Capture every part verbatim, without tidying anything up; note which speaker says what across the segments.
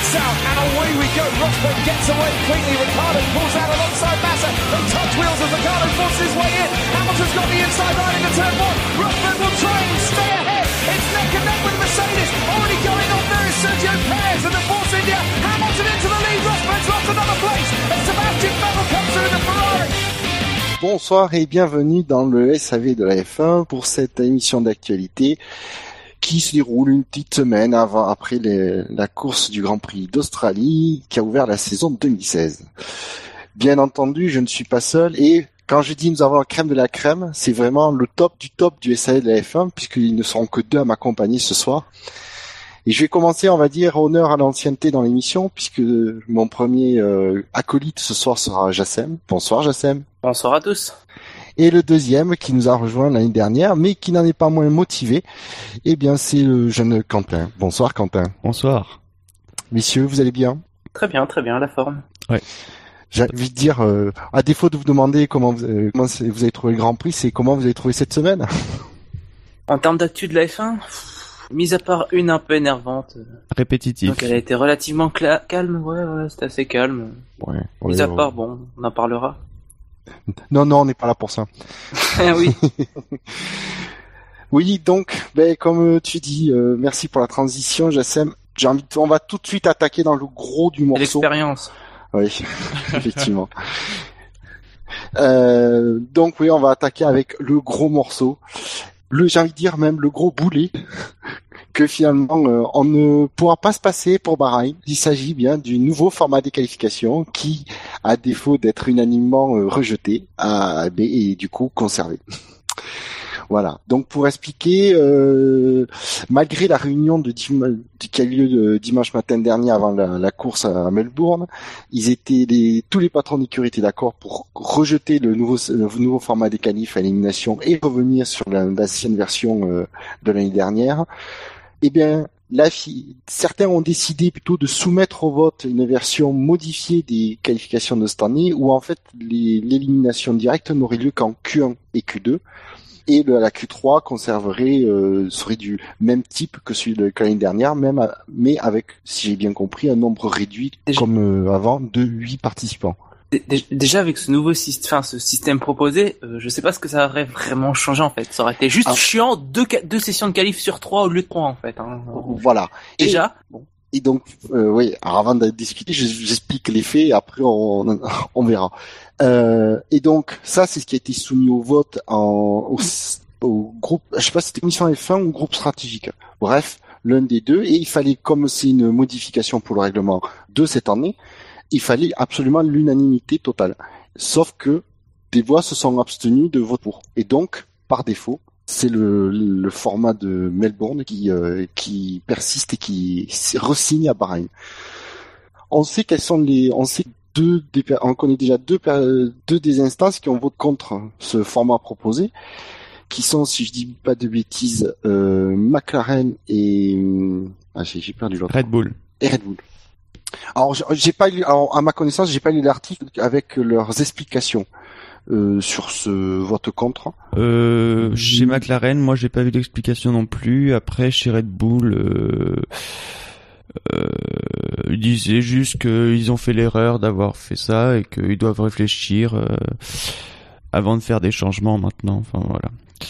Speaker 1: kicks out and away we go. Rosberg gets away cleanly. Ricciardo pulls out alongside Massa. They touch wheels as Ricciardo forces his way in. Hamilton's got the inside line into turn one. Rosberg will try and stay ahead. It's neck and neck with Mercedes. Already going on there is Sergio Perez and the Force India. Hamilton into the lead. Rosberg's lost another place. And Sebastian Vettel comes through in the Ferrari.
Speaker 2: Bonsoir et bienvenue dans le S A V de la F un pour cette émission d'actualité qui se déroule une petite semaine avant, après les, la course du Grand Prix d'Australie qui a ouvert la saison deux mille seize. Bien entendu, je ne suis pas seul et quand je dis nous avons la crème de la crème, c'est vraiment le top du top du S A V de la F un puisqu'ils ne seront que deux à m'accompagner ce soir. Et je vais commencer, on va dire, honneur à l'ancienneté dans l'émission puisque mon premier euh, acolyte ce soir sera Jassem. Bonsoir Jassem.
Speaker 3: Bonsoir à tous.
Speaker 2: Et le deuxième qui nous a rejoint l'année dernière, mais qui n'en est pas moins motivé, eh bien c'est le jeune Quentin. Bonsoir Quentin.
Speaker 4: Bonsoir.
Speaker 2: Messieurs, vous allez bien ?
Speaker 3: Très bien, très bien, la forme.
Speaker 4: Ouais.
Speaker 2: J'ai envie de dire, euh, à défaut de vous demander comment vous, euh, comment vous avez trouvé le Grand Prix, c'est comment vous avez trouvé cette semaine ?
Speaker 3: En termes d'actu de la F un, pff, mis à part une un peu énervante.
Speaker 4: Répétitif.
Speaker 3: Donc elle a été relativement cla- calme, ouais, voilà, c'était assez calme.
Speaker 2: Ouais.
Speaker 3: Mis
Speaker 2: ouais,
Speaker 3: à
Speaker 2: ouais.
Speaker 3: part, bon, on en parlera.
Speaker 2: Non, non, on n'est pas là pour ça.
Speaker 3: oui.
Speaker 2: Oui, donc, ben comme tu dis, euh, merci pour la transition, Jassem. J'ai envie de, on va tout de suite attaquer dans le gros du morceau.
Speaker 3: L'expérience.
Speaker 2: Oui, effectivement. Euh, donc oui, on va attaquer avec le gros morceau. Le, j'ai envie de dire même le gros boulet que finalement euh, on ne pourra pas se passer pour Bahreïn. Il s'agit bien du nouveau format des qualifications qui, à défaut d'être unanimement euh, rejeté, a, et du coup conservé. Voilà. Donc pour expliquer, euh, malgré la réunion de dim- qui a eu lieu de dimanche matin dernier avant la, la course à Melbourne, ils étaient les, tous les patrons d'écurie étaient d'accord pour rejeter le nouveau, le nouveau format des qualifs à élimination et revenir sur la, l'ancienne version euh, de l'année dernière. Eh bien, la fi- certains ont décidé plutôt de soumettre au vote une version modifiée des qualifications de cette année, où en fait les, l'élimination directe n'aurait lieu qu'en Q un et Q deux. Et le, la Q trois conserverait, euh, serait du même type que celui de l'année dernière, même, à, mais avec, si j'ai bien compris, un nombre réduit, déjà, comme euh, avant, de huit participants.
Speaker 3: Déjà avec ce nouveau système, enfin ce système proposé, euh, je sais pas ce que ça aurait vraiment changé en fait. Ça aurait été juste ah. chiant, deux, deux sessions de qualif sur trois au lieu de trois en fait. Hein.
Speaker 2: Voilà.
Speaker 3: Déjà.
Speaker 2: Et, bon. Et donc, euh, oui, alors avant de discuter, j'explique les faits et après on, on verra. Euh, et donc, ça, c'est ce qui a été soumis au vote en, au, au groupe, je sais pas si c'était commission F un ou groupe stratégique. Bref, l'un des deux. Et il fallait, comme c'est une modification pour le règlement de cette année, il fallait absolument l'unanimité totale. Sauf que des voix se sont abstenues de vote pour. Et donc, par défaut, c'est le, le format de Melbourne qui, euh, qui persiste et qui re-signe à Bahreïn. On sait quelles sont les, on sait deux, des, on connaît déjà deux, deux des instances qui ont voté contre ce format proposé, qui sont, si je dis pas de bêtises, euh, McLaren et, ah, j'ai, j'ai perdu l'autre.
Speaker 4: Red Bull.
Speaker 2: Et Red Bull. Alors, j'ai pas lu, alors, à ma connaissance, j'ai pas lu l'article avec leurs explications. Euh, sur ce vote contre.
Speaker 4: Euh, chez McLaren, moi j'ai pas vu d'explication non plus. Après chez Red Bull, euh, euh, ils disaient juste qu'ils ont fait l'erreur d'avoir fait ça et qu'ils doivent réfléchir euh, avant de faire des changements maintenant. Enfin voilà.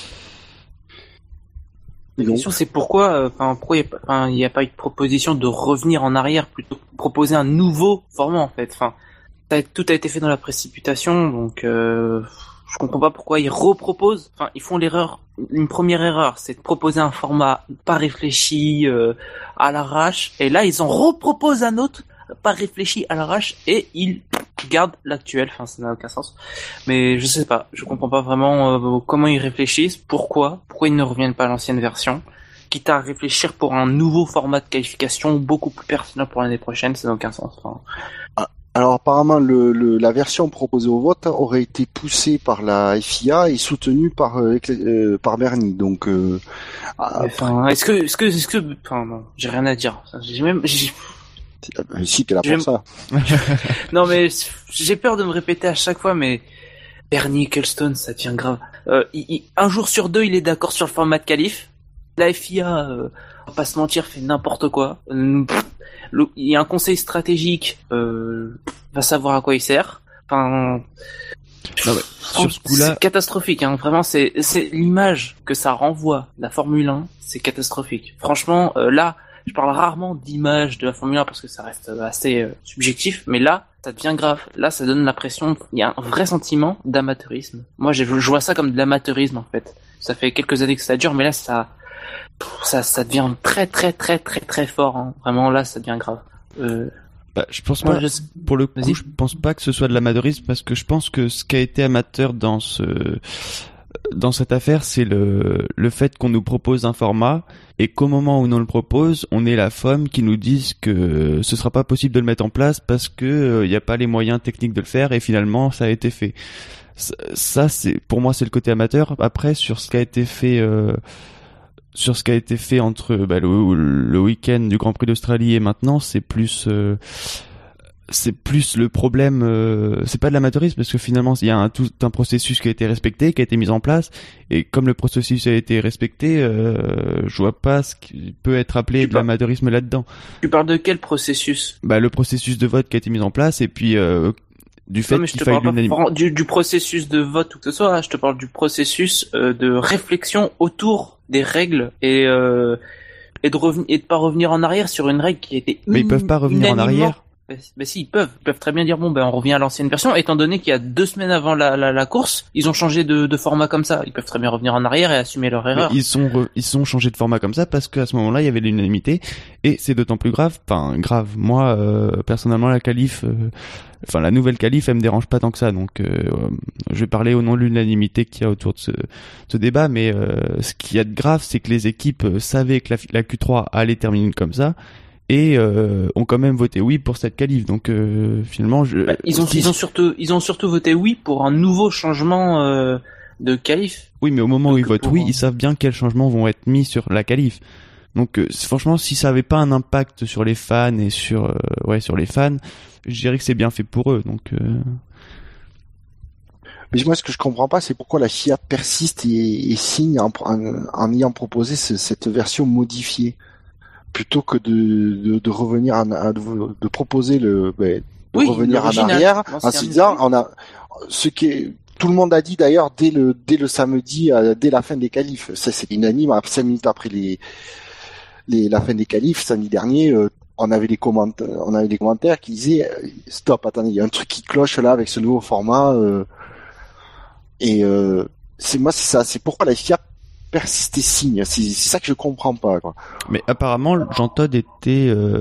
Speaker 3: La question c'est pourquoi, enfin pourquoi il n'y a, a pas eu de proposition de revenir en arrière plutôt que de proposer un nouveau format en fait. Enfin. Tout a été fait dans la précipitation, donc euh, je comprends pas pourquoi ils reproposent. Enfin, ils font l'erreur. Une première erreur, c'est de proposer un format pas réfléchi euh, à l'arrache, et là ils en reproposent un autre pas réfléchi à l'arrache et ils gardent l'actuel. Enfin, ça n'a aucun sens. Mais je sais pas, je comprends pas vraiment euh, comment ils réfléchissent, pourquoi, pourquoi ils ne reviennent pas à l'ancienne version, quitte à réfléchir pour un nouveau format de qualification beaucoup plus pertinent pour l'année prochaine, ça n'a aucun sens. Enfin,
Speaker 2: ah. Alors apparemment le, le, la version proposée au vote aurait été poussée par la F I A et soutenue par euh, euh, par Bernie. Donc euh,
Speaker 3: enfin, est-ce que est-ce que est-ce que enfin non, j'ai rien à dire. J'ai même j'ai...
Speaker 2: si t'es là pour j'ai... ça.
Speaker 3: Non mais j'ai peur de me répéter à chaque fois, mais Bernie Ecclestone, ça tient grave. Euh, il, il, un jour sur deux, il est d'accord sur le format de qualif. La F I A, euh, on va pas se mentir, fait n'importe quoi. Euh, le, il y a un conseil stratégique, euh, va savoir à quoi il sert. Enfin,
Speaker 4: non, ouais. Sur ce coup-là,
Speaker 3: c'est catastrophique. Hein. Vraiment, c'est c'est l'image que ça renvoie la Formule un, c'est catastrophique. Franchement, euh, là, je parle rarement d'image de la Formule un parce que ça reste assez euh, subjectif, mais là, ça devient grave. Là, ça donne l'impression, il y a un vrai sentiment d'amateurisme. Moi, je vois ça comme de l'amateurisme en fait. Ça fait quelques années que ça dure, mais là, ça, ça, ça devient très, très, très, très, très fort. Hein. Vraiment, là, ça devient grave. Euh...
Speaker 4: Bah, je pense pas.
Speaker 3: Moi, je...
Speaker 4: Pour le coup,
Speaker 3: Vas-y.
Speaker 4: je pense pas que ce soit de l'amateurisme parce que je pense que ce qui a été amateur dans ce dans cette affaire, c'est le le fait qu'on nous propose un format et qu'au moment où on le propose, on ait la F O M qui nous dise que ce sera pas possible de le mettre en place parce que il euh, y a pas les moyens techniques de le faire et finalement ça a été fait. Ça, ça c'est pour moi c'est le côté amateur. Après sur ce qui a été fait. Euh, sur ce qui a été fait entre bah, le, le week-end du Grand Prix d'Australie et maintenant, c'est plus euh, c'est plus le problème, euh, c'est pas de l'amateurisme parce que finalement il y a un, tout un processus qui a été respecté, qui a été mis en place et comme le processus a été respecté, euh, je vois pas ce qui peut être appelé
Speaker 3: Tu
Speaker 4: de
Speaker 3: par...
Speaker 4: l'amateurisme là-dedans.
Speaker 3: Tu parles de quel processus ?
Speaker 4: Bah le processus de vote qui a été mis en place et puis euh, du fait
Speaker 3: non,
Speaker 4: qu'il faille l'unanimité.
Speaker 3: Du, du processus de vote ou que ce soit, hein, je te parle du processus euh, de réflexion autour des règles et euh, et de revenir et de pas revenir en arrière sur une règle qui était
Speaker 4: Mais ils peuvent pas revenir en arrière.
Speaker 3: Bah, bah si, ils peuvent. Ils peuvent très bien dire bon ben on revient à l'ancienne version, étant donné qu'il y a deux semaines avant la, la, la course, ils ont changé de, de format comme ça. Ils peuvent très bien revenir en arrière et assumer leur erreur.
Speaker 4: Mais ils sont re, ils sont changés de format comme ça parce qu'à ce moment-là il y avait l'unanimité et c'est d'autant plus grave. Enfin grave. Moi euh, personnellement la qualif, euh, enfin la nouvelle qualif elle me dérange pas tant que ça. Donc euh, je vais parler au nom de l'unanimité qu'il y a autour de ce, ce débat. Mais euh, ce qu'il y a de grave c'est que les équipes savaient que la, la Q trois allait terminer comme ça. Et euh, ont quand même voté oui pour cette qualif. Donc euh, finalement, je...
Speaker 3: bah, ils ont ils ont surtout ils ont surtout voté oui pour un nouveau changement euh, de qualif.
Speaker 4: Oui, mais au moment
Speaker 3: Donc,
Speaker 4: où ils votent
Speaker 3: pour...
Speaker 4: oui, ils savent bien quels changements vont être mis sur la qualif. Donc euh, franchement, si ça avait pas un impact sur les fans et sur euh, ouais sur les fans, je dirais que c'est bien fait pour eux. Donc euh...
Speaker 2: Mais moi, ce que je comprends pas, c'est pourquoi la F I A persiste et, et signe en, en, en ayant proposé ce, cette version modifiée. Plutôt que de, de, de revenir en, de, de proposer le, ben, de
Speaker 3: oui,
Speaker 2: revenir en arrière, en se disant, on a, ce qui est, tout le monde a dit d'ailleurs dès le, dès le samedi, euh, dès la fin des qualifs, ça c'est unanime, cinq minutes après les, les, la fin des qualifs, samedi dernier, euh, on avait des commentaires, on avait des commentaires qui disaient, euh, stop, attendez, il y a un truc qui cloche là avec ce nouveau format, euh, et, euh, c'est, moi c'est ça, c'est pourquoi la F I A persiste et signe, c'est, c'est ça que je comprends pas, quoi.
Speaker 4: Mais apparemment, Jean Todt était euh,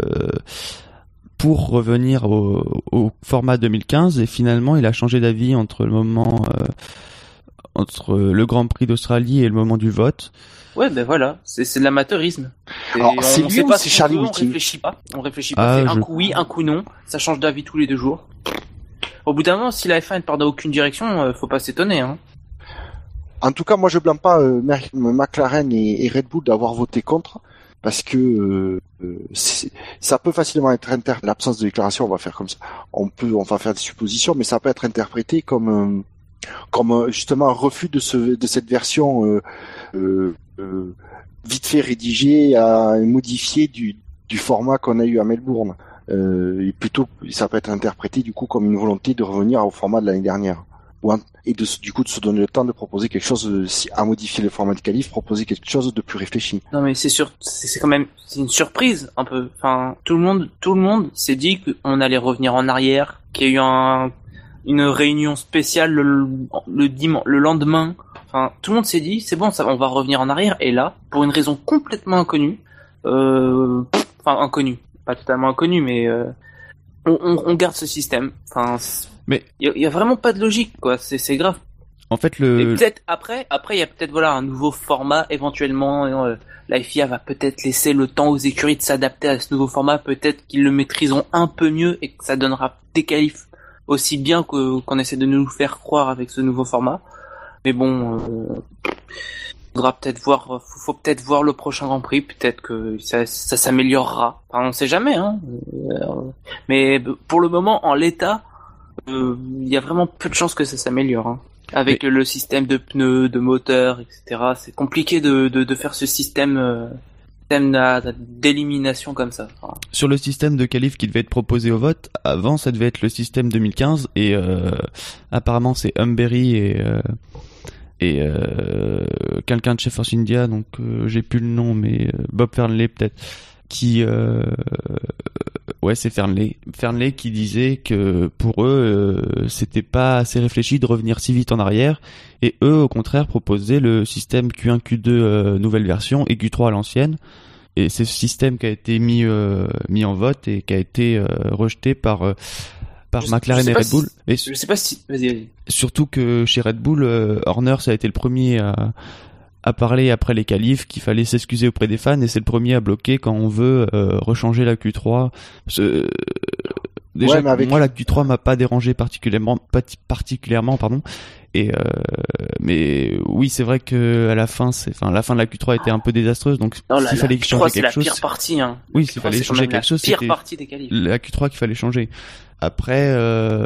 Speaker 4: pour revenir au, au format deux mille quinze et finalement, il a changé d'avis entre le moment euh, entre le Grand Prix d'Australie et le moment du vote.
Speaker 3: Ouais, ben voilà, c'est, c'est de l'amateurisme. Et
Speaker 2: Alors,
Speaker 3: on
Speaker 2: c'est lui
Speaker 3: sait
Speaker 2: ou
Speaker 3: pas
Speaker 2: c'est
Speaker 3: ce
Speaker 2: Charlie
Speaker 3: veut,
Speaker 2: Whiting ?
Speaker 3: On réfléchit pas, on réfléchit pas.
Speaker 4: Ah,
Speaker 3: c'est
Speaker 4: je...
Speaker 3: un coup oui, un coup non. Ça change d'avis tous les deux jours. Au bout d'un moment, si la F un ne part dans aucune direction, euh, faut pas s'étonner, hein.
Speaker 2: En tout cas, moi, je blâme pas euh, McLaren et, et Red Bull d'avoir voté contre, parce que euh, c'est, ça peut facilement être inter. L'absence de déclaration, on va faire comme ça. On peut, on va faire des suppositions, mais ça peut être interprété comme, euh, comme euh, justement un refus de ce, de cette version euh, euh, euh, vite fait rédigée, à modifier du, du format qu'on a eu à Melbourne. Euh, et plutôt, ça peut être interprété du coup comme une volonté de revenir au format de l'année dernière. Et de, du coup de se donner le temps de proposer quelque chose de, à modifier le format de qualif, proposer quelque chose de plus réfléchi.
Speaker 3: Non mais c'est sûr, c'est, c'est quand même c'est une surprise un peu. Enfin tout le monde tout le monde s'est dit qu'on allait revenir en arrière, qu'il y a eu un une réunion spéciale le le dimanche, le lendemain. Enfin tout le monde s'est dit c'est bon ça on va revenir en arrière et là pour une raison complètement inconnue, euh, enfin inconnue, pas totalement inconnue mais euh, on, on, on garde ce système. Enfin
Speaker 4: mais
Speaker 3: il y, y a vraiment pas de logique quoi, c'est c'est grave.
Speaker 4: En fait le
Speaker 3: et peut-être après après il y a peut-être voilà un nouveau format éventuellement euh, la F I A va peut-être laisser le temps aux écuries de s'adapter à ce nouveau format, peut-être qu'ils le maîtriseront un peu mieux et que ça donnera des qualifs aussi bien que qu'on essaie de nous faire croire avec ce nouveau format. Mais bon euh, faudra peut-être voir faut, faut peut-être voir le prochain Grand Prix, peut-être que ça ça s'améliorera. Enfin on sait jamais hein. Mais pour le moment en l'état il euh, y a vraiment peu de chances que ça s'améliore hein. Avec
Speaker 4: Mais...
Speaker 3: le système de pneus, de moteurs, et cetera. C'est compliqué de, de, de faire ce système euh, système d'élimination comme ça. Enfin...
Speaker 4: Sur le système de qualif qui devait être proposé au vote, avant ça devait être le système deux mille quinze et euh, apparemment c'est Humberry et euh, et euh, quelqu'un de chez Force India, donc euh, j'ai plus le nom, mais euh, Bob Fernley peut-être, qui euh, ouais c'est Fernley Fernley qui disait que pour eux euh, c'était pas assez réfléchi de revenir si vite en arrière, et eux au contraire proposaient le système Q un Q deux euh, nouvelle version et Q trois à l'ancienne, et c'est ce système qui a été mis euh, mis en vote et qui a été euh, rejeté par euh, par je McLaren et Red Bull.
Speaker 3: Si,
Speaker 4: et
Speaker 3: je sais pas si vas-y, vas-y.
Speaker 4: Surtout que chez Red Bull, euh, Horner ça a été le premier à à parler après les qualifs qu'il fallait s'excuser auprès des fans, et c'est le premier à bloquer quand on veut euh, rechanger la Q trois. Euh, déjà, ouais, avec... moi la Q trois m'a pas dérangé particulièrement, particulièrement pardon. Et euh, mais oui, c'est vrai que à la fin, c'est, enfin, la fin de la Q trois était un peu désastreuse, donc
Speaker 3: non,
Speaker 4: s'il
Speaker 3: la,
Speaker 4: fallait
Speaker 3: la
Speaker 4: changer quelque
Speaker 3: la
Speaker 4: chose,
Speaker 3: c'est la pire partie. Hein.
Speaker 4: Oui, s'il fallait changer quelque chose,
Speaker 3: c'était
Speaker 4: la pire
Speaker 3: partie des qualifs.
Speaker 4: La Q trois qu'il fallait changer. Après, euh,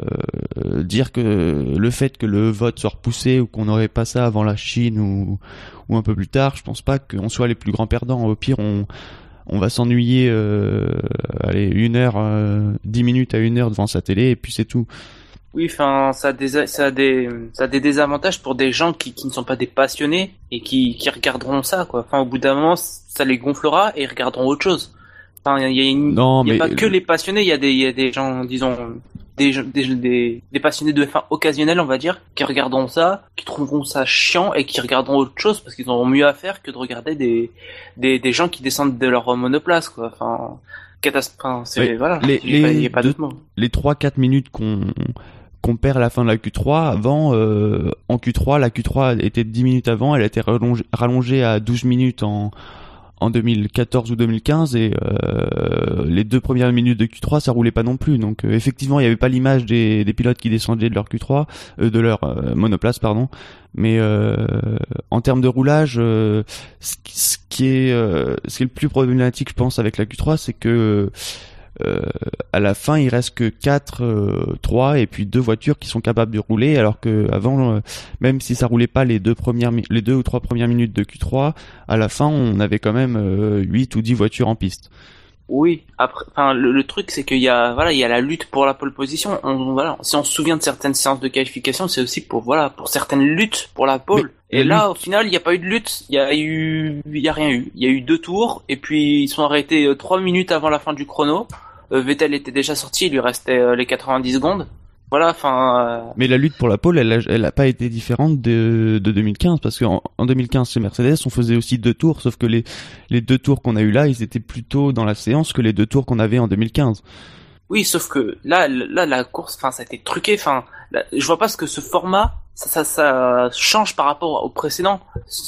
Speaker 4: dire que le fait que le vote soit repoussé ou qu'on n'aurait pas ça avant la Chine ou, ou un peu plus tard, je pense pas qu'on soit les plus grands perdants. Au pire, on, on va s'ennuyer, euh, allez, une heure, euh, dix minutes à une heure devant sa télé et puis c'est tout.
Speaker 3: Oui, enfin, ça a des, ça a des, ça a des désavantages pour des gens qui, qui ne sont pas des passionnés et qui, qui regarderont ça, quoi. Enfin, au bout d'un moment, ça les gonflera et ils regarderont autre chose. Enfin, il y a, une,
Speaker 4: non,
Speaker 3: y a
Speaker 4: mais...
Speaker 3: pas que les passionnés, il y a des, il y a des gens, disons, des, des, des, des passionnés de F un occasionnels, on va dire, qui regarderont ça, qui trouveront ça chiant et qui regarderont autre chose parce qu'ils auront mieux à faire que de regarder des, des, des gens qui descendent de leur monoplace, quoi. Enfin, catastrophe, enfin, c'est,
Speaker 4: oui,
Speaker 3: voilà.
Speaker 4: Les,
Speaker 3: il y a
Speaker 4: les,
Speaker 3: pas, il y a pas
Speaker 4: deux,
Speaker 3: d'autre mot.
Speaker 4: Les trois quatre minutes qu'on, qu'on perd à la fin de la Q trois, avant, euh, en Q trois, la Q trois était dix minutes avant, elle a été rallongée, rallongée à douze minutes en, en deux mille quatorze ou deux mille quinze, et euh, les deux premières minutes de Q trois ça roulait pas non plus, donc euh, effectivement il y avait pas l'image des, des pilotes qui descendaient de leur Q trois, euh, de leur euh, monoplace pardon, mais euh, en termes de roulage, euh, ce, ce qui est euh, ce qui est le plus problématique je pense avec la Q trois, c'est que Euh, à la fin il reste que quatre, trois et puis deux voitures qui sont capables de rouler, alors que avant, euh, même si ça roulait pas les deux premières les deux ou trois premières minutes de Q trois, à la fin on avait quand même euh, huit ou dix voitures en piste.
Speaker 3: Oui, après, enfin le, le truc c'est qu'il y a voilà il y a la lutte pour la pole position. On, voilà, si on se souvient de certaines séances de qualification, c'est aussi pour voilà pour certaines luttes pour la pole. Mais, et là, lutte... au final, il n'y a pas eu de lutte. Il y a eu, il y a rien eu. Il y a eu deux tours et puis ils sont arrêtés euh, trois minutes avant la fin du chrono. Euh, Vettel était déjà sorti, il lui restait euh, les quatre-vingt-dix secondes. Voilà, enfin. Euh...
Speaker 4: Mais la lutte pour la pole, elle a, elle a pas été différente de, de deux mille quinze, parce qu'en en deux mille quinze chez Mercedes, on faisait aussi deux tours, sauf que les les deux tours qu'on a eu là, ils étaient plus tôt dans la séance que les deux tours qu'on avait en deux mille quinze.
Speaker 3: Oui, sauf que là, là, la course, enfin, ça a été truqué. Enfin, là, je vois pas ce que ce format, ça, ça, ça change par rapport au précédent,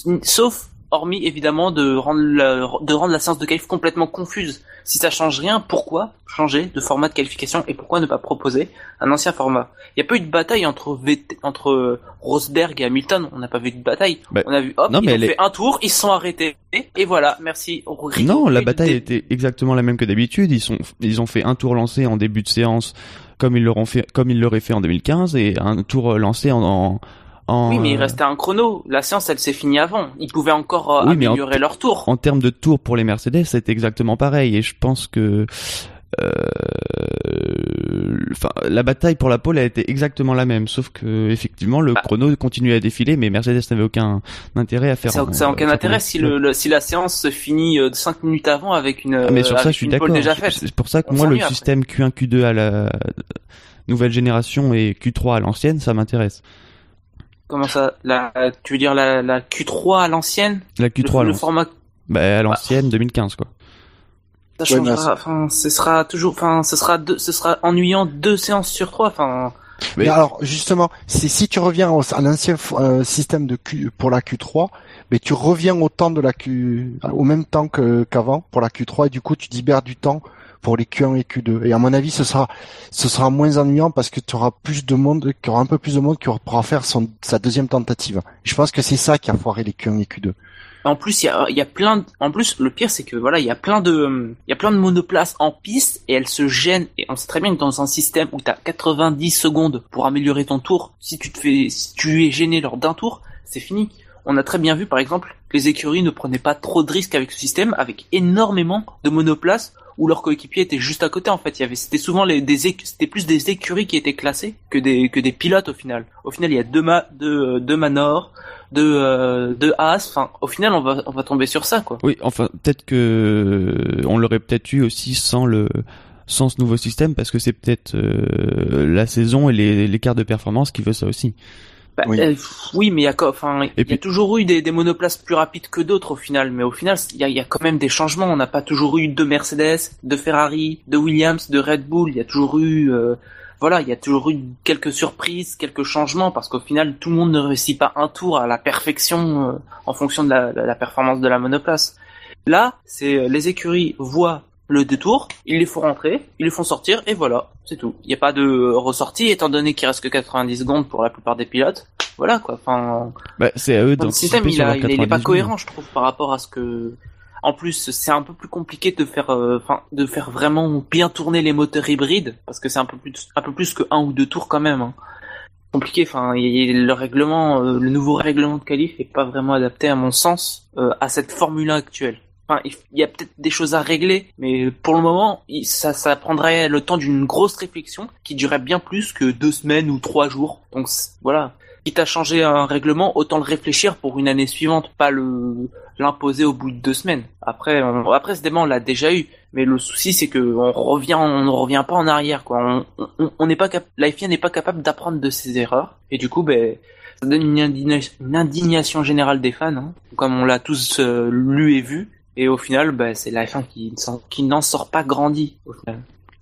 Speaker 3: sauf. Hormis évidemment de rendre la, de rendre la séance de qualif complètement confuse. Si ça change rien, pourquoi changer de format de qualification et pourquoi ne pas proposer un ancien format? Il n'y a pas eu de bataille entre V T, entre Rosberg et Hamilton. On n'a pas vu de bataille. Bah, on a vu hop, non, ils ont fait est... un tour, ils se sont arrêtés et voilà, merci.
Speaker 4: Non, la bataille était exactement la même que d'habitude. Ils sont ils ont fait un tour lancé en début de séance comme ils l'auront fait comme ils l'auraient fait en deux mille quinze, et un tour lancé en, en En...
Speaker 3: Oui, mais il restait un chrono. La séance, elle s'est finie avant. Ils pouvaient encore euh, oui, améliorer t- leur tour.
Speaker 4: En termes de tour pour les Mercedes, c'est exactement pareil. Et je pense que, euh, enfin, la bataille pour la pole a été exactement la même, sauf que effectivement, le ah. chrono continuait à défiler, mais Mercedes n'avait aucun intérêt à faire.
Speaker 3: Ça n'a aucun intérêt si le, le si la séance se finit euh, cinq minutes avant avec une.
Speaker 4: Ah, mais sur
Speaker 3: avec
Speaker 4: ça, je suis d'accord.
Speaker 3: Déjà faite.
Speaker 4: C'est pour ça que On moi, le système après. Q un, Q deux à la nouvelle génération et Q trois à l'ancienne, ça m'intéresse.
Speaker 3: Comment ça, la, tu veux dire la, la Q trois à l'ancienne?
Speaker 4: La Q trois
Speaker 3: le,
Speaker 4: à l'ancienne.
Speaker 3: Le format.
Speaker 4: Bah, à l'ancienne, bah. deux mille quinze, quoi.
Speaker 3: Ça changera, enfin, ce sera toujours, enfin, ce sera deux, ce sera ennuyant deux séances sur trois, enfin.
Speaker 2: Mais, mais alors, justement, c'est, si tu reviens au, à l'ancien euh, système de Q, pour la Q trois, mais tu reviens au temps de la Q, au même temps que, qu'avant, pour la Q trois, et du coup, tu libères du temps pour les Q un et Q deux. Et à mon avis, ce sera, ce sera moins ennuyant parce que tu auras plus de monde, qu'il y aura un peu plus de monde qui pourra faire son, sa deuxième tentative. Je pense que c'est ça qui a foiré les Q un et Q deux.
Speaker 3: En plus, il y a, il y a plein de, en plus, le pire, c'est que voilà, il y a plein de, il y a plein de monoplaces en piste et elles se gênent. Et on sait très bien que dans un système où t'as quatre-vingt-dix secondes pour améliorer ton tour, si tu te fais, si tu es gêné lors d'un tour, c'est fini. on a très bien vu par exemple que les écuries ne prenaient pas trop de risques avec ce système, avec énormément de monoplaces où leurs coéquipiers étaient juste à côté en fait. Il y avait, c'était souvent les, des, c'était plus des écuries qui étaient classées que des, que des pilotes au final. Au final, il y a deux ma, deux, deux Manor, deux, euh, deux Haas. Enfin, au final, on va, on va tomber sur ça, quoi.
Speaker 4: Oui, enfin, peut-être que on l'aurait peut-être eu aussi sans le, sans ce nouveau système, parce que c'est peut-être euh, la saison et les, l'écart de performance qui veut ça aussi.
Speaker 3: Bah,
Speaker 4: oui.
Speaker 3: Euh, oui, mais il y a, enfin, il y
Speaker 4: puis...
Speaker 3: a toujours eu des, des monoplaces plus rapides que d'autres au final. Mais au final, il y a, il y a quand même des changements. On n'a pas toujours eu de Mercedes, de Ferrari, de Williams, de Red Bull. Il y a toujours eu, euh, voilà, il y a toujours eu quelques surprises, quelques changements, parce qu'au final, tout le monde ne réussit pas un tour à la perfection euh, en fonction de la, de la performance de la monoplace. Là, c'est les écuries voient le détour, ils les font rentrer, ils les font sortir, et voilà, c'est tout. Il n'y a pas de ressortie, étant donné qu'il reste que quatre-vingt-dix secondes pour la plupart des pilotes. Voilà, quoi. Enfin,
Speaker 4: bah, c'est à eux
Speaker 3: le système, il, a, il est pas cohérent, je trouve, par rapport à ce que... En plus, c'est un peu plus compliqué de faire, enfin, euh, de faire vraiment bien tourner les moteurs hybrides, parce que c'est un peu plus, un peu plus que un ou deux tours quand même. Hein. Compliqué. Enfin, le règlement, euh, le nouveau règlement de qualif est pas vraiment adapté, à mon sens, euh, à cette Formule un actuelle. Enfin, il y a peut-être des choses à régler, mais pour le moment, ça, ça prendrait le temps d'une grosse réflexion qui durerait bien plus que deux semaines ou trois jours. Donc voilà. Quitte à changer un règlement, autant le réfléchir pour une année suivante, pas le l'imposer au bout de deux semaines. Après, on, après ce débat on l'a déjà eu, mais le souci c'est que on revient, on ne revient pas en arrière, quoi. On, on n'est pas cap, la F I A n'est pas capable d'apprendre de ses erreurs, et du coup, ben, ça donne une indignation, une indignation générale des fans, hein, comme on l'a tous euh, lu et vu. Et au final, bah, c'est la F un qui, qui n'en sort pas grandi, au final.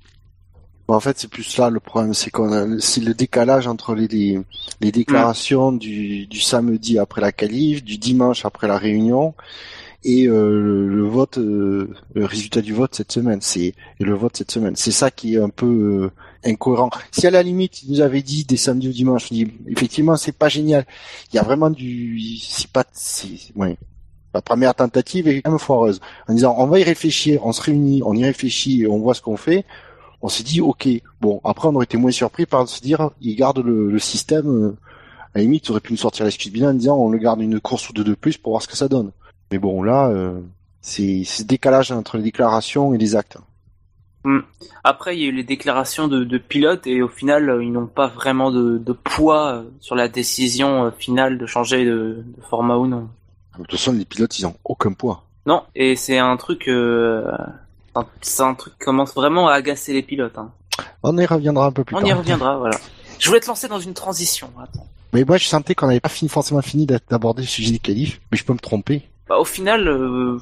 Speaker 2: En fait, c'est plus là le problème, c'est qu'on a, c'est le décalage entre les, les, les déclarations mmh. du, du samedi après la qualif, du dimanche après la réunion, et euh, le, le vote, euh, le résultat du vote cette semaine. C'est et le vote cette semaine. C'est ça qui est un peu euh, incohérent. Si à la limite, il nous avait dit des samedis ou dimanches, je dis effectivement, c'est pas génial. Il y a vraiment du, c'est pas, c'est, ouais. La première tentative est quand même foireuse. En disant, on va y réfléchir, on se réunit, on y réfléchit et on voit ce qu'on fait. On s'est dit, ok. Bon, après, on aurait été moins surpris par se dire, ils gardent le, le système. Euh, à la limite, ils auraient pu nous sortir l'excuse bilan en disant, on le garde une course ou deux de plus pour voir ce que ça donne. Mais bon, là, euh, c'est, c'est ce décalage entre les déclarations et les actes.
Speaker 3: Hum. Après, il y a eu les déclarations de, de pilotes et au final, ils n'ont pas vraiment de, de poids sur la décision finale de changer de, de format ou non.
Speaker 2: De toute façon, les pilotes, ils ont aucun poids.
Speaker 3: Non, et c'est un truc, euh, c'est un truc qui commence vraiment à agacer les pilotes. Hein.
Speaker 2: On y reviendra un peu plus
Speaker 3: On
Speaker 2: tard.
Speaker 3: On y reviendra, voilà. Je voulais te lancer dans une transition. Attends.
Speaker 2: Mais moi, je sentais qu'on n'avait pas fini, forcément fini d'aborder le sujet des qualifs, mais je peux me tromper.
Speaker 3: Bah, au final. Euh...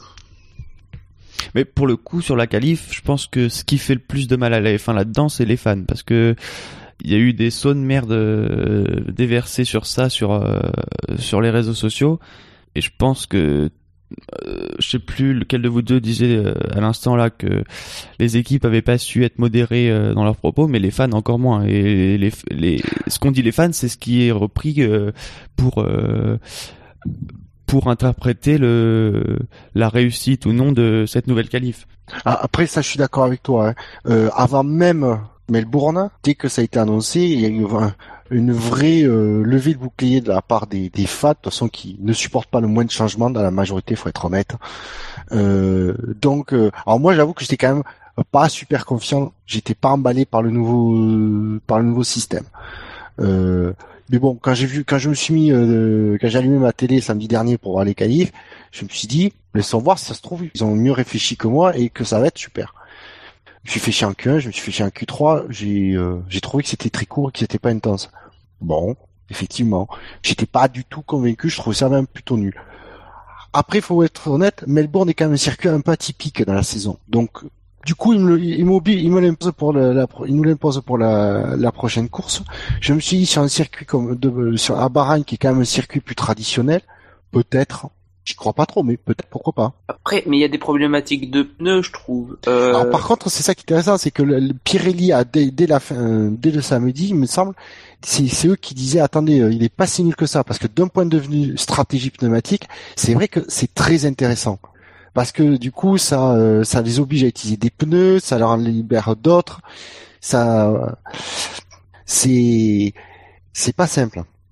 Speaker 4: Mais pour le coup, sur la qualif, je pense que ce qui fait le plus de mal à la F un là-dedans, c'est les fans, parce que il y a eu des sauts de merde euh, déversés sur ça, sur euh, sur les réseaux sociaux. Et je pense que, euh, je sais plus lequel de vous deux disait euh, à l'instant là que les équipes avaient pas su être modérées euh, dans leurs propos, mais les fans encore moins. Et les, les, ce qu'ont dit les fans, c'est ce qui est repris euh, pour euh, pour interpréter le la réussite ou non de cette nouvelle qualif.
Speaker 2: Ah, après ça, je suis d'accord avec toi. Hein. Euh, avant même Melbourne, dès que ça a été annoncé, il y a eu un une vraie euh, levée de bouclier de la part des, des fans, de toute façon, qui ne supportent pas le moins de changement dans la majorité, faut être honnête. Euh, donc, euh, alors moi, j'avoue que j'étais quand même pas super confiant. J'étais pas emballé par le nouveau, euh, par le nouveau système. Euh, mais bon, quand j'ai vu, quand je me suis mis, euh, quand j'ai allumé ma télé samedi dernier pour voir les qualifs, je me suis dit, laissons voir si ça se trouve, ils ont mieux réfléchi que moi et que ça va être super. Je me suis fait chier en Q un, je me suis fait chier en Q trois, j'ai euh, j'ai trouvé que c'était très court et que c'était pas intense. Bon, effectivement, j'étais pas du tout convaincu, je trouvais ça même plutôt nul. Après, faut être honnête, Melbourne est quand même un circuit un peu atypique dans la saison. Donc, du coup, il me il m'oblige, il me l'impose pour la, la il nous l'impose pour la, la prochaine course. Je me suis dit sur un circuit comme de, sur à Bahreïn, qui est quand même un circuit plus traditionnel, peut-être. J'y crois pas trop, mais peut-être, pourquoi pas.
Speaker 3: Après, mais il y a des problématiques de pneus, je trouve. Euh...
Speaker 2: Alors, par contre, c'est ça qui est intéressant, c'est que le, le Pirelli a dès, dès la fin, euh, dès le samedi, il me semble, c'est, c'est eux qui disaient, attendez, euh, il est pas si nul que ça, parce que d'un point de vue stratégie pneumatique, c'est vrai que c'est très intéressant. Parce que du coup, ça, euh, ça les oblige à utiliser des pneus, ça leur en libère d'autres, ça, euh, c'est, c'est pas simple.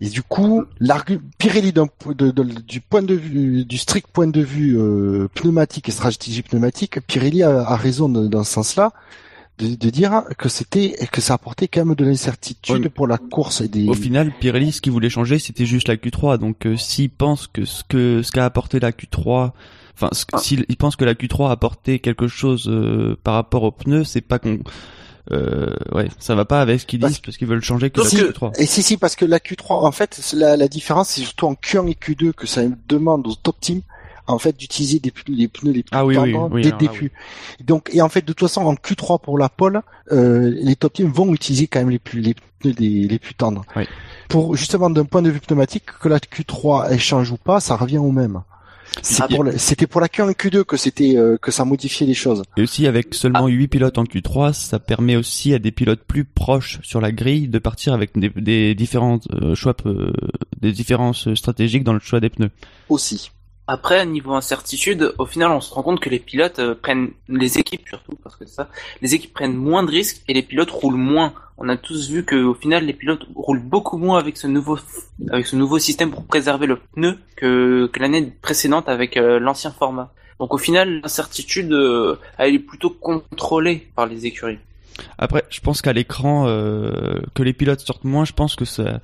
Speaker 2: Et du coup, l'argu- Pirelli d'un, de, de, du point de vue, du strict point de vue euh, pneumatique et stratégie pneumatique, Pirelli a, a raison de, dans ce sens-là de, de dire que c'était que ça apportait quand même de l'incertitude
Speaker 4: ouais,
Speaker 2: pour la course et des.
Speaker 4: Au final, Pirelli, ce qu'il voulait changer, c'était juste la Q trois. Donc, euh, s'il pense que ce que ce qu'a apporté la Q trois, enfin, ce, ah. s'il il pense que la Q trois a apporté quelque chose euh, par rapport aux pneus, c'est pas qu'on Euh, ouais, ça va pas avec ce qu'ils disent parce, parce qu'ils veulent changer que la
Speaker 2: si,
Speaker 4: Q trois.
Speaker 2: Et si si parce que la Q trois, en fait, la, la différence c'est surtout en Q un et Q deux que ça demande aux top teams en fait d'utiliser des pneus, les pneus les plus
Speaker 4: ah, oui,
Speaker 2: tendres
Speaker 4: oui, oui,
Speaker 2: dès
Speaker 4: le
Speaker 2: début. Oui. Donc et en fait de toute façon en Q trois pour la pole, euh, les top teams vont utiliser quand même les plus les pneus des, les plus tendres.
Speaker 4: Oui.
Speaker 2: Pour justement d'un point de vue pneumatique que la Q trois elle change ou pas, ça revient au même. C'est pour la, c'était pour la Q un et Q deux que c'était euh, que ça modifiait les choses.
Speaker 4: Et aussi avec seulement huit ah. pilotes en Q trois, ça permet aussi à des pilotes plus proches sur la grille de partir avec des, des différents euh, choix, euh, des différences stratégiques dans le choix des pneus.
Speaker 2: Aussi.
Speaker 3: Après, niveau incertitude, au final, on se rend compte que les pilotes euh, prennent, les équipes surtout, parce que c'est ça, les équipes prennent moins de risques et les pilotes roulent moins. On a tous vu que, au final, les pilotes roulent beaucoup moins avec ce nouveau, avec ce nouveau système pour préserver le pneu que, que l'année précédente avec euh, l'ancien format. Donc, au final, l'incertitude, euh, elle est plutôt contrôlée par les écuries.
Speaker 4: Après, je pense qu'à l'écran, euh, que les pilotes sortent moins, je pense que ça,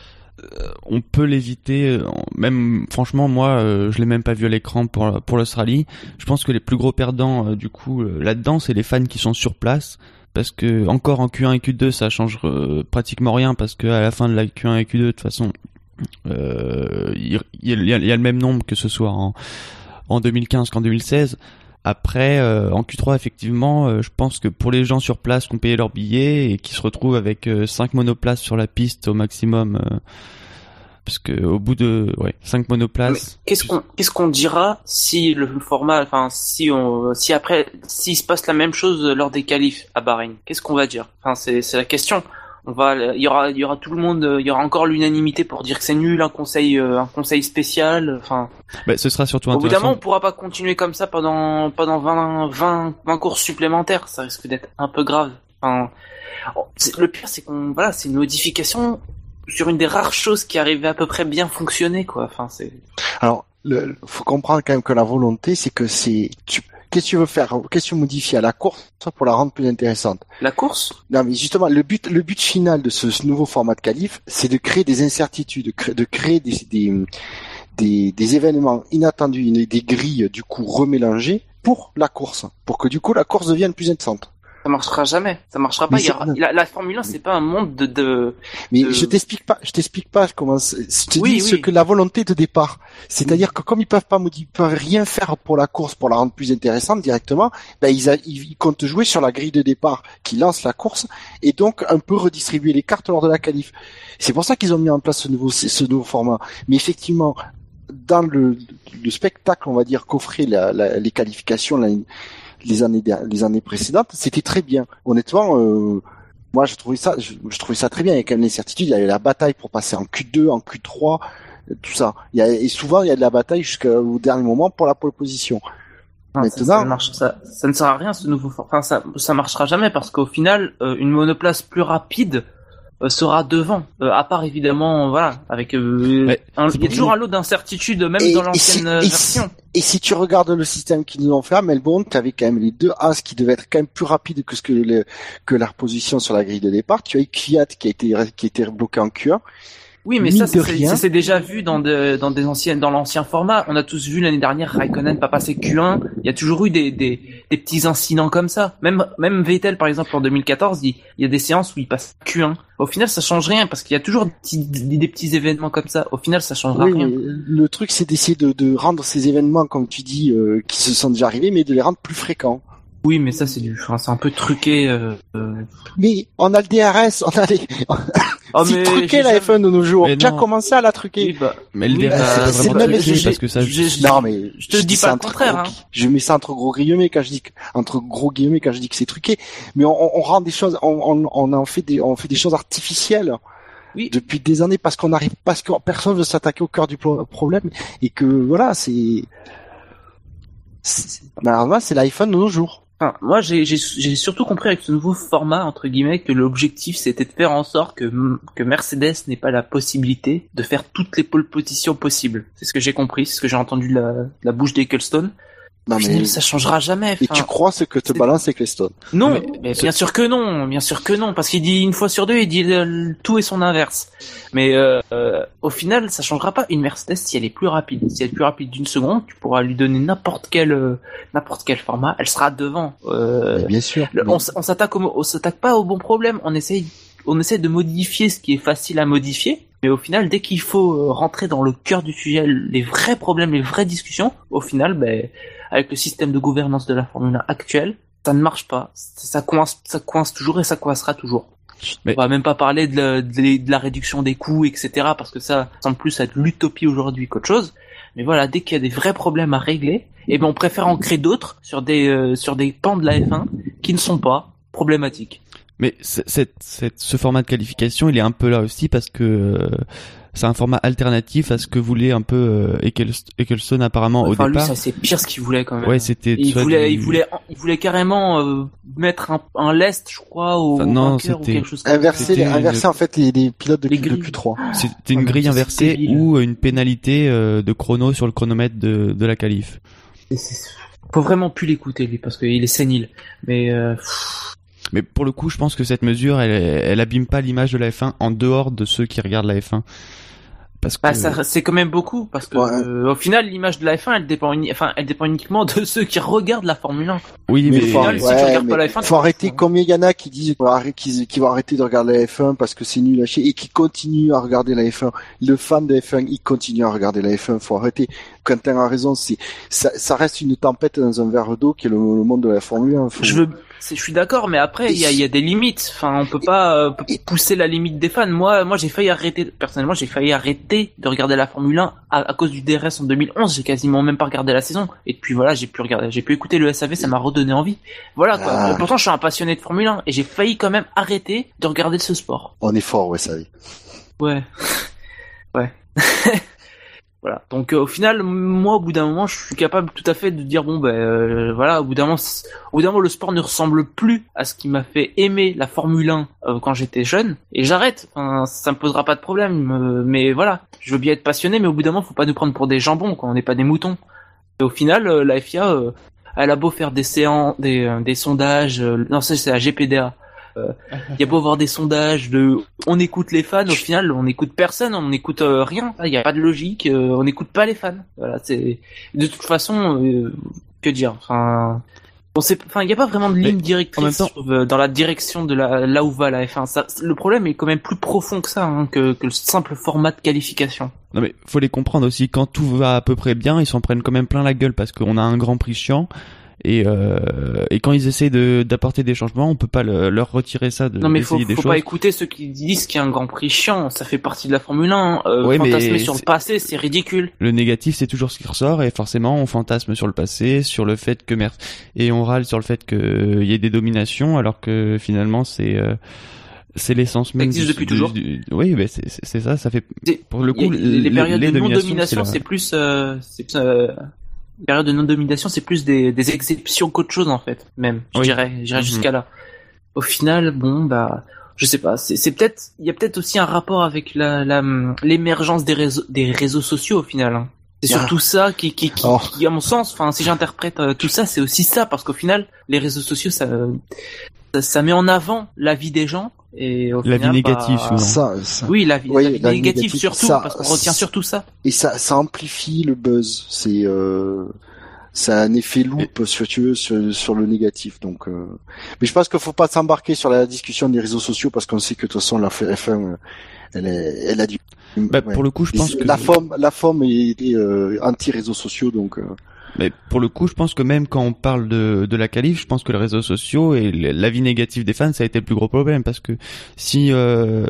Speaker 4: on peut l'éviter. Même franchement, moi, euh, je l'ai même pas vu à l'écran pour pour l'Australie. Je pense que les plus gros perdants euh, du coup euh, là-dedans, c'est les fans qui sont sur place, parce que encore en Q un et Q deux, ça change euh, pratiquement rien, parce que à la fin de la Q un et Q deux, de toute façon, euh, il y, y, a, y a le même nombre que ce soit en en deux mille quinze qu'en deux mille seize. Après, euh, en Q trois, effectivement, euh, je pense que pour les gens sur place qui ont payé leur billet et qui se retrouvent avec euh, cinq monoplaces sur la piste au maximum, euh, parce que au bout de ouais cinq monoplaces.
Speaker 3: Mais qu'est-ce qu'on qu'est-ce qu'on dira si le format, enfin si on si après s'il se passe la même chose lors des qualifs à Bahreïn, qu'est-ce qu'on va dire? Enfin c'est c'est la question. On va, il y aura, il y aura tout le monde, il y aura encore l'unanimité pour dire que c'est nul, un conseil, un conseil spécial. Enfin,
Speaker 4: bah, ce sera surtout intéressant.
Speaker 3: Au bout d'un moment, on pourra pas continuer comme ça pendant pendant vingt, vingt, vingt courses supplémentaires. Ça risque d'être un peu grave. Enfin, le pire, c'est qu'on, voilà, c'est une modification sur une des rares choses qui arrivait à peu près bien fonctionner, quoi. Enfin, c'est.
Speaker 2: Alors, le, faut comprendre quand même que la volonté, c'est que c'est. Tu... Qu'est-ce que tu veux faire? Qu'est-ce que tu modifies à la course pour la rendre plus intéressante?
Speaker 3: La course?
Speaker 2: Non, mais justement, le but, le but final de ce, ce nouveau format de qualif, c'est de créer des incertitudes, de créer, de créer des, des, des, des événements inattendus, des grilles du coup remélangées pour la course, pour que du coup la course devienne plus intéressante.
Speaker 3: Ça marchera jamais, ça marchera pas. Il y aura... la, la Formule un, c'est pas un monde de. de
Speaker 2: mais
Speaker 3: de...
Speaker 2: je t'explique pas, je t'explique pas comment. Je te
Speaker 3: oui,
Speaker 2: dis
Speaker 3: oui.
Speaker 2: ce que la volonté de départ. C'est-à-dire oui. que comme ils peuvent pas modifier, ils peuvent rien faire pour la course, pour la rendre plus intéressante directement, ben ils, a, ils, ils comptent jouer sur la grille de départ qui lance la course et donc un peu redistribuer les cartes lors de la qualif. C'est pour ça qu'ils ont mis en place ce nouveau, ce nouveau format. Mais effectivement, dans le, le spectacle, on va dire qu'offrait la, la, les qualifications. La, les années les années précédentes, c'était très bien. Honnêtement, euh, moi je trouvais ça je, je trouvais ça très bien. Il y a quand même l'incertitude, il y avait la bataille pour passer en Q deux, en Q trois, tout ça. Il y a, et souvent il y a de la bataille jusqu'au dernier moment pour la pole position.
Speaker 3: Non, Maintenant, ça, ça, marche, ça, ça ne sert à rien ce nouveau format. Enfin, ça ça marchera jamais parce qu'au final, euh, une monoplace plus rapide euh, sera devant. Euh, à part évidemment, voilà, avec euh,
Speaker 4: ouais,
Speaker 3: un, il y a toujours un lot d'incertitude même et, dans l'ancienne
Speaker 2: et si,
Speaker 3: version.
Speaker 2: Et si, et si tu regardes le système qu'ils nous ont fait à Melbourne, tu avais quand même les deux As qui devaient être quand même plus rapides que ce que le, que leur position sur la grille de départ. Tu as eu Kvyat qui a été qui a été bloqué en Q un.
Speaker 3: Oui, mais ça, c'est, ça c'est déjà vu dans, de, dans des anciennes, dans l'ancien format. On a tous vu l'année dernière Raikkonen pas passer Q un. Il y a toujours eu des, des, des petits incidents comme ça. Même, même Vettel, par exemple, en deux mille quatorze, il, il y a des séances où il passe Q un. Au final, ça change rien parce qu'il y a toujours des petits, des petits événements comme ça. Au final, ça changera
Speaker 2: oui,
Speaker 3: rien.
Speaker 2: Le truc, c'est d'essayer de, de rendre ces événements, comme tu dis, euh, qui se sont déjà arrivés, mais de les rendre plus fréquents.
Speaker 3: Oui, mais ça, c'est du, enfin, c'est un peu truqué. Euh, euh...
Speaker 2: Mais on a le D R S, on a les.
Speaker 3: Oh,
Speaker 2: c'est truqué la F un de nos jours. Tu as commencé à la truquer.
Speaker 3: Oui, bah,
Speaker 4: mais le
Speaker 3: oui,
Speaker 4: D R S,
Speaker 3: bah,
Speaker 4: c'est vraiment truqué parce que ça.
Speaker 2: Je, je, non, mais
Speaker 3: je te je dis pas le contraire. Hein.
Speaker 2: Je mets ça entre gros guillemets quand je dis entre gros guillemets quand je dis que c'est truqué. Mais on, on rend des choses, on, on, on en fait des, on fait des choses artificielles.
Speaker 3: Oui.
Speaker 2: Depuis des années parce qu'on arrive, parce que personne veut s'attaquer au cœur du problème et que voilà, c'est. c'est malheureusement, c'est l'iPhone de nos jours.
Speaker 3: Enfin, moi, j'ai, j'ai, j'ai surtout compris avec ce nouveau format, entre guillemets, que l'objectif, c'était de faire en sorte que, que Mercedes n'ait pas la possibilité de faire toutes les pole positions possibles. C'est ce que j'ai compris, c'est ce que j'ai entendu de la, de la bouche d'Ecclestone.
Speaker 2: Non,
Speaker 3: Au final,
Speaker 2: mais...
Speaker 3: ça changera jamais.
Speaker 2: Et tu crois ce que te
Speaker 3: c'est...
Speaker 2: balance Ecclestone?
Speaker 3: Non,
Speaker 4: mais,
Speaker 3: mais bien sûr que non, bien sûr que non, parce qu'il dit une fois sur deux, il dit euh, tout et son inverse. Mais euh, euh, au final, ça changera pas. Une Mercedes, si elle est plus rapide, si elle est plus rapide d'une seconde, tu pourras lui donner n'importe quel euh, n'importe quel format, elle sera devant. Euh,
Speaker 2: bien sûr.
Speaker 3: le, on, on s'attaque, au, on s'attaque pas au bon problème. On essaye, on essaie de modifier ce qui est facile à modifier. Mais au final, dès qu'il faut rentrer dans le cœur du sujet, les vrais problèmes, les vraies discussions, au final, ben, avec le système de gouvernance de la Formule un actuel, ça ne marche pas. Ça coince, ça coince toujours et ça coincera toujours. Mais... On va même pas parler de la, de, de la réduction des coûts, et cetera, parce que ça semble plus être l'utopie aujourd'hui qu'autre chose. Mais voilà, dès qu'il y a des vrais problèmes à régler, eh ben, on préfère en créer d'autres sur des, euh, sur des pans de la F un qui ne sont pas problématiques.
Speaker 4: Mais cette, cette, ce format de qualification, il est un peu là aussi parce que euh, c'est un format alternatif à ce que voulait un peu euh, Ecclestone apparemment
Speaker 3: enfin,
Speaker 4: au
Speaker 3: lui,
Speaker 4: départ.
Speaker 3: Ça c'est pire ce qu'il voulait quand même.
Speaker 4: Ouais, c'était.
Speaker 3: Il
Speaker 4: vois,
Speaker 3: voulait,
Speaker 4: du...
Speaker 3: il voulait, il voulait carrément euh, mettre un, un lest, je crois, au
Speaker 4: enfin, non,
Speaker 3: vainqueur ou quelque chose comme
Speaker 2: inverser,
Speaker 3: ça.
Speaker 2: Inverser en fait les, les pilotes de,
Speaker 3: les
Speaker 2: Q, de Q trois.
Speaker 4: C'était une
Speaker 3: oh,
Speaker 4: grille inversée ou une pénalité euh, de chrono sur le chronomètre de, de la qualif.
Speaker 3: C'est, c'est... Faut vraiment plus l'écouter lui parce qu'il est sénile. Mais euh...
Speaker 4: Mais pour le coup, je pense que cette mesure, elle, elle abîme pas l'image de la F un en dehors de ceux qui regardent la F un. Parce que...
Speaker 3: bah, ça, c'est quand même beaucoup parce que ouais. euh, au final, l'image de la F un, elle dépend, uni... enfin, elle dépend uniquement de ceux qui regardent la Formule un.
Speaker 4: Oui,
Speaker 2: mais,
Speaker 4: mais,
Speaker 2: au final,
Speaker 4: ouais,
Speaker 2: si tu regardes pas la F un, faut arrêter. Hein. Combien il y en a qui disent qui, qui vont arrêter de regarder la F un parce que c'est nul à chier et qui continuent à regarder la F un. Le fan de F un, il continue à regarder la F un. Faut arrêter. Quentin a raison. C'est ça, ça reste une tempête dans un verre d'eau qui est le, le monde de la Formule un. Faut...
Speaker 3: Je veux. C'est, je suis d'accord, mais après il y a, y a des limites. Enfin, on peut pas euh, pousser la limite des fans. Moi, moi, j'ai failli arrêter. Personnellement, j'ai failli arrêter de regarder la Formule un à, à cause du D R S en deux mille onze. J'ai quasiment même pas regardé la saison. Et puis voilà, j'ai pu regarder, j'ai pu écouter le S A V. Ça m'a redonné envie. Voilà quoi. Ah. Pourtant, je suis un passionné de Formule un et j'ai failli quand même arrêter de regarder ce sport.
Speaker 2: On est fort, ouais, ça y est.
Speaker 3: Ouais, ouais. Voilà. Donc euh, au final, moi, au bout d'un moment, je suis capable tout à fait de dire bon ben euh, voilà, au bout d'un moment, au bout d'un moment, le sport ne ressemble plus à ce qui m'a fait aimer la Formule un euh, quand j'étais jeune, et j'arrête. Enfin, ça me posera pas de problème. Euh, mais voilà, je veux bien être passionné, mais au bout d'un moment, faut pas nous prendre pour des jambons, quoi. On n'est pas des moutons. Et au final, euh, la F I A, euh, elle a beau faire des séances, des, euh, des sondages. Euh, non, ça c'est la G P D A. Il euh, y a beau avoir des sondages de on écoute les fans, au final on n'écoute personne, on n'écoute euh, rien, il y a pas de logique, euh, on n'écoute pas les fans. Voilà, c'est de toute façon euh, que dire, enfin on sait, enfin il y a pas vraiment de ligne directrice en même temps, euh, dans la direction de la là où va la F un. Ça, le problème est quand même plus profond que ça, hein, que, que le simple format de qualification.
Speaker 4: Non mais faut les comprendre aussi, quand tout va à peu près bien, ils s'en prennent quand même plein la gueule parce qu'on a un Grand Prix chiant. Et, euh, et quand ils essaient de, d'apporter des changements, on peut pas le, leur retirer ça de,
Speaker 3: non mais faut,
Speaker 4: d'essayer des
Speaker 3: faut
Speaker 4: choses.
Speaker 3: Pas écouter ceux qui disent qu'il y a un Grand Prix chiant, ça fait partie de la Formule un. Euh, ouais, fantasmer sur le passé, c'est ridicule.
Speaker 4: Le négatif, c'est toujours ce qui ressort, et forcément, on fantasme sur le passé, sur le fait que merde, et on râle sur le fait qu'il y ait des dominations, alors que finalement, c'est euh, c'est l'essence même.
Speaker 3: Ça existe
Speaker 4: du,
Speaker 3: depuis toujours.
Speaker 4: Du, du, oui, mais c'est, c'est, c'est ça, ça fait. Pour le coup,
Speaker 3: les, les périodes
Speaker 4: les
Speaker 3: de
Speaker 4: non
Speaker 3: domination, c'est, c'est plus, euh, c'est euh, période de non-domination, c'est plus des, des exceptions qu'autre chose en fait, même. Je oui. dirais, je dirais mm-hmm. jusqu'à là. Au final, bon bah, je sais pas. C'est, c'est peut-être, il y a peut-être aussi un rapport avec la, la l'émergence des réseaux, des réseaux sociaux au final. Hein. C'est surtout ah. ça qui, qui, qui, oh. qui, à mon sens, enfin, si j'interprète euh, tout ça, c'est aussi ça, parce qu'au final, les réseaux sociaux, ça, ça, ça met en avant la vie des gens. Et au
Speaker 4: la
Speaker 3: final,
Speaker 4: vie négative,
Speaker 3: bah...
Speaker 4: souvent.
Speaker 2: Ça, ça.
Speaker 3: Oui, la vie,
Speaker 2: oui,
Speaker 3: la vie
Speaker 2: la
Speaker 3: négative,
Speaker 2: négative,
Speaker 3: surtout,
Speaker 2: ça,
Speaker 3: parce qu'on retient surtout ça.
Speaker 2: Et ça, ça amplifie le buzz. C'est, euh, ça a un effet loupe, et... si tu veux, sur, sur le négatif. Donc, euh... mais je pense qu'il faut pas s'embarquer sur la discussion des réseaux sociaux parce qu'on sait que de toute façon la F un, elle, est, elle a du.
Speaker 4: Bah, ouais. Pour le coup, je pense
Speaker 2: et
Speaker 4: que
Speaker 2: la forme, la forme est, est euh, anti-réseaux sociaux, donc. Euh...
Speaker 4: Mais pour le coup, je pense que même quand on parle de, de la qualif, je pense que les réseaux sociaux et l'avis négatif des fans, ça a été le plus gros problème. Parce que si euh,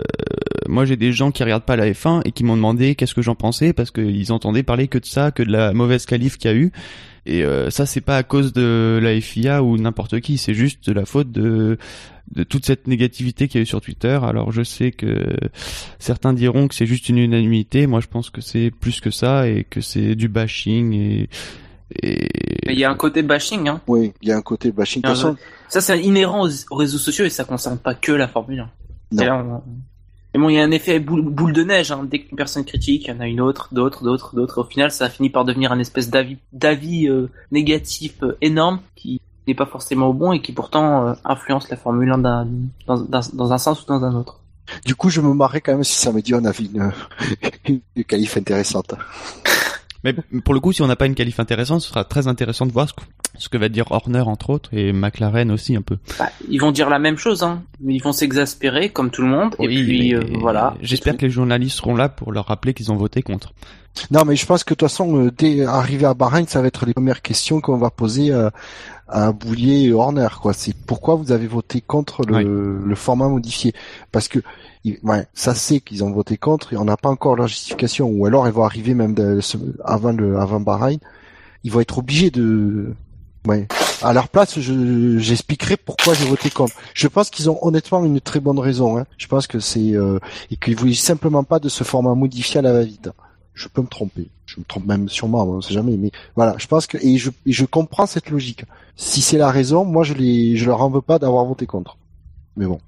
Speaker 4: moi j'ai des gens qui regardent pas la F un et qui m'ont demandé qu'est-ce que j'en pensais, parce qu'ils entendaient parler que de ça, que de la mauvaise qualif qu'il y a eu. Et euh, ça, c'est pas à cause de la F I A ou n'importe qui, c'est juste de la faute de de toute cette négativité qu'il y a eu sur Twitter. Alors je sais que certains diront que c'est juste une unanimité, moi je pense que c'est plus que ça et que c'est du bashing et Et
Speaker 3: il y a un côté bashing, hein.
Speaker 2: Oui, il y a un côté bashing. De toute façon,
Speaker 3: ça c'est inhérent aux, aux réseaux sociaux et ça concerne pas que la Formule un.
Speaker 2: Non.
Speaker 3: Et là, on... Mais bon, il y a un effet boule, boule de neige, hein. Dès qu'une personne critique, il y en a une autre, d'autres, d'autres, d'autres. Au final, ça finit par devenir un espèce d'avis, d'avis euh, négatif euh, énorme qui n'est pas forcément au bon et qui pourtant euh, influence la Formule un d'un, dans, dans, dans un sens ou dans un autre.
Speaker 2: Du coup, je me marrais quand même si samedi on avait une, une qualif intéressante.
Speaker 4: Mais pour le coup, si on n'a pas une qualif intéressante, ce sera très intéressant de voir ce que, ce que va dire Horner entre autres et McLaren aussi un peu.
Speaker 3: Bah, ils vont dire la même chose, hein. Ils vont s'exaspérer comme tout le monde.
Speaker 4: Oui,
Speaker 3: et puis euh,
Speaker 4: et
Speaker 3: voilà.
Speaker 4: J'espère que les journalistes seront là pour leur rappeler qu'ils ont voté contre.
Speaker 2: Non, mais je pense que de toute façon, euh, dès arrivé à Bahreïn, ça va être les premières questions qu'on va poser à, à Boulier et Horner, quoi. C'est pourquoi vous avez voté contre le, oui. le format modifié. Parce que ouais, ça c'est qu'ils ont voté contre et on n'a pas encore leur justification. Ou alors ils vont arriver même de, avant le avant Bahreïn, ils vont être obligés de. Ouais. À leur place, je, j'expliquerai pourquoi j'ai voté contre. Je pense qu'ils ont honnêtement une très bonne raison. Hein. Je pense que c'est euh, et qu'ils voulaient simplement pas de ce format modifié à la va-vite. Je peux me tromper. Je me trompe même sûrement, on ne sait jamais. Mais voilà, je pense que et je et je comprends cette logique. Si c'est la raison, moi je les je leur en veux pas d'avoir voté contre. Mais bon.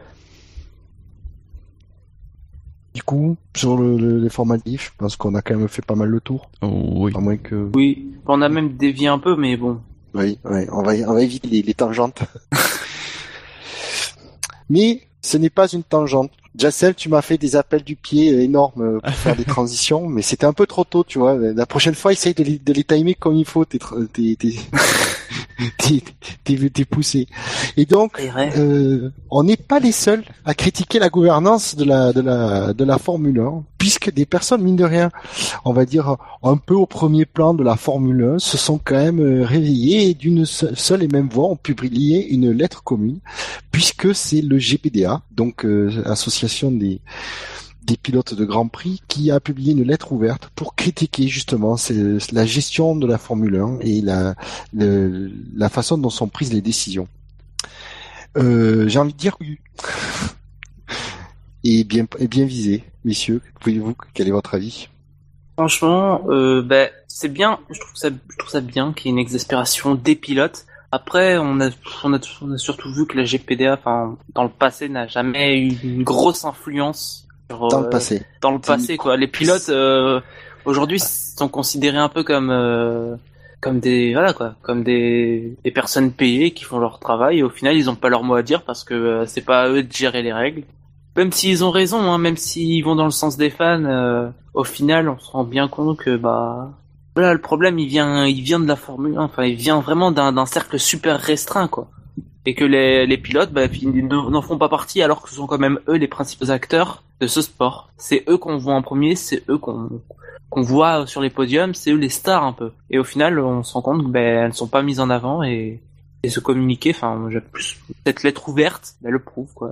Speaker 2: Du coup, sur le, le, les formats diff, je pense qu'on a quand même fait pas mal le tour.
Speaker 4: Oh, oui.
Speaker 2: À moins que.
Speaker 3: Oui, on a même dévié un peu, mais bon.
Speaker 2: Oui, oui, on va, on va éviter les, les tangentes. Mais ce n'est pas une tangente. Jacel, tu m'as fait des appels du pied énormes pour faire des transitions, mais c'était un peu trop tôt, tu vois. La prochaine fois, essaye de les, de les timer comme il faut, tes, tes, tes, tes, tes, tes poussées. Et donc, euh, on n'est pas les seuls à critiquer la gouvernance de la, de la, de la Formule un, puisque des personnes, mine de rien, on va dire un peu au premier plan de la Formule un, se sont quand même réveillés et d'une seule et même voix ont publié une lettre commune, puisque c'est le G P D A, donc euh, association des des pilotes de Grand Prix, qui a publié une lettre ouverte pour critiquer justement c'est, la gestion de la Formule un et la le, la façon dont sont prises les décisions. Euh, j'ai envie de dire oui. et bien et bien visé, messieurs. Pouvez-vous quel est votre avis?
Speaker 3: Franchement, euh, ben c'est bien. Je trouve ça, je trouve ça bien qu'il y ait une exaspération des pilotes. Après, on a, on a, on a surtout vu que la G P D A, enfin, dans le passé, n'a jamais eu une grosse influence sur,
Speaker 2: dans le
Speaker 3: euh,
Speaker 2: passé.
Speaker 3: Dans le passé, quoi. Les pilotes, euh, aujourd'hui, sont considérés un peu comme, euh, comme des, voilà, quoi, comme des, des personnes payées qui font leur travail et au final, ils ont pas leur mot à dire parce que euh, c'est pas à eux de gérer les règles. Même s'ils ont raison, hein, même s'ils vont dans le sens des fans, euh, au final, on se rend bien compte que, bah, voilà, le problème, il vient, il vient de la Formule un. Enfin, il vient vraiment d'un, d'un cercle super restreint, quoi. Et que les, les pilotes, bah, ils n'en font pas partie, alors que ce sont quand même eux les principaux acteurs de ce sport. C'est eux qu'on voit en premier, c'est eux qu'on, qu'on voit sur les podiums, c'est eux les stars un peu. Et au final, on se rend compte que, ben, elles sont pas mises en avant et, et se communiquer. Enfin, j'ai plus cette lettre ouverte, elle le prouve, quoi.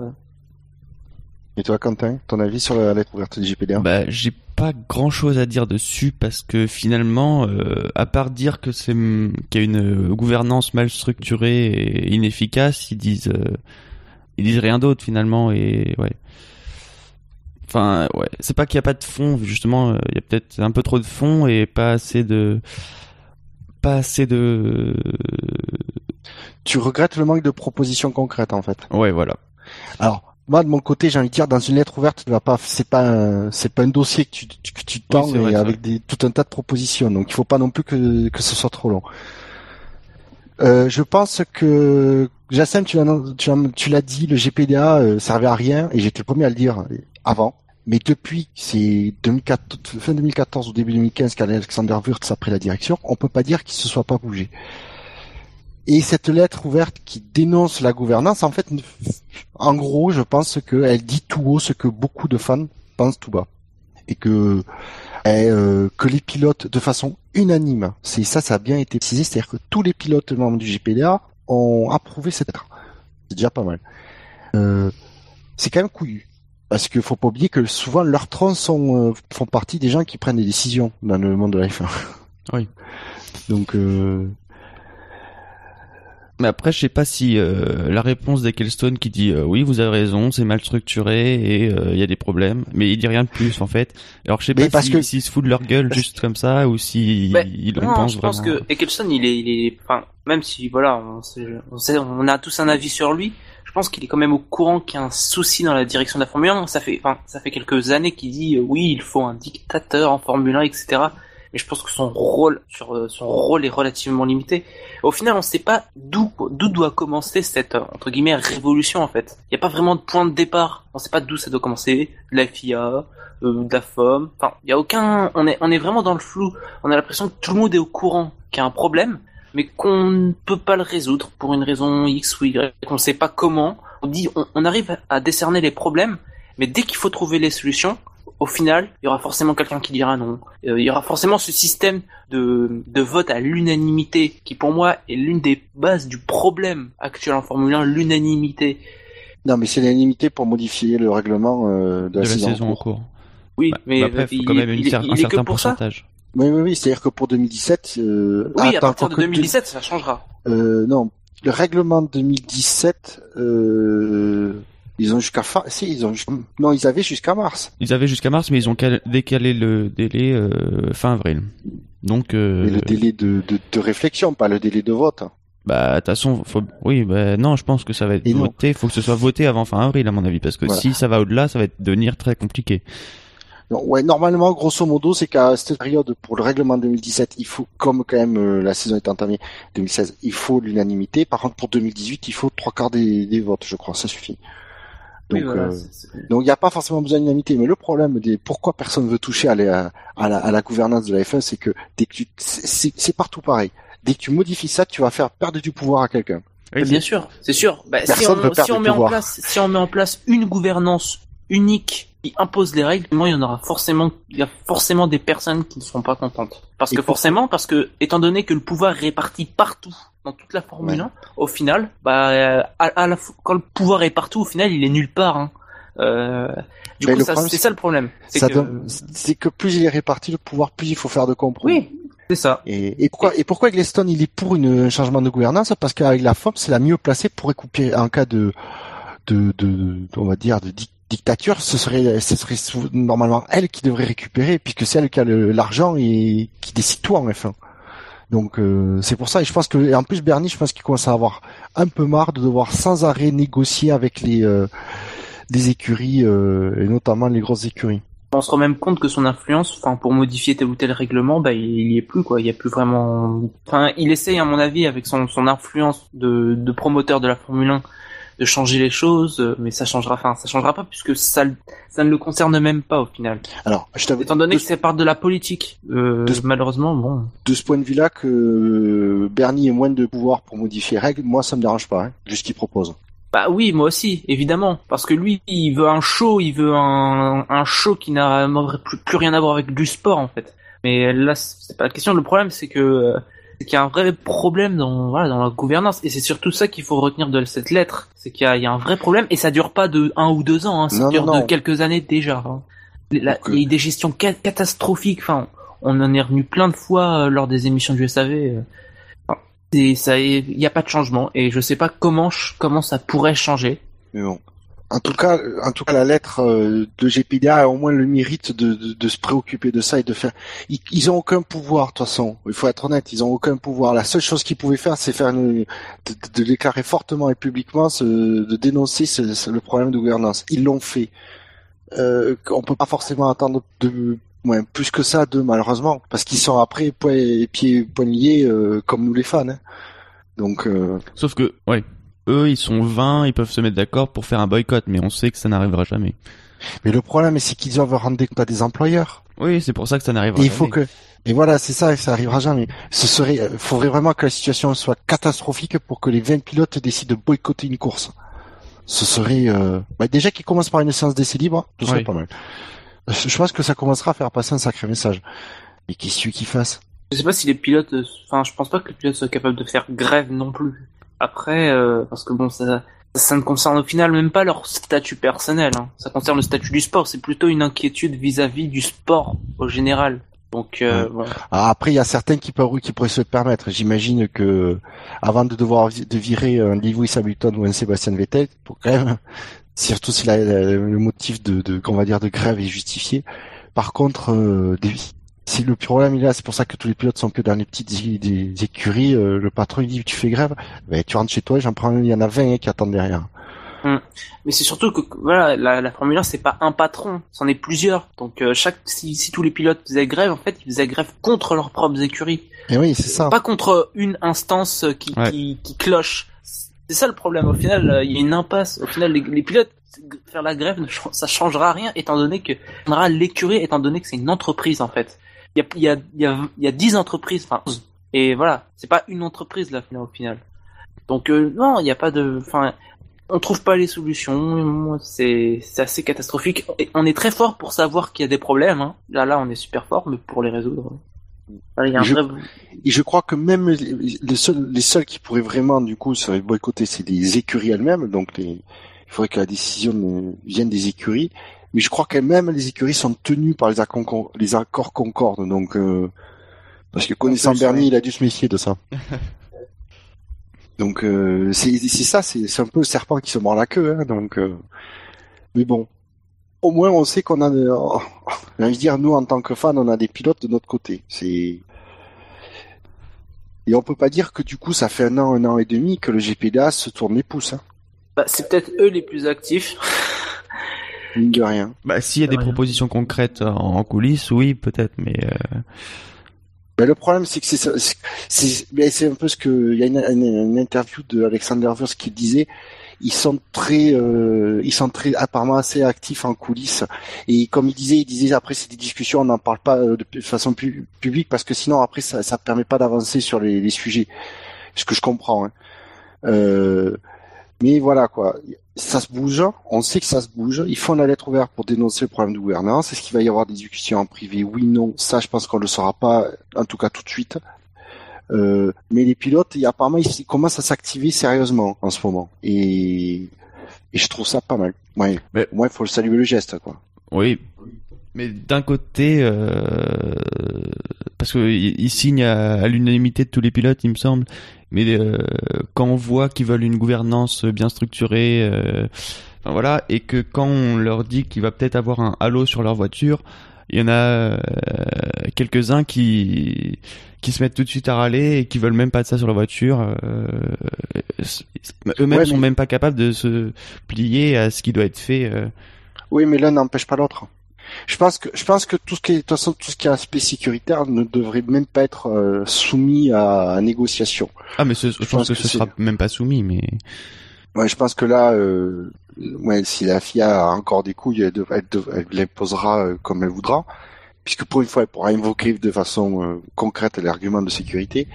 Speaker 2: Et toi, Quentin, ton avis sur la lettre ouverte du G P D A?
Speaker 4: Bah, j'ai pas grand chose à dire dessus parce que finalement, euh, à part dire que c'est qu'il y a une gouvernance mal structurée et inefficace, ils disent euh, ils disent rien d'autre finalement et ouais. Enfin ouais, c'est pas qu'il y a pas de fond, justement, il euh, y a peut-être un peu trop de fond et pas assez de pas assez de.
Speaker 2: Tu regrettes le manque de propositions concrètes en fait.
Speaker 4: Ouais, voilà.
Speaker 2: Alors. Moi, de mon côté, j'ai envie de dire, dans une lettre ouverte, tu vas pas, c'est pas, un, c'est pas un dossier que tu, que tu tends oui, vrai, avec des, tout un tas de propositions. Donc, il faut pas non plus que, que ce soit trop long. Euh, je pense que, Jacem, tu l'as, tu, tu l'as dit, le G P D A euh, servait à rien, et j'étais le premier à le dire avant. Mais depuis, c'est deux mille quatorze, fin deux mille quatorze ou début deux mille quinze, qu'Alexander Wurz a pris la direction, on peut pas dire qu'il se soit pas bougé. Et cette lettre ouverte qui dénonce la gouvernance, en fait, en gros, je pense qu'elle dit tout haut ce que beaucoup de fans pensent tout bas. Et que, et, euh, que les pilotes, de façon unanime, c'est ça, ça a bien été précisé, c'est-à-dire que tous les pilotes membres du G P D A ont approuvé cette lettre. C'est déjà pas mal. Euh, c'est quand même couillu. Parce qu'il faut pas oublier que souvent leurs trons sont, euh, font partie des gens qui prennent des décisions dans le monde de la F un.
Speaker 4: Oui.
Speaker 2: Donc, euh,
Speaker 4: Mais après, je sais pas si euh, la réponse d'Ecclestone qui dit euh, oui, vous avez raison, c'est mal structuré et il euh, y a des problèmes, mais il dit rien de plus en fait. Alors je sais
Speaker 2: mais
Speaker 4: pas
Speaker 2: parce
Speaker 4: si,
Speaker 2: que...
Speaker 4: s'ils se foutent de leur gueule juste comme ça ou si
Speaker 3: mais,
Speaker 4: ils
Speaker 3: non,
Speaker 4: en pensent
Speaker 3: je
Speaker 4: vraiment.
Speaker 3: pense que Ecclestone, il est, il est, enfin, même si voilà, on sait, on sait, on a tous un avis sur lui. Je pense qu'il est quand même au courant qu'il y a un souci dans la direction de la Formule un. Ça fait, enfin, ça fait quelques années qu'il dit euh, oui, il faut un dictateur en Formule un, et cetera. Mais je pense que son rôle, sur euh, son rôle est relativement limité. Au final, on ne sait pas d'où, d'où doit commencer cette, entre guillemets, révolution, en fait. Il n'y a pas vraiment de point de départ. On ne sait pas d'où ça doit commencer. De la F I A, euh, de la F O M. Enfin, il y a aucun, on est, on est vraiment dans le flou. On a l'impression que tout le monde est au courant qu'il y a un problème, mais qu'on ne peut pas le résoudre pour une raison X ou Y, qu'on ne sait pas comment. On dit, on, on arrive à décerner les problèmes, mais dès qu'il faut trouver les solutions, au final, il y aura forcément quelqu'un qui dira non. Euh, il y aura forcément ce système de, de vote à l'unanimité, qui pour moi est l'une des bases du problème actuel en Formule un, l'unanimité.
Speaker 2: Non, mais c'est l'unanimité pour modifier le règlement euh, de,
Speaker 4: de
Speaker 2: la,
Speaker 4: la
Speaker 2: saison,
Speaker 4: saison en cours.
Speaker 3: Oui,
Speaker 4: bah,
Speaker 3: mais
Speaker 4: bah après, il faut quand même une
Speaker 3: il,
Speaker 4: cer-
Speaker 3: il,
Speaker 4: un
Speaker 3: il
Speaker 4: certain
Speaker 3: est que pour
Speaker 4: pourcentage.
Speaker 3: Ça.
Speaker 2: Oui, oui, oui, c'est-à-dire que pour deux mille dix-sept... Euh...
Speaker 3: Oui,
Speaker 2: attends,
Speaker 3: à partir de deux mille dix-sept,
Speaker 2: deux...
Speaker 3: ça changera.
Speaker 2: Euh, non, le règlement de deux mille dix-sept... Euh... Ils ont jusqu'à fin, si ils ont jusqu'... non, ils avaient jusqu'à mars.
Speaker 4: Ils avaient jusqu'à mars, mais ils ont cal... décalé le délai euh, fin avril. Donc. Euh...
Speaker 2: Mais le délai de, de, de réflexion, pas le délai de vote.
Speaker 4: Bah, de toute façon, faut... oui, bah non, je pense que ça va être
Speaker 2: Et
Speaker 4: voté. Il faut que ce soit voté avant fin avril, à mon avis, parce que
Speaker 2: voilà.
Speaker 4: Si ça va au-delà, ça va être devenir très compliqué.
Speaker 2: Non, ouais, normalement, grosso modo, c'est qu'à cette période, pour le règlement deux mille dix-sept, il faut, comme quand même euh, la saison est entamée deux mille seize, il faut l'unanimité. Par contre, pour deux mille dix-huit, il faut trois quarts des, des votes, je crois, ça suffit. Donc,
Speaker 3: oui, voilà,
Speaker 2: euh,
Speaker 3: c'est, c'est...
Speaker 2: donc il n'y a pas forcément besoin d'unanimité, mais le problème des pourquoi personne veut toucher à la, à la, à la gouvernance de la F un, c'est que dès que tu, c'est, c'est partout pareil. Dès que tu modifies ça, tu vas faire perdre du pouvoir à quelqu'un.
Speaker 3: Oui, bien sûr, c'est sûr. Bah, si on, si on met en place, si on met en place une gouvernance unique qui impose les règles, il y en aura forcément, il y a forcément des personnes qui ne seront pas contentes. Parce que forcément, parce que étant donné que le pouvoir est réparti partout dans toute la Formule ouais. un, au final, bah, à, à la, quand le pouvoir est partout, au final, il est nulle part. Hein. Euh, du Mais coup, ça, problème, c'est ça le problème. C'est,
Speaker 2: ça
Speaker 3: que...
Speaker 2: donne, c'est que plus il est réparti le pouvoir, plus il faut faire de compromis.
Speaker 3: Oui. C'est ça.
Speaker 2: Et, et pourquoi, et pourquoi Ecclestone il est pour une, un changement de gouvernance? Parce qu'avec la F O M, c'est la mieux placée pour récupérer en cas de, de, de, de on va dire, de di- dictature. Ce serait, ce serait normalement elle qui devrait récupérer, puisque c'est elle qui a le, l'argent et qui décide tout en F un. Donc euh, c'est pour ça. Et je pense que, et en plus Bernie, je pense qu'il commence à avoir un peu marre de devoir sans arrêt négocier avec les, euh, des écuries euh, et notamment les grosses écuries.
Speaker 3: On se rend même compte que son influence, enfin, pour modifier tel ou tel règlement, bah, il y est plus, quoi. Il y a plus vraiment, enfin, il essaye, à mon avis, avec son, son influence de, de promoteur de la Formule un, de changer les choses, mais ça changera, enfin, ça changera pas puisque ça, ça ne le concerne même pas, au final.
Speaker 2: Alors, je t'avoue.
Speaker 3: Étant donné de... que c'est part de la politique, euh, de ce... malheureusement, bon.
Speaker 2: De ce point de vue-là, que Bernie ait moins de pouvoir pour modifier les règles, moi, ça me dérange pas, hein, vu ce qu'il propose.
Speaker 3: Bah oui, moi aussi, évidemment, parce que lui, il veut un show, il veut un, un show qui n'a plus, plus rien à voir avec du sport, en fait. Mais là, c'est pas la question. Le problème, c'est que c'est qu'il y a un vrai problème dans, voilà, dans la gouvernance, et c'est surtout ça qu'il faut retenir de cette lettre, c'est qu'il y a, il y a un vrai problème, et ça dure pas de un ou deux ans, hein, ça non, dure non, non. de quelques années déjà. Hein. La, Donc, il y a des gestions ca- catastrophiques. Enfin, on en est revenu plein de fois euh, lors des émissions du S A V. Euh, Et ça, il n'y a pas de changement et je sais pas comment comment ça pourrait changer.
Speaker 2: Mais bon, en tout cas, en tout cas, la lettre de G P D A a au moins le mérite de, de, de se préoccuper de ça et de faire. Ils, ils ont aucun pouvoir, de toute façon. Il faut être honnête, ils ont aucun pouvoir. La seule chose qu'ils pouvaient faire, c'est faire une, de, de déclarer fortement et publiquement, ce, de dénoncer ce, ce, le problème de gouvernance. Ils l'ont fait. Euh, on peut pas forcément attendre de Ouais, plus que ça, deux, malheureusement, parce qu'ils sont après pieds pieds poings liés euh, comme nous les fans. Hein. Donc. Euh...
Speaker 4: Sauf que, ouais, eux, ils sont vingt, ils peuvent se mettre d'accord pour faire un boycott, mais on sait que ça n'arrivera jamais.
Speaker 2: Mais le problème, c'est qu'ils doivent rendre des comptes à des employeurs.
Speaker 4: Oui, c'est pour ça que ça n'arrivera
Speaker 2: et il
Speaker 4: jamais.
Speaker 2: faut que. Et voilà, c'est ça, ça arrivera jamais. Ce serait, euh, faudrait vraiment que la situation soit catastrophique pour que les vingt pilotes décident de boycotter une course. Ce serait, euh... bah, déjà qu'ils commencent par une séance d'essai libre, ce serait oui. pas mal. Je pense que ça commencera à faire passer un sacré message. Mais qu'est-ce qu'il qu'il fasse?
Speaker 3: Je sais pas si les pilotes, enfin, je pense pas que les pilotes soient capables de faire grève non plus. Après, euh, parce que bon, ça, ça ne concerne au final même pas leur statut personnel. Hein. Ça concerne le statut du sport. C'est plutôt une inquiétude vis-à-vis du sport au général. Donc euh,
Speaker 2: ouais.
Speaker 3: bon.
Speaker 2: Ah, après, il y a certains qui peuvent, qui pourraient se le permettre. J'imagine que avant de devoir de virer un Lewis Hamilton ou un Sébastien Vettel, pour quand même, surtout si la, la, le motif de, de, qu'on va dire, de grève est justifié. Par contre, euh, des, si le problème est là, c'est pour ça que tous les pilotes sont que dans les petites des, des écuries. Euh, le patron il dit tu fais grève, ben tu rentres chez toi, j'en prends, il y en a vingt hein, qui attendent derrière.
Speaker 3: Hum. Mais c'est surtout que voilà, la, la Formule un c'est pas un patron, c'en est plusieurs. Donc euh, chaque si, si tous les pilotes faisaient grève, en fait ils faisaient grève contre leurs propres écuries.
Speaker 2: Et oui, c'est ça.
Speaker 3: Pas contre une instance qui ouais. qui, qui cloche. C'est ça le problème. Au final, il y a une impasse. Au final, les, les pilotes faire la grève, ça changera rien étant donné que changera l'écurie étant donné que c'est une entreprise en fait. Il y a il y a il y a il y a dix entreprises, enfin et voilà, c'est pas une entreprise là au final. Donc euh, non, il y a pas de, enfin. On trouve pas les solutions, c'est, c'est assez catastrophique. Et on est très fort pour savoir qu'il y a des problèmes. Hein. Là, là, on est super fort, mais pour les résoudre, là, il y a un
Speaker 2: je,
Speaker 3: vrai...
Speaker 2: Et je crois que même les, les seuls, les seuls qui pourraient vraiment, du coup, se boycotter, c'est les écuries elles-mêmes. Donc, les, il faudrait que la décision vienne des écuries. Mais je crois que même les écuries sont tenues par les accords, les accords Concorde. Donc, euh, parce que connaissant Bernie, il a dû se méfier de ça. Donc euh, c'est, c'est ça, c'est, c'est un peu le serpent qui se mord la queue. Hein, donc, euh, mais bon, au moins on sait qu'on a, oh, j'ai envie de dire, nous en tant que fans, on a des pilotes de notre côté. C'est et on peut pas dire que du coup ça fait un an, un an et demi que le G P D A se tourne les pouces. Hein.
Speaker 3: Bah, c'est peut-être eux les plus actifs.
Speaker 2: Mine de rien.
Speaker 4: Bah s'il y a des rien. propositions concrètes en coulisses, oui peut-être, mais. Euh...
Speaker 2: Ben, le problème, c'est que c'est, c'est, c'est, c'est un peu ce que, il y a une, une, une interview de Alexander Wurz qui disait, ils sont très, euh, ils sont très, apparemment assez actifs en coulisses. Et comme il disait, il disait après c'est des discussions, on n'en parle pas de façon pu, publique parce que sinon après ça, ça permet pas d'avancer sur les, les sujets. Ce que je comprends. Hein. Euh, mais voilà quoi. Ça se bouge, on sait que ça se bouge, ils font la lettre ouverte pour dénoncer le problème de gouvernance, est-ce qu'il va y avoir des discussions en privé? Oui, non, ça je pense qu'on le saura pas, en tout cas tout de suite. Euh, mais les pilotes, y a, apparemment, ils commencent à s'activer sérieusement en ce moment. Et, et je trouve ça pas mal. Ouais. Mais au moins, il faut le saluer le geste, quoi.
Speaker 4: Oui. Mais d'un côté, euh, parce que ils signent à, à l'unanimité de tous les pilotes, il me semble. Mais euh, quand on voit qu'ils veulent une gouvernance bien structurée, euh, enfin voilà, et que quand on leur dit qu'il va peut-être avoir un halo sur leur voiture, il y en a euh, quelques-uns qui qui se mettent tout de suite à râler et qui veulent même pas de ça sur leur voiture. Euh, eux-mêmes ouais, sont mais... même pas capables de se plier à ce qui doit être fait. Euh.
Speaker 2: Oui, mais l'un n'empêche pas l'autre. Je pense que je pense que tout ce qui est, de toute façon tout ce qui est aspect sécuritaire ne devrait même pas être euh, soumis à, à négociation.
Speaker 4: Ah mais ce, je, je pense, pense que, que ce c'est... sera même pas soumis, mais
Speaker 2: ouais, je pense que là, euh, ouais, si la F I A a encore des couilles, elle, dev, elle, dev, elle l'imposera euh, comme elle voudra, puisque pour une fois, elle pourra invoquer de façon euh, concrète l'argument de sécurité.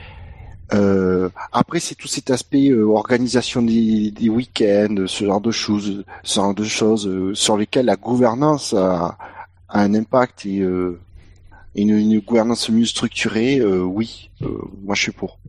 Speaker 2: Euh, après, c'est tout cet aspect euh, organisation des, des week-ends, ce genre de choses, ce genre de choses euh, sur lesquelles la gouvernance a, a un impact et euh, une, une gouvernance mieux structurée. Euh, oui, euh, moi je suis pour.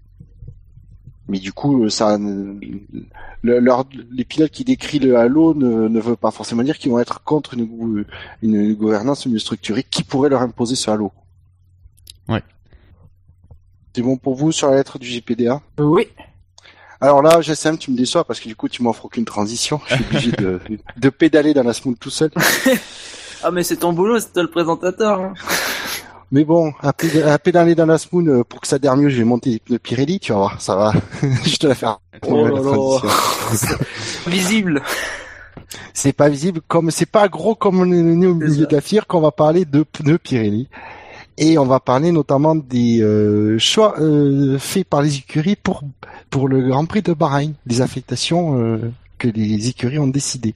Speaker 2: Mais du coup, ça, le, leur, les pilotes qui décrivent le halo ne, ne veut pas forcément dire qu'ils vont être contre une, une, une gouvernance mieux structurée qui pourrait leur imposer ce halo.
Speaker 4: Ouais.
Speaker 2: C'est bon pour vous sur la lettre du G P D A?
Speaker 3: Oui.
Speaker 2: Alors là, G S M, tu me déçois parce que du coup, tu m'offres aucune transition. Je suis obligé de, de pédaler dans la smooth tout seul.
Speaker 3: Ah, mais c'est ton boulot, c'est toi le présentateur. Hein.
Speaker 2: Mais bon, à, péd- à pédaler dans la smooth, pour que ça adhère mieux, je vais monter des pneus Pirelli, tu vas voir, ça va. Je te la faire.
Speaker 3: Oh là là. Visible.
Speaker 2: C'est pas visible, comme c'est pas gros comme on est né au milieu de la F I R qu'on va parler de pneus Pirelli. Et on va parler notamment des euh, choix euh, faits par les écuries pour pour le Grand Prix de Bahreïn, des affectations euh, que les écuries ont décidées.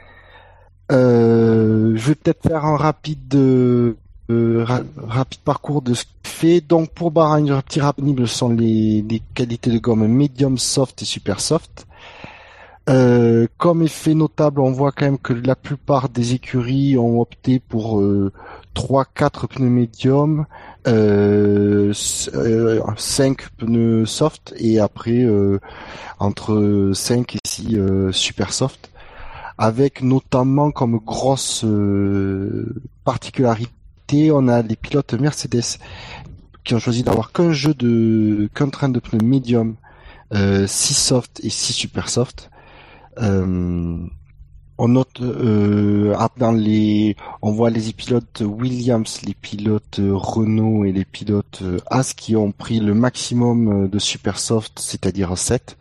Speaker 2: Euh, je vais peut-être faire un rapide euh, ra- rapide parcours de ce fait. Donc pour Bahreïn, le petit rappel sont les, les qualités de gomme medium soft et super soft. Euh, comme effet notable, on voit quand même que la plupart des écuries ont opté pour euh, trois quatre pneus médium, euh, cinq pneus soft et après euh, entre cinq et six euh, super soft, avec notamment comme grosse euh, particularité côté, on a les pilotes Mercedes qui ont choisi d'avoir qu'un jeu de, qu'un train de pneus médium, euh, six soft et six super soft. Euh, on note, euh, dans les, on voit les pilotes Williams, les pilotes Renault et les pilotes Haas qui ont pris le maximum de super soft, c'est-à-dire sept.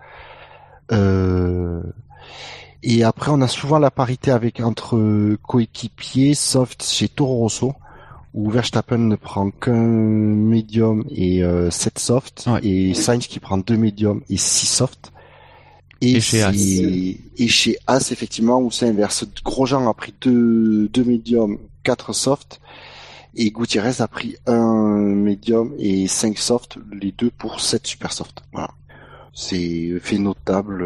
Speaker 2: Euh, et après, on a souvent la parité avec, entre coéquipiers soft chez Toro Rosso, où Verstappen ne prend qu'un médium et euh, sept soft, ouais. Et Sainz qui prend deux médiums et six soft. Et, et chez Haas. Et chez Haas, effectivement, où c'est inverse. Grosjean a pris deux, deux médiums, quatre soft, et Gutiérrez a pris un médium et cinq soft, les deux pour sept super soft. Voilà. C'est fait notable.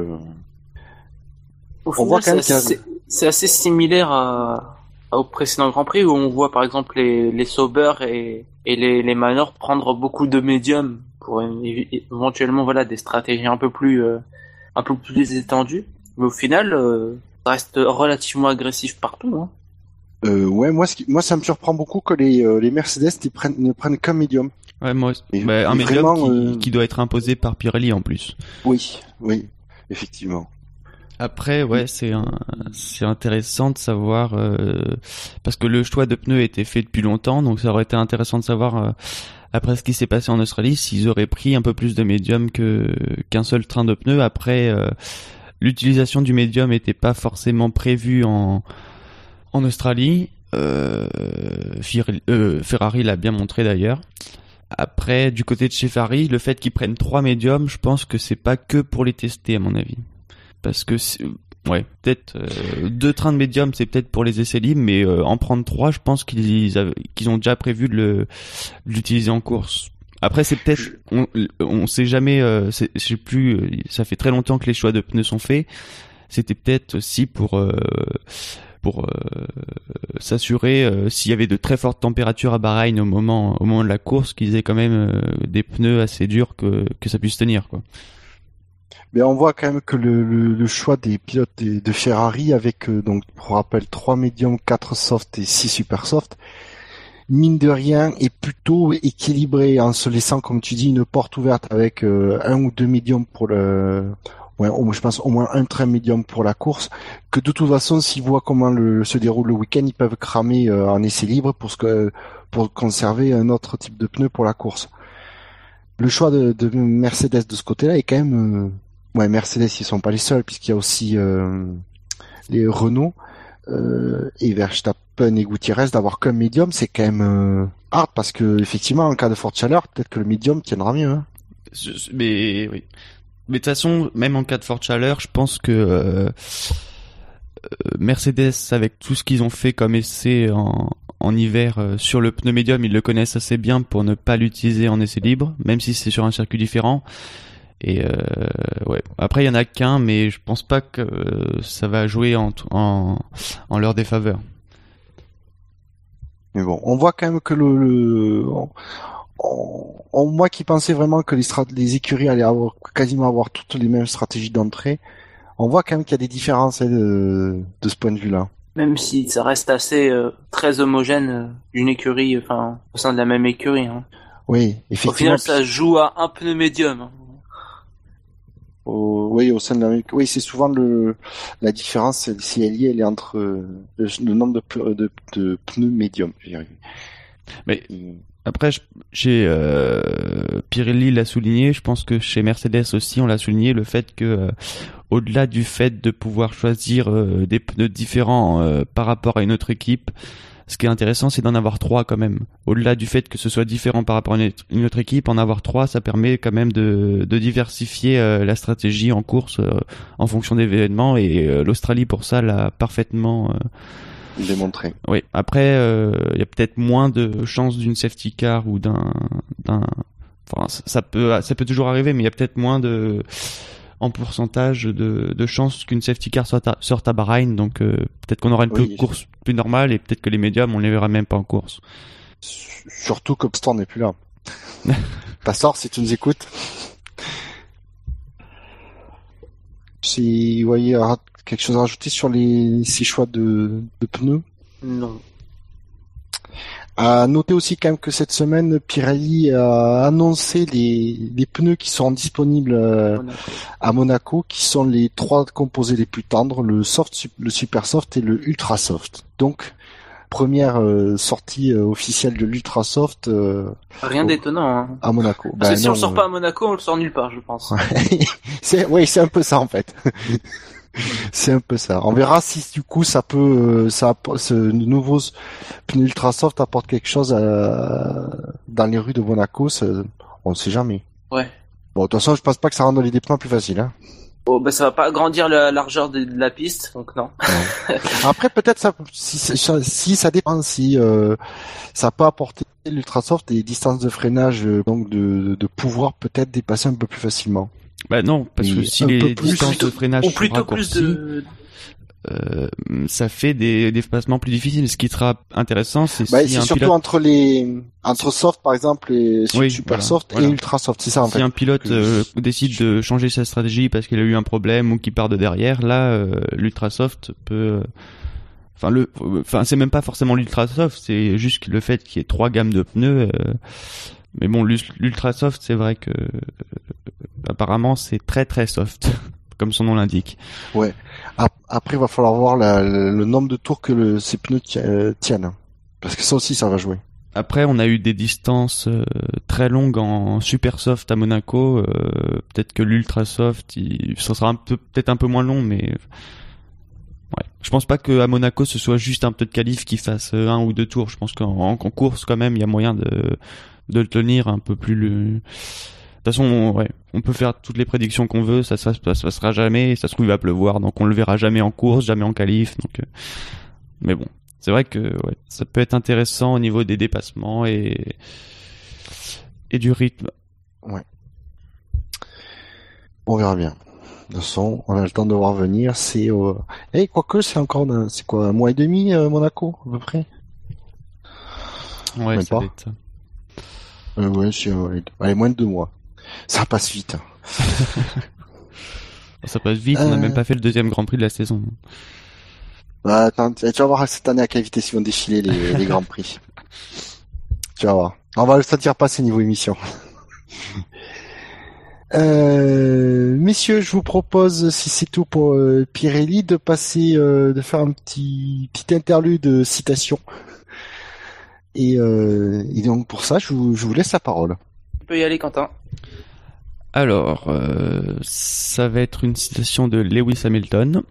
Speaker 3: Au on final, voit quand même c'est, assez, c'est assez similaire à au précédent Grand Prix où on voit par exemple les, les Sauber et, et les, les Manor prendre beaucoup de médiums pour éventuellement voilà des stratégies un peu plus euh, un peu plus étendues, mais au final euh, ça reste relativement agressif partout. Hein.
Speaker 2: Euh, ouais, moi, ce qui, moi ça me surprend beaucoup que les, euh, les Mercedes ils prennent, ne prennent qu'un médium.
Speaker 4: Ouais, moi et, bah, un médium qui, euh... qui doit être imposé par Pirelli en plus.
Speaker 2: Oui, oui, effectivement.
Speaker 4: Après, ouais, c'est un, c'est intéressant de savoir euh, parce que le choix de pneus a été fait depuis longtemps, donc ça aurait été intéressant de savoir euh, après ce qui s'est passé en Australie s'ils auraient pris un peu plus de médium que qu'un seul train de pneus. Après, euh, l'utilisation du médium n'était pas forcément prévue en en Australie. Euh, Ferrari l'a bien montré d'ailleurs. Après, du côté de chez Ferrari, le fait qu'ils prennent trois médiums, je pense que c'est pas que pour les tester à mon avis. Parce que, ouais, peut-être euh, deux trains de médium, c'est peut-être pour les essais libres, mais euh, en prendre trois, je pense qu'ils avaient, qu'ils ont déjà prévu de, le, de l'utiliser en course. Après, c'est peut-être, on, on sait jamais, euh, c'est, je sais plus, ça fait très longtemps que les choix de pneus sont faits. C'était peut-être aussi pour euh, pour euh, s'assurer euh, s'il y avait de très fortes températures à Bahreïn au moment au moment de la course, qu'ils aient quand même euh, des pneus assez durs que que ça puisse tenir, quoi.
Speaker 2: Mais on voit quand même que le, le, le choix des pilotes de, de Ferrari avec, euh, donc, pour rappel, trois médiums, quatre soft et six super soft, mine de rien, est plutôt équilibré en se laissant, comme tu dis, une porte ouverte avec euh, un ou deux médiums pour le, ouais, je pense au moins un train médium pour la course, que de toute façon, s'ils voient comment le, se déroule le week-end, ils peuvent cramer euh, en essai libre pour ce que, pour conserver un autre type de pneu pour la course. Le choix de, de Mercedes de ce côté-là est quand même, euh, ouais, Mercedes, ils sont pas les seuls, puisqu'il y a aussi euh, les Renault euh, et Verstappen et Gutiérrez d'avoir qu'un médium, c'est quand même euh, hard, parce que effectivement, en cas de forte chaleur, peut-être que le médium tiendra mieux. Hein.
Speaker 4: Mais oui. Mais de toute façon, même en cas de forte chaleur, je pense que euh, Mercedes, avec tout ce qu'ils ont fait comme essai en, en hiver euh, sur le pneu médium, ils le connaissent assez bien pour ne pas l'utiliser en essai libre, même si c'est sur un circuit différent. Et euh, ouais. Après, il y en a qu'un, mais je pense pas que euh, ça va jouer en, en, en leur défaveur.
Speaker 2: Mais bon, on voit quand même que le, le on, on, on, moi qui pensais vraiment que les, strat- les écuries allaient avoir quasiment avoir toutes les mêmes stratégies d'entrée, on voit quand même qu'il y a des différences hein, de, de ce point de vue-là.
Speaker 3: Même si ça reste assez euh, très homogène euh, d'une écurie, enfin au sein de la même écurie. Hein.
Speaker 2: Oui, effectivement.
Speaker 3: Au final, ça joue à un pneu médium. Hein.
Speaker 2: Au, oui, au sein de la, oui, c'est souvent le, la différence, si elle y est, elle est entre le, le nombre de, de, de pneus médiums.
Speaker 4: Mais après, chez euh, Pirelli l'a souligné, je pense que chez Mercedes aussi, on l'a souligné, le fait que euh, au-delà du fait de pouvoir choisir euh, des pneus différents euh, par rapport à une autre équipe, ce qui est intéressant, c'est d'en avoir trois quand même. Au-delà du fait que ce soit différent par rapport à une autre équipe, en avoir trois, ça permet quand même de, de diversifier euh, la stratégie en course euh, en fonction des événements. Et euh, l'Australie, pour ça, l'a parfaitement euh...
Speaker 2: démontré.
Speaker 4: Oui. Après, il euh, y a peut-être moins de chances d'une safety car ou d'un, d'un. Enfin, ça peut, ça peut toujours arriver, mais il y a peut-être moins de en pourcentage de, de chances qu'une safety car sorte à, sorte à Bahreïn, donc euh, peut-être qu'on aura une oui, course plus normale et peut-être que les médiums on les verra même pas en course.
Speaker 2: Surtout que Pastor n'est plus là. Pastor, si tu nous écoutes. Si vous voyez quelque chose à rajouter sur les ces choix de, de pneus?
Speaker 3: Non.
Speaker 2: À noter aussi quand même que cette semaine, Pirelli a annoncé les, les pneus qui sont disponibles Monaco. à Monaco, qui sont les trois composés les plus tendres, le soft, le super soft et le ultra soft. Donc, première euh, sortie euh, officielle de l'ultra soft. Euh,
Speaker 3: Rien au, d'étonnant. Hein.
Speaker 2: À Monaco.
Speaker 3: Parce
Speaker 2: ben,
Speaker 3: que si
Speaker 2: non,
Speaker 3: on le sort
Speaker 2: euh...
Speaker 3: pas à Monaco, on le sort nulle part, je pense.
Speaker 2: c'est, oui, c'est un peu ça en fait. C'est un peu ça. On verra si du coup ça peut, ça, ce nouveau pneu ultra soft apporte quelque chose à, dans les rues de Monaco. Ça, on ne sait jamais.
Speaker 3: Ouais.
Speaker 2: Bon, de toute façon, je pense pas que ça rende les déploiements plus faciles. Hein.
Speaker 3: Oh, bah ça va pas agrandir la largeur de, de la piste, donc non.
Speaker 2: Ouais. Après, peut-être ça, si, si ça dépend, si euh, ça peut apporter l'ultra soft des distances de freinage, donc de, de pouvoir peut-être dépasser un peu plus facilement.
Speaker 4: Bah non, parce que si les distances de freinage
Speaker 3: sont plutôt plus de...
Speaker 4: euh, ça fait des dépassements plus difficiles. Ce qui sera intéressant, c'est
Speaker 2: bah,
Speaker 4: si
Speaker 2: c'est
Speaker 4: un
Speaker 2: surtout
Speaker 4: pilote...
Speaker 2: entre les entre soft par exemple et
Speaker 4: oui,
Speaker 2: super
Speaker 4: voilà,
Speaker 2: soft
Speaker 4: voilà.
Speaker 2: et ultra soft, c'est ça en
Speaker 4: si
Speaker 2: fait.
Speaker 4: Si un pilote euh, décide de changer sa stratégie parce qu'il a eu un problème ou qu'il part de derrière, là, euh, l'ultra soft peut... Enfin, le, enfin, c'est même pas forcément l'ultra soft, c'est juste le fait qu'il y ait trois gammes de pneus. Euh... Mais bon, l'ultra soft, c'est vrai que apparemment c'est très très soft, comme son nom l'indique.
Speaker 2: Ouais. Après, il va falloir voir la, le, le nombre de tours que le, ces pneus tiennent, parce que ça aussi, ça va jouer.
Speaker 4: Après, on a eu des distances euh, très longues en super soft à Monaco. Euh, peut-être que l'ultra soft, il, ça sera un peu, peut-être un peu moins long, mais ouais. Je pense pas que à Monaco ce soit juste un peu de qualif qui fasse un ou deux tours. Je pense qu'en en, en course, quand même, il y a moyen de de le tenir un peu plus. Le... De toute façon, on, ouais, on peut faire toutes les prédictions qu'on veut, ça, ça, ça se passera jamais. Ça se trouve, il va pleuvoir, donc on le verra jamais en course, jamais en qualif. Donc, euh... mais bon, c'est vrai que ouais, ça peut être intéressant au niveau des dépassements et et du rythme.
Speaker 2: Ouais. On verra bien. De toute façon, on a le temps de voir venir. C'est, euh... eh, quoique, c'est encore, c'est quoi, un mois et demi, euh, Monaco, à peu près.
Speaker 4: Ouais,
Speaker 2: Même
Speaker 4: ça
Speaker 2: pas.
Speaker 4: va être ça.
Speaker 2: Euh, ouais, c'est, euh, allez, moins de deux mois. Ça passe vite.
Speaker 4: Ça passe vite,
Speaker 2: euh...
Speaker 4: on n'a même pas fait le deuxième Grand Prix de la saison.
Speaker 2: Bah, attends, tu vas voir cette année à quelle vitesse ils vont défiler les, les Grands Prix. Tu vas voir. On va le sentir passer niveau émission. Euh, messieurs, je vous propose, si c'est tout pour euh, Pirelli, de passer, euh, de faire un petit petit interlude de citation. Et, euh, et donc pour ça, je vous, je vous laisse la parole.
Speaker 3: Tu peux y aller, Quentin.
Speaker 4: Alors, euh, ça va être une citation de Lewis Hamilton.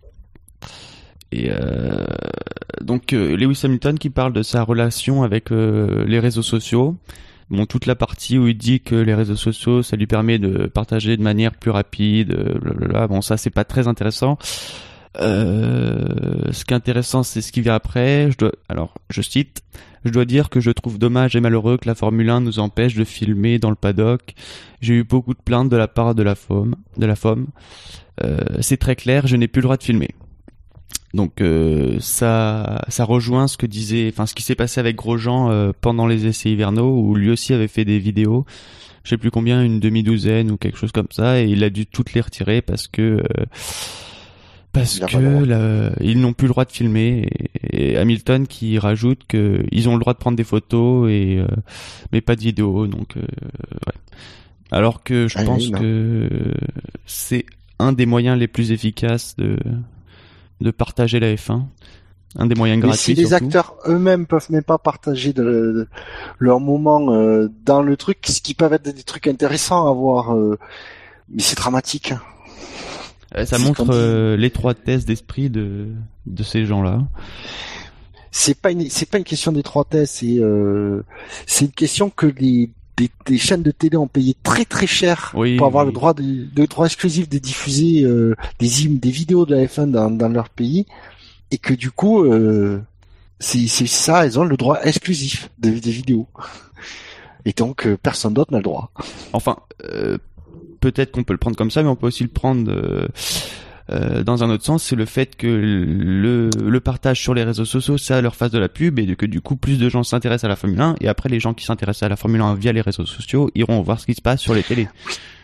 Speaker 4: Et euh, donc euh, Lewis Hamilton qui parle de sa relation avec euh, les réseaux sociaux. Bon, toute la partie où il dit que les réseaux sociaux, ça lui permet de partager de manière plus rapide, blablabla. Bon, ça, c'est pas très intéressant. Euh, ce qui est intéressant, c'est ce qui vient après. Je dois, alors, je cite, « Je dois dire que je trouve dommage et malheureux que la Formule un nous empêche de filmer dans le paddock. J'ai eu beaucoup de plaintes de la part de la F O M. De la F O M. Euh, c'est très clair, je n'ai plus le droit de filmer. » Donc euh, ça ça rejoint ce que disait enfin ce qui s'est passé avec Grosjean euh, pendant les essais hivernaux où lui aussi avait fait des vidéos, je sais plus combien, une demi-douzaine ou quelque chose comme ça, et il a dû toutes les retirer parce que euh, parce que là, ils n'ont plus le droit de filmer, et, et Hamilton qui rajoute que ils ont le droit de prendre des photos et euh, mais pas de vidéos, donc euh, ouais. Alors que je ah, pense oui, que c'est un des moyens les plus efficaces de de partager la F un, un des moyens gratuits.
Speaker 2: Mais si les
Speaker 4: surtout.
Speaker 2: acteurs eux-mêmes peuvent même pas partager de, de leur moment euh, dans le truc, ce qui peuvent être des trucs intéressants à voir, euh, mais c'est dramatique.
Speaker 4: Euh, ça c'est montre euh, l'étroitesse d'esprit de de ces gens-là.
Speaker 2: C'est pas une c'est pas une question d'étroitesse, c'est euh, c'est une question que les Des, des chaînes de télé ont payé très très cher oui, pour avoir oui. le droit de, le droit exclusif de diffuser euh, des des vidéos de la F un dans, dans leur pays, et que du coup euh, c'est c'est ça, ils ont le droit exclusif de des vidéos, et donc euh, personne d'autre n'a le droit.
Speaker 4: Enfin euh, peut-être qu'on peut le prendre comme ça, mais on peut aussi le prendre euh, euh, dans un autre sens, c'est le fait que le, le partage sur les réseaux sociaux, ça leur fasse de la pub, et que du coup plus de gens s'intéressent à la Formule un, et après les gens qui s'intéressent à la Formule un via les réseaux sociaux iront voir ce qui se passe sur les télés.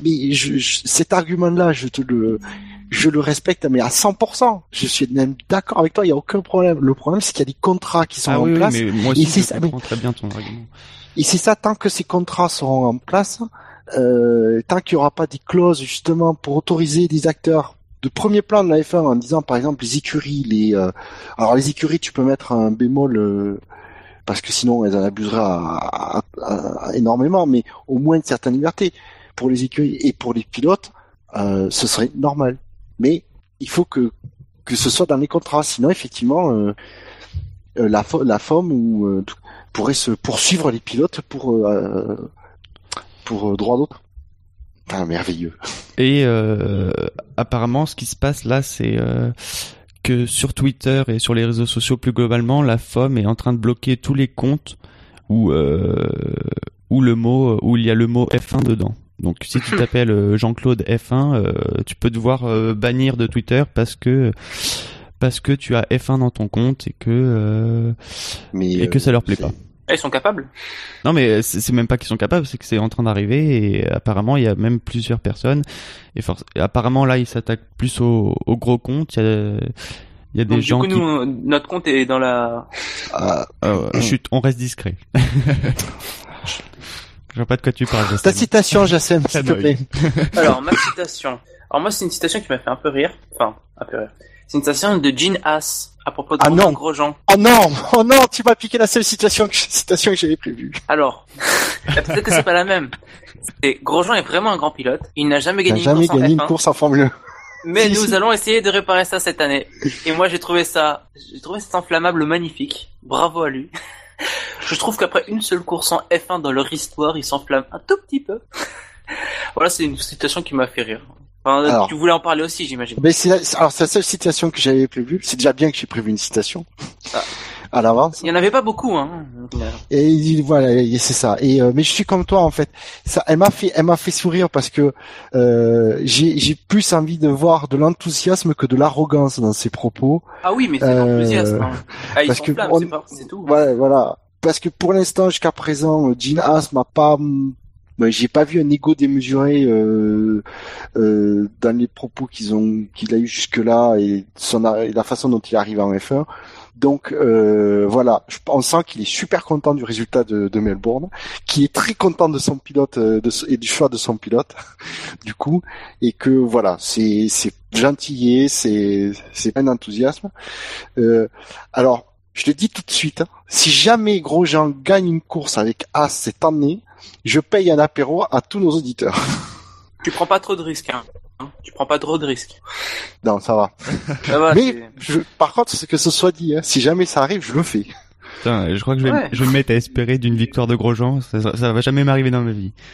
Speaker 2: mais je, je, cet argument-là, je te le, je le respecte, mais à cent pour cent. Je suis même d'accord avec toi, il y a aucun problème. Le problème, c'est qu'il y a des contrats qui sont
Speaker 4: ah,
Speaker 2: en
Speaker 4: oui,
Speaker 2: place.
Speaker 4: Oui, mais moi aussi,
Speaker 2: et c'est
Speaker 4: je
Speaker 2: ça,
Speaker 4: comprends
Speaker 2: mais...
Speaker 4: très bien ton argument.
Speaker 2: Et c'est ça, tant que ces contrats seront en place, euh, tant qu'il n'y aura pas des clauses justement pour autoriser des acteurs de premier plan de la F un en disant par exemple les écuries, les euh... alors les écuries tu peux mettre un bémol euh, parce que sinon elles en abuseraient à, à, à, à énormément, mais au moins une certaine liberté pour les écuries et pour les pilotes, euh, ce serait normal. Mais il faut que que ce soit dans les contrats, sinon effectivement euh, la la F O M ou euh, pourrait se poursuivre les pilotes pour euh, pour droit d'autre. Enfin, merveilleux.
Speaker 4: Et euh, apparemment, ce qui se passe là, c'est euh, que sur Twitter et sur les réseaux sociaux plus globalement, la F O M est en train de bloquer tous les comptes où euh, où le mot où il y a le mot F un dedans. Donc, si tu t'appelles Jean-Claude F un, euh, tu peux devoir euh, bannir de Twitter parce que parce que tu as F un dans ton compte et que euh,
Speaker 2: Mais
Speaker 4: et que ça leur plaît
Speaker 2: c'est...
Speaker 4: pas.
Speaker 3: Ils sont capables.
Speaker 4: Non, mais c'est, c'est même pas qu'ils sont capables, c'est que c'est en train d'arriver et apparemment il y a même plusieurs personnes et, forc- et apparemment là ils s'attaquent plus aux, aux gros comptes. Il y a, il y a des
Speaker 3: Donc,
Speaker 4: gens
Speaker 3: du coup,
Speaker 4: qui.
Speaker 3: nous, notre compte est dans la.
Speaker 2: Ah,
Speaker 4: Euh, chut, on reste discret. Je vois pas de quoi tu parles.
Speaker 2: ta citation, Jassem, s'il te
Speaker 4: Ah,
Speaker 2: plaît.
Speaker 3: Alors, ma citation. Alors, moi, c'est une citation qui m'a fait un peu rire. Enfin, un peu rire. C'est une citation de Gene Haas à propos de
Speaker 2: Ah non.
Speaker 3: Grosjean.
Speaker 2: Oh non, oh non, tu m'as piqué la seule citation que, citation que j'avais prévue.
Speaker 3: Alors, peut-être que c'est pas la même. C'est, Grosjean est vraiment un grand pilote. Il n'a jamais
Speaker 2: Il n'a
Speaker 3: gagné,
Speaker 2: jamais
Speaker 3: une, course
Speaker 2: gagné
Speaker 3: en F un,
Speaker 2: une course en Formule un.
Speaker 3: mais
Speaker 2: Si,
Speaker 3: nous
Speaker 2: si.
Speaker 3: allons essayer de réparer ça cette année. Et moi, j'ai trouvé ça, j'ai trouvé cet enflammable magnifique. Bravo à lui. Je trouve qu'après une seule course en F un dans leur histoire, ils s'enflamment un tout petit peu. Voilà, c'est une citation qui m'a fait rire. Enfin,
Speaker 2: Alors.
Speaker 3: tu voulais en parler aussi, j'imagine.
Speaker 2: Mais c'est la, alors c'est la seule citation que j'avais prévue. C'est déjà bien que j'ai prévu une citation.
Speaker 3: Ah.
Speaker 2: À l'avance.
Speaker 3: Il y en avait pas beaucoup, hein.
Speaker 2: Et il- voilà, et c'est ça. Et euh, mais je suis comme toi en fait. Ça, elle m'a fait, elle m'a fait sourire parce que euh, j'ai, j'ai plus envie de voir de l'enthousiasme que de l'arrogance dans ses propos.
Speaker 3: Ah oui, mais c'est
Speaker 2: Euh,
Speaker 3: l'enthousiasme. Hein. Ah, ils
Speaker 2: parce que
Speaker 3: s'enflamment,
Speaker 2: on-
Speaker 3: c'est pas, c'est tout.
Speaker 2: Voilà, voilà. Parce que pour l'instant, jusqu'à présent, Gene Haas m'a pas, ben, j'ai pas vu un ego démesuré euh, euh, dans les propos qu'ils ont, qu'il a eu jusque-là et, son, et la façon dont il arrive en F un. Donc euh, voilà, je- on sent qu'il est super content du résultat de, de Melbourne, qui est très content de son pilote euh, de, et du choix de son pilote, du coup, et que voilà, c'est c'est gentillet, c'est c'est plein d'enthousiasme. Euh, alors, je te dis tout de suite, hein, si jamais Grosjean gagne une course avec Haas cette année, je paye un apéro à tous nos auditeurs.
Speaker 3: Tu prends pas trop de risques, hein. Tu prends pas trop de risques.
Speaker 2: Non, ça va.
Speaker 3: Ça va,
Speaker 2: Mais
Speaker 3: c'est-
Speaker 2: je, par contre, c'est que ce soit dit, hein, si jamais ça arrive, je le fais.
Speaker 4: Putain, je crois que je vais,
Speaker 3: Ouais.
Speaker 4: je vais me mettre à espérer d'une victoire de Grosjean. Ça, ça, ça va jamais m'arriver dans ma vie.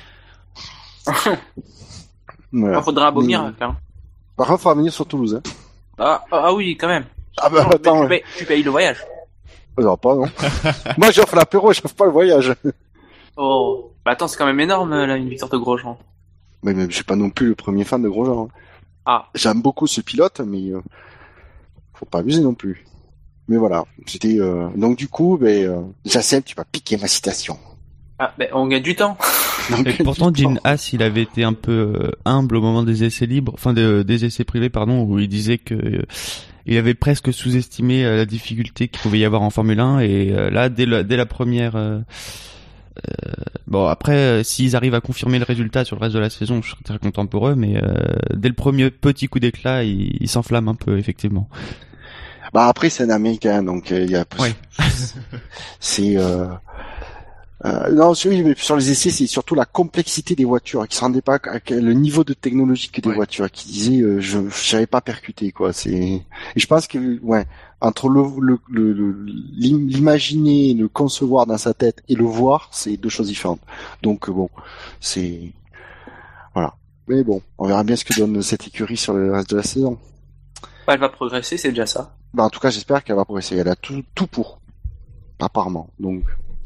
Speaker 2: Voilà.
Speaker 3: Il faudra un beau
Speaker 2: Mais-
Speaker 3: miracle, hein.
Speaker 2: Par contre, faut venir sur Toulouse. Hein.
Speaker 3: Ah, ah, ah oui, quand même.
Speaker 2: Ah bah
Speaker 3: Non, mais
Speaker 2: attends,
Speaker 3: tu, payes, tu payes le voyage.
Speaker 2: non, pas non. Moi, j'offre l'apéro, j'offre pas le voyage.
Speaker 3: Oh. Bah attends, c'est quand même énorme, là, une victoire de Grosjean.
Speaker 2: Mais, mais je suis pas non plus le premier fan de Grosjean. hein.
Speaker 3: Ah.
Speaker 2: J'aime beaucoup ce pilote, mais euh, faut pas abuser non plus. Mais voilà, c'était euh... donc du coup, ben, euh, Jacem, tu vas piquer ma citation.
Speaker 3: Ah, ben, on gagne du temps.
Speaker 2: Donc,
Speaker 4: Et pourtant,
Speaker 2: du coup,
Speaker 4: Gene Haas, il avait été un peu euh, humble au moment des essais libres, enfin de- des essais privés, pardon, où il disait que euh, il avait presque sous-estimé euh, la difficulté qu'il pouvait y avoir en Formule un. Et euh, là, dès, le, dès la première, euh, euh, bon après, euh, s'ils arrivent à confirmer le résultat sur le reste de la saison, je serais très content pour eux. Mais euh, dès le premier petit coup d'éclat, il, il s'enflamme un peu, effectivement.
Speaker 2: Bah après, c'est un Américain, donc il euh, y a.
Speaker 4: Ouais.
Speaker 2: C'est. Euh... Euh, non, sur, mais sur les essais, c'est surtout la complexité des voitures, qui se rendait pas à quel- le niveau de technologie que des
Speaker 4: Ouais.
Speaker 2: voitures, qui disait euh, je j'avais pas percuté quoi. C'est et je pense que ouais entre le le le- le- l'im- l'imaginer, le concevoir dans sa tête et le voir, c'est deux choses différentes. Donc euh, bon, c'est voilà. Mais bon, on verra bien ce que donne cette écurie sur le reste de la saison.
Speaker 3: Bah, elle va progresser, c'est déjà ça.
Speaker 2: Bah en tout cas, j'espère qu'elle va progresser. Elle a tout tout pour apparemment. Donc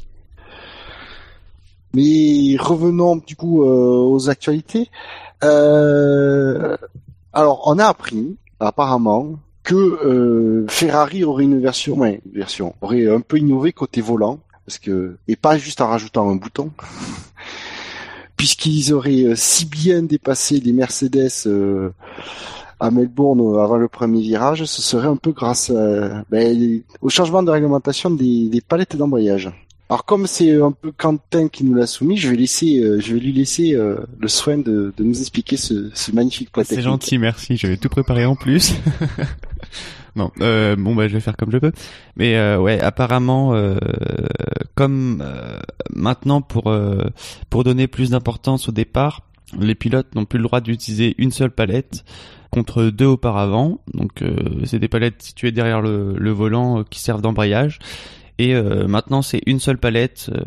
Speaker 2: mais revenons du coup euh, aux actualités. Euh, alors, on a appris apparemment que euh, Ferrari aurait une version, ouais, une version aurait un peu innové côté volant, parce que et pas juste en rajoutant un bouton, puisqu'ils auraient euh, si bien dépassé les Mercedes euh, à Melbourne euh, avant le premier virage, ce serait un peu grâce à, ben, au changement de réglementation des, des palettes d'embrayage. Alors comme c'est un peu Quentin qui nous l'a soumis, je vais laisser, euh, je vais lui laisser euh, le soin de, de nous expliquer ce, ce magnifique plat technique.
Speaker 4: C'est gentil, merci. J'avais tout préparé en plus. Non, euh, bon bah je vais faire comme je peux. Mais euh, ouais, apparemment, euh, comme euh, maintenant pour euh, pour donner plus d'importance au départ, les pilotes n'ont plus le droit d'utiliser une seule palette contre deux auparavant. Donc euh, c'est des palettes situées derrière le, le volant euh, qui servent d'embrayage. Et euh, maintenant c'est une seule palette euh,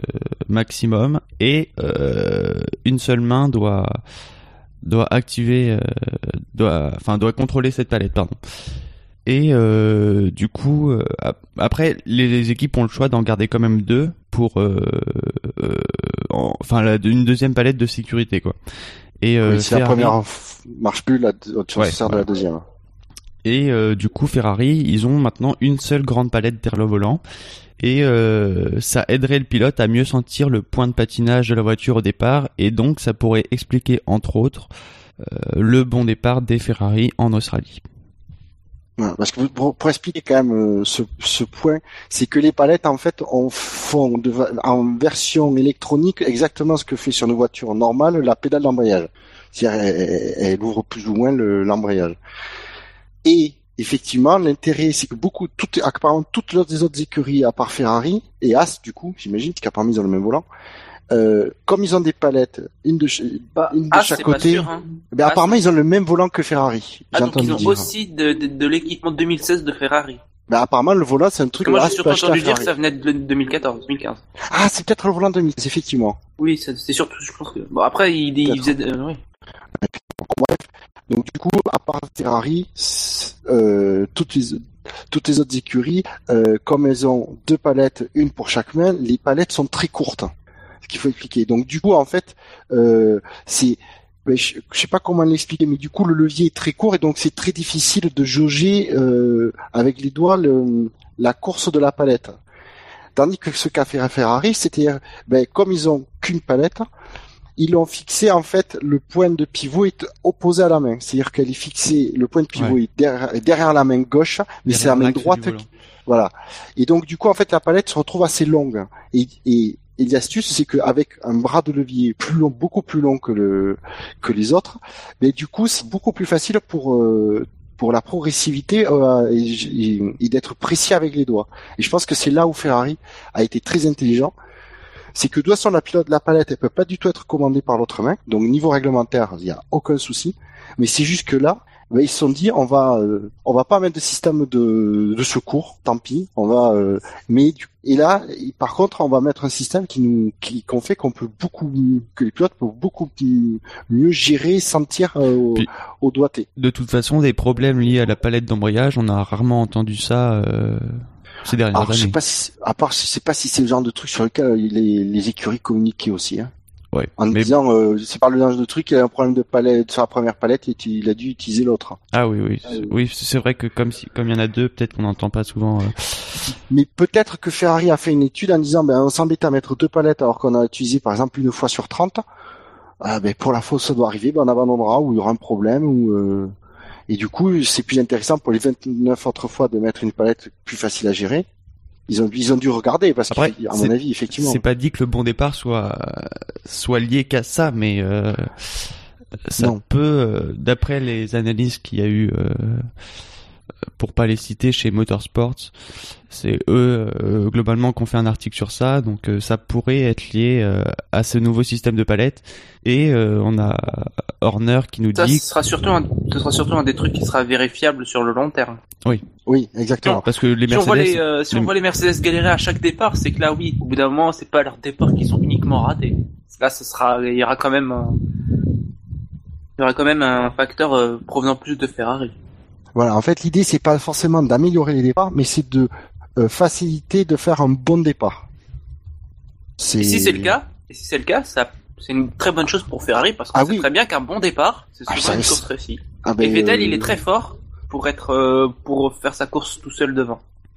Speaker 4: maximum et euh, une seule main doit doit activer, euh, doit enfin doit contrôler cette palette, pardon. Et euh, du coup, euh, après, les, les équipes ont le choix d'en garder quand même deux pour, euh, euh, en, enfin, la, une deuxième palette de sécurité, quoi. Et euh,
Speaker 2: oui, si
Speaker 4: Ferrari...
Speaker 2: la première marche plus, la, tu
Speaker 4: ouais,
Speaker 2: se sers de la deuxième.
Speaker 4: Et euh, du coup, Ferrari, ils ont maintenant une seule grande palette derrière le volant. Et euh, ça aiderait le pilote à mieux sentir le point de patinage de la voiture au départ. Et donc, ça pourrait expliquer, entre autres, euh, le bon départ des Ferrari en Australie.
Speaker 2: Parce que pour, pour expliquer quand même euh, ce, ce point, c'est que les palettes en fait on font de, en version électronique exactement ce que fait sur nos voitures normales la pédale d'embrayage. C'est-à-dire elle, elle ouvre plus ou moins le, l'embrayage. Et effectivement, l'intérêt c'est que beaucoup, toutes, apparemment toutes les autres écuries à part Ferrari et As du coup, j'imagine, qu'apparemment ils ont le même volant. Euh, comme ils ont des palettes, une de, ch-
Speaker 3: bah,
Speaker 2: une de
Speaker 3: ah,
Speaker 2: chaque côté,
Speaker 3: sûr, hein.
Speaker 2: ben
Speaker 3: ah,
Speaker 2: apparemment ils ont le même volant que Ferrari.
Speaker 3: Ah,
Speaker 2: J'ai
Speaker 3: donc
Speaker 2: entendu
Speaker 3: ils ont
Speaker 2: dire.
Speaker 3: aussi de, de, de l'équipement deux mille seize de Ferrari.
Speaker 2: Ben apparemment le volant c'est un truc.
Speaker 3: Moi
Speaker 2: que
Speaker 3: j'ai surtout entendu dire
Speaker 2: Ferrari.
Speaker 3: que ça venait de deux mille quatorze, deux mille quinze.
Speaker 2: Ah c'est peut-être le volant deux mille, effectivement.
Speaker 3: Oui, c'est, c'est surtout, je pense que. Bon après il, il faisait, euh, oui.
Speaker 2: Bref, donc du coup à part Ferrari, euh, toutes les toutes les autres écuries, euh, comme elles ont deux palettes, une pour chaque main, les palettes sont très courtes. Ce qu'il faut expliquer. Donc du coup en fait, euh, c'est ben, je, je sais pas comment l'expliquer, mais du coup le levier est très court et donc c'est très difficile de jauger euh, avec les doigts le, la course de la palette. Tandis que ce qu'a fait Ferrari, c'était ben, comme ils ont qu'une palette, ils l'ont fixé en fait, le point de pivot est opposé à la main, c'est-à-dire qu'elle est fixée, le point de pivot ouais. est derrière, derrière la main gauche, mais derrière c'est la main droite qui, voilà. Et donc du coup en fait la palette se retrouve assez longue et, et Et l'astuce, c'est qu'avec un bras de levier plus long, beaucoup plus long que le que les autres, mais du coup, c'est beaucoup plus facile pour euh, pour la progressivité euh, et, et, et d'être précis avec les doigts. Et je pense que c'est là où Ferrari a été très intelligent. C'est que de toute façon, la pilote, la palette, elle peut pas du tout être commandée par l'autre main. Donc niveau réglementaire, il y a aucun souci. Mais c'est juste que là, ben, ils se sont dit, on va, euh, on va pas mettre de système de, de secours, tant pis. On va, euh, mais du, et là, par contre, on va mettre un système qui nous, qui, qu'on fait qu'on peut beaucoup, que les pilotes peuvent beaucoup mieux gérer, sentir euh, au, Puis, au doigté.
Speaker 4: De toute façon, des problèmes liés à la palette d'embrayage, on a rarement entendu ça. Euh... Ces dernières
Speaker 2: Alors,
Speaker 4: années.
Speaker 2: je sais pas si, à part, je sais pas si c'est le genre de truc sur lequel les, les écuries communiquaient aussi, hein.
Speaker 4: Ouais.
Speaker 2: En mais... disant, euh, c'est par le genre de truc, il y a un problème de palette sur la première palette et il a dû utiliser l'autre.
Speaker 4: Ah oui, oui. Euh... Oui, c'est vrai que comme si, comme il y en a deux, peut-être qu'on n'entend pas souvent, euh...
Speaker 2: Mais peut-être que Ferrari a fait une étude en disant, ben, on s'embête à mettre deux palettes alors qu'on a utilisé, par exemple, une fois sur trente. Ah, ben, pour la fois où ça doit arriver, ben, on abandonnera ou il y aura un problème ou, euh... et du coup, c'est plus intéressant pour les vingt-neuf autres fois de mettre une palette plus facile à gérer. Ils ont, ils ont dû regarder parce qu'à mon avis, effectivement.
Speaker 4: C'est pas dit que le bon départ soit, soit lié qu'à ça, mais euh, ça non. peut, euh, d'après les analyses qu'il y a eu, euh, pour pas les citer chez Motorsports, c'est eux euh, globalement qui ont fait un article sur ça, donc euh, ça pourrait être lié euh, à ce nouveau système de palette. Et euh, on a Horner qui nous
Speaker 3: ça,
Speaker 4: dit.
Speaker 3: Ce sera surtout un, ce sera surtout un des trucs qui sera vérifiable sur le long terme.
Speaker 4: Oui.
Speaker 2: Oui, exactement.
Speaker 4: Non, parce que les
Speaker 3: si
Speaker 4: Mercedes.
Speaker 3: On voit les, euh, si les... on voit les Mercedes galérer à chaque départ, c'est que là, oui, au bout d'un moment, c'est pas leurs départs qui sont uniquement ratés. Là, ce sera, il y aura quand même, un... il y aura quand même un facteur euh, provenant plus de Ferrari.
Speaker 2: Voilà. En fait, l'idée, c'est pas forcément d'améliorer les départs, mais c'est de euh, faciliter de faire un bon départ.
Speaker 3: C'est... Et si c'est le cas, et si c'est le cas, ça. C'est une très bonne chose pour Ferrari parce qu'on ah sait oui. très bien qu'un bon départ, c'est souvent ah, une course réussie. Ah ben, et Vettel, euh... il est très fort pour être, euh, pour faire sa course tout seul devant.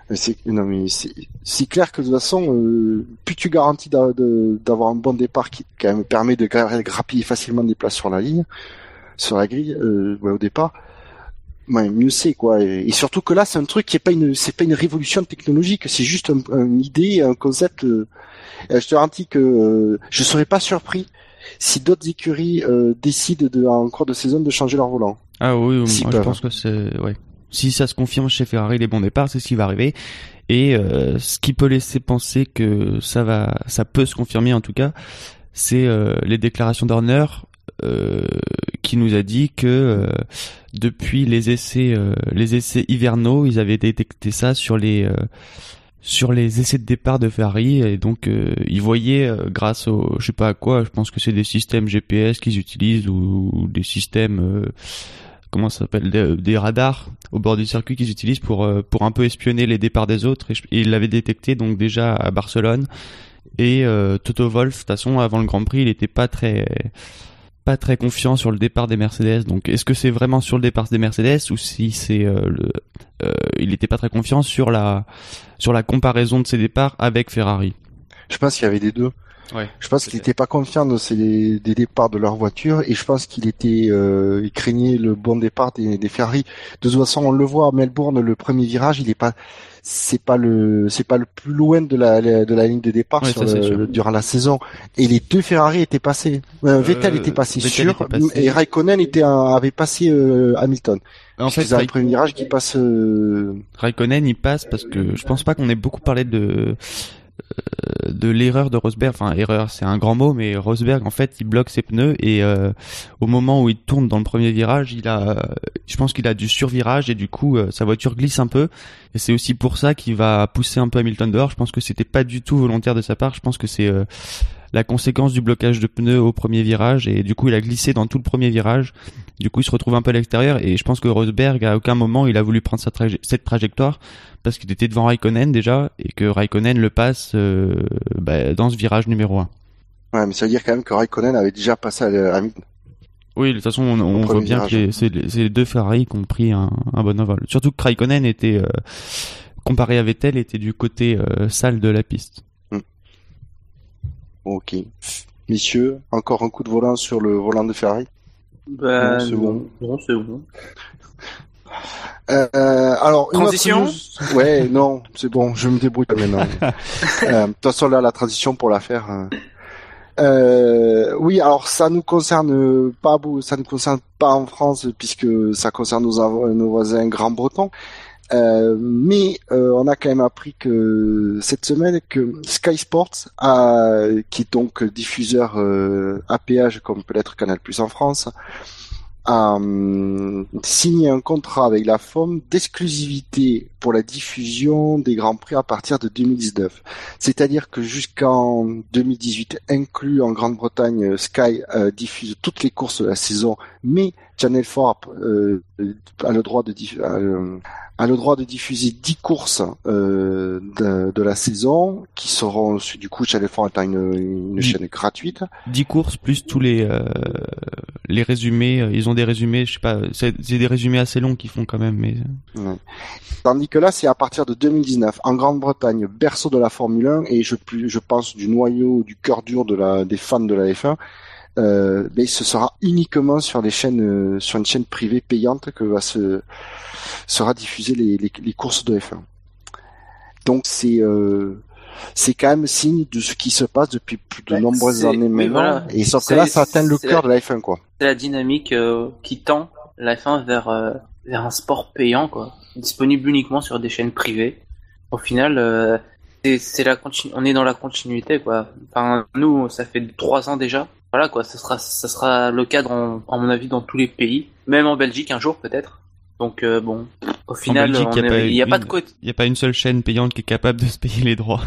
Speaker 2: C'est, non mais c'est, c'est clair que de toute façon, euh, plus tu garantis d'a, de, d'avoir un bon départ qui quand même permet de gra- grappiller facilement des places sur la ligne, sur la grille, euh, ouais, au départ, ouais, mieux c'est quoi. Et, et surtout que là, c'est un truc qui est pas une, c'est pas une révolution technologique, c'est juste un, une idée, un concept. Euh, je te garantis que euh, je serais pas surpris si d'autres écuries euh, décident de, en cours de saison de changer leur volant.
Speaker 4: Ah oui,
Speaker 2: Si
Speaker 4: moi
Speaker 2: peuvent.
Speaker 4: je pense que c'est ouais. Si ça se confirme chez Ferrari les bons départs, c'est ce qui va arriver. Et euh, ce qui peut laisser penser que ça va, ça peut se confirmer en tout cas, c'est euh, les déclarations d'Horner euh, qui nous a dit que euh, depuis les essais, euh, les essais hivernaux, ils avaient détecté ça sur les euh, sur les essais de départ de Ferrari et donc euh, ils voyaient euh, grâce au, je sais pas à quoi, je pense que c'est des systèmes G P S qu'ils utilisent ou, ou des systèmes euh, comment ça s'appelle, des, des radars au bord du circuit qu'ils utilisent pour euh, pour un peu espionner les départs des autres et, je, et ils l'avaient détecté donc déjà à Barcelone et euh, Toto Wolff de toute façon avant le Grand Prix il était pas très pas très confiant sur le départ des Mercedes. Donc est-ce que c'est vraiment sur le départ des Mercedes ou si c'est euh, le euh, il était pas très confiant sur la sur la comparaison de ses départs avec Ferrari.
Speaker 2: Je pense qu'il y avait des deux.
Speaker 4: Ouais,
Speaker 2: je pense qu'il n'était pas confiant de ces, des départs de leur voiture et je pense qu'il était, euh, il craignait le bon départ des, des Ferrari. De toute façon, on le voit à Melbourne, le premier virage, il est pas, c'est pas le, c'est pas le plus loin de la, de la ligne de départ
Speaker 4: ouais,
Speaker 2: sur
Speaker 4: ça,
Speaker 2: le, durant la saison. Et les deux Ferrari étaient passés. Euh, Vettel euh, était passé
Speaker 4: Vettel
Speaker 2: sûr
Speaker 4: était passé.
Speaker 2: Et Raikkonen était un, avait passé euh, Hamilton.
Speaker 4: En fait,
Speaker 2: c'est un premier virage qui passe. Euh...
Speaker 4: Raikkonen, il passe parce que je pense pas qu'on ait beaucoup parlé de de l'erreur de Rosberg, enfin erreur c'est un grand mot, mais Rosberg en fait il bloque ses pneus et euh, au moment où il tourne dans le premier virage, il a, je pense qu'il a du survirage et du coup euh, sa voiture glisse un peu et c'est aussi pour ça qu'il va pousser un peu Hamilton dehors. Je pense que c'était pas du tout volontaire de sa part, je pense que c'est euh, la conséquence du blocage de pneus au premier virage et du coup il a glissé dans tout le premier virage. Du coup il se retrouve un peu à l'extérieur et je pense que Rosberg à aucun moment il a voulu prendre sa traje- cette trajectoire parce qu'il était devant Raikkonen déjà et que Raikkonen le passe euh, bah, dans ce virage numéro un.
Speaker 2: Ouais, mais ça veut dire quand même que Raikkonen avait déjà passé à Hamilton.
Speaker 4: Oui, de toute façon on, on voit bien virage. que les, c'est, les, c'est les deux Ferrari qui ont pris un, un bon envol. Surtout que Raikkonen était, euh, comparé à Vettel, était du côté euh, sale de la piste.
Speaker 2: Hmm. Ok. Messieurs, encore un coup de volant sur le volant de Ferrari?
Speaker 3: Ben, non, c'est bon. Non, c'est bon.
Speaker 2: Euh, alors,
Speaker 3: transition
Speaker 2: news... Ouais, non, c'est bon, je me débrouille maintenant. euh, de toute façon, là, la transition pour la faire. Euh... Euh, oui, alors ça nous concerne pas, ça nous concerne pas en France puisque ça concerne nos, nos voisins grands-bretons. Euh, mais euh, on a quand même appris que cette semaine que Sky Sports, a, qui est donc diffuseur euh, à péage comme peut l'être Canal+ en France, a um, signé un contrat avec la F O M d'exclusivité pour la diffusion des Grands Prix à partir de deux mille dix-neuf. C'est-à-dire que jusqu'en deux mille dix-huit, inclus en Grande-Bretagne, Sky euh, diffuse toutes les courses de la saison, mais Channel quatre euh, a le droit de diff- euh, a le droit de diffuser dix courses euh, de, de la saison, qui seront du coup Channel quatre étant une, une chaîne gratuite.
Speaker 4: dix courses plus tous les euh, les résumés, ils ont des résumés, je sais pas, c'est, c'est des résumés assez longs qu'ils font quand même, mais.
Speaker 2: Ouais. Tandis que là, c'est à partir de deux mille dix-neuf, en Grande-Bretagne, berceau de la Formule un, et je, je pense du noyau, du cœur dur de la, des fans de la F un, euh, mais ce sera uniquement sur les chaînes, euh, sur une chaîne privée payante que va se, sera diffusée les, les, les courses de F un. Donc c'est, euh, c'est quand même signe de ce qui se passe depuis plus de ouais, nombreuses années maintenant. Voilà. Et sauf que là, ça atteint le cœur la, de la F un, quoi.
Speaker 3: C'est la dynamique euh, qui tend la F un vers euh, vers un sport payant, quoi, disponible uniquement sur des chaînes privées. Au final, euh, c'est, c'est la continu- on est dans la continuité, quoi. Enfin, nous, ça fait trois ans déjà. Voilà, quoi. Ça sera, ça sera le cadre, en, à mon avis, dans tous les pays, même en Belgique un jour peut-être. Donc euh, bon, au final, il n'y a, a pas de côté.
Speaker 4: Il n'y a pas une seule chaîne payante qui est capable de se payer les droits.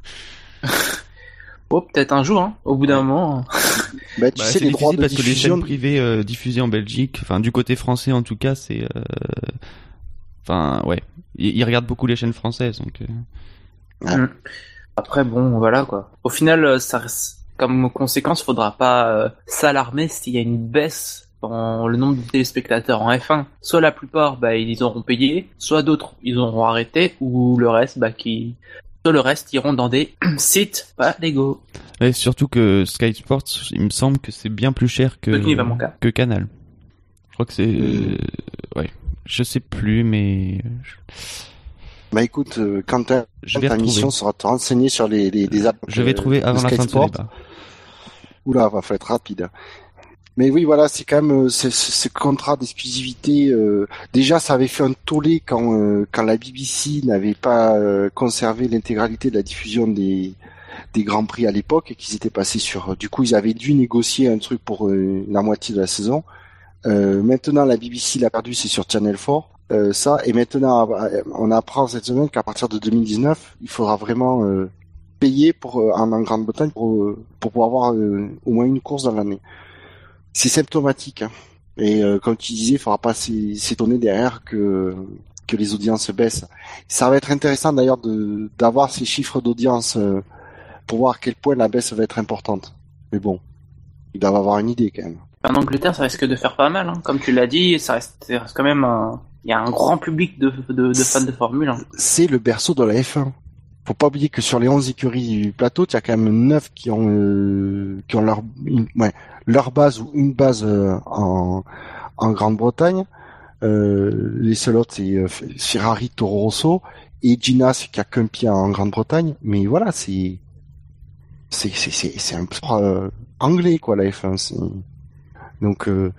Speaker 3: Oh, peut-être un jour, hein, au bout d'un ouais. moment.
Speaker 2: Bah, tu bah, sais, les droits de
Speaker 4: parce
Speaker 2: diffusion...
Speaker 4: que les chaînes privées euh, diffusées en Belgique, enfin du côté français en tout cas, c'est, enfin euh... ouais, ils, ils regardent beaucoup les chaînes françaises, donc. Euh...
Speaker 3: Ouais. Après, bon, voilà quoi. Au final, ça reste... comme conséquence, faudra pas euh, s'alarmer s'il y a une baisse dans le nombre de téléspectateurs en F un, soit la plupart, bah, ils auront payé, soit d'autres, ils auront arrêté, ou le reste, bah, qui, soit le reste iront dans des sites pas légaux.
Speaker 4: Et surtout que Sky Sports, il me semble que c'est bien plus cher que, que Canal. Je crois que c'est, euh, ouais, je sais plus, mais.
Speaker 2: Bah écoute, euh, quand ta, ta mission sera de te renseigner sur les, les, les apps.
Speaker 4: Je vais
Speaker 2: euh,
Speaker 4: trouver avant la fin de ce débat.
Speaker 2: Oula, va falloir être rapide. Mais oui, voilà, c'est quand même ce, ce contrat d'exclusivité. Euh, déjà, ça avait fait un tollé quand euh, quand la B B C n'avait pas euh, conservé l'intégralité de la diffusion des des grands prix à l'époque et qu'ils étaient passés sur. Du coup, ils avaient dû négocier un truc pour euh, la moitié de la saison. Euh, maintenant, la B B C l'a perdu, c'est sur Channel quatre. Euh, ça et maintenant, on apprend cette semaine qu'à partir de deux mille dix-neuf, il faudra vraiment euh, payer pour euh, en, en Grande-Bretagne pour euh, pour pouvoir avoir euh, au moins une course dans l'année. C'est symptomatique, hein. Et euh, comme tu disais, il faudra pas s'étonner derrière que que les audiences baissent. Ça va être intéressant d'ailleurs de d'avoir ces chiffres d'audience euh, pour voir à quel point la baisse va être importante. Mais bon, ils doivent avoir une idée quand même.
Speaker 3: En Angleterre, ça risque de faire pas mal, hein. Comme tu l'as dit, ça reste, ça reste quand même un... il y a un grand public de de, de fans de Formule un.
Speaker 2: C'est le berceau de la F un. Faut pas oublier que sur les onze écuries du plateau, il y a quand même neuf qui ont euh, qui ont leur une, ouais, leur base ou une base euh, en en Grande-Bretagne. Euh, les seuls autres c'est euh, Ferrari, Toro Rosso et Ginas qui a qu'un pied en Grande-Bretagne. Mais voilà, c'est c'est c'est c'est, c'est un sport euh, anglais quoi la F un. C'est... Donc euh,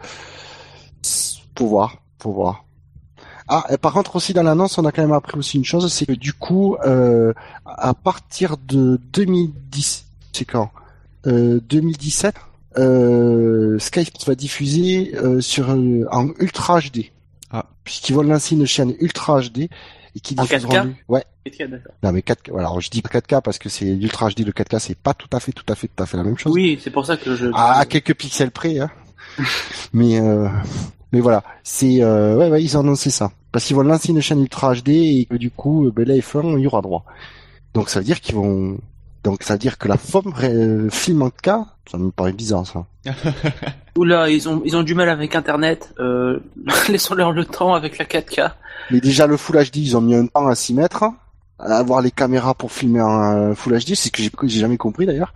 Speaker 2: faut voir, faut voir. Ah, et par contre aussi dans l'annonce, on a quand même appris aussi une chose, c'est que du coup, euh, à partir de deux mille dix, c'est quand euh, deux mille dix-sept, euh, Sky Sports va diffuser euh, sur euh, en Ultra H D. Ah, puisqu'ils vont lancer une chaîne Ultra H D et qui diffuseront.
Speaker 3: En quatre K
Speaker 2: Ouais.
Speaker 3: quatre K, d'accord.
Speaker 2: Non mais quatre K. Voilà, alors je dis pas quatre K parce que c'est l'Ultra H D, le quatre K, c'est pas tout à fait, tout à fait, tout à fait la même chose.
Speaker 3: Oui, c'est pour ça que je.
Speaker 2: À, à quelques pixels près, hein. mais euh, mais voilà, c'est euh, ouais, ouais, ils ont annoncé ça. Parce qu'ils vont lancer une chaîne Ultra H D et que du coup, ben, la F un, il y aura droit. Donc ça veut dire qu'ils vont, donc ça veut dire que la forme euh, film en quatre K, ça me paraît bizarre ça.
Speaker 3: Oula, ils ont ils ont du mal avec Internet. Euh, laissons-leur le temps avec la quatre K.
Speaker 2: Mais déjà le Full H D, ils ont mis un temps à s'y mettre, à avoir les caméras pour filmer en Full H D, c'est ce que j'ai, que j'ai jamais compris d'ailleurs.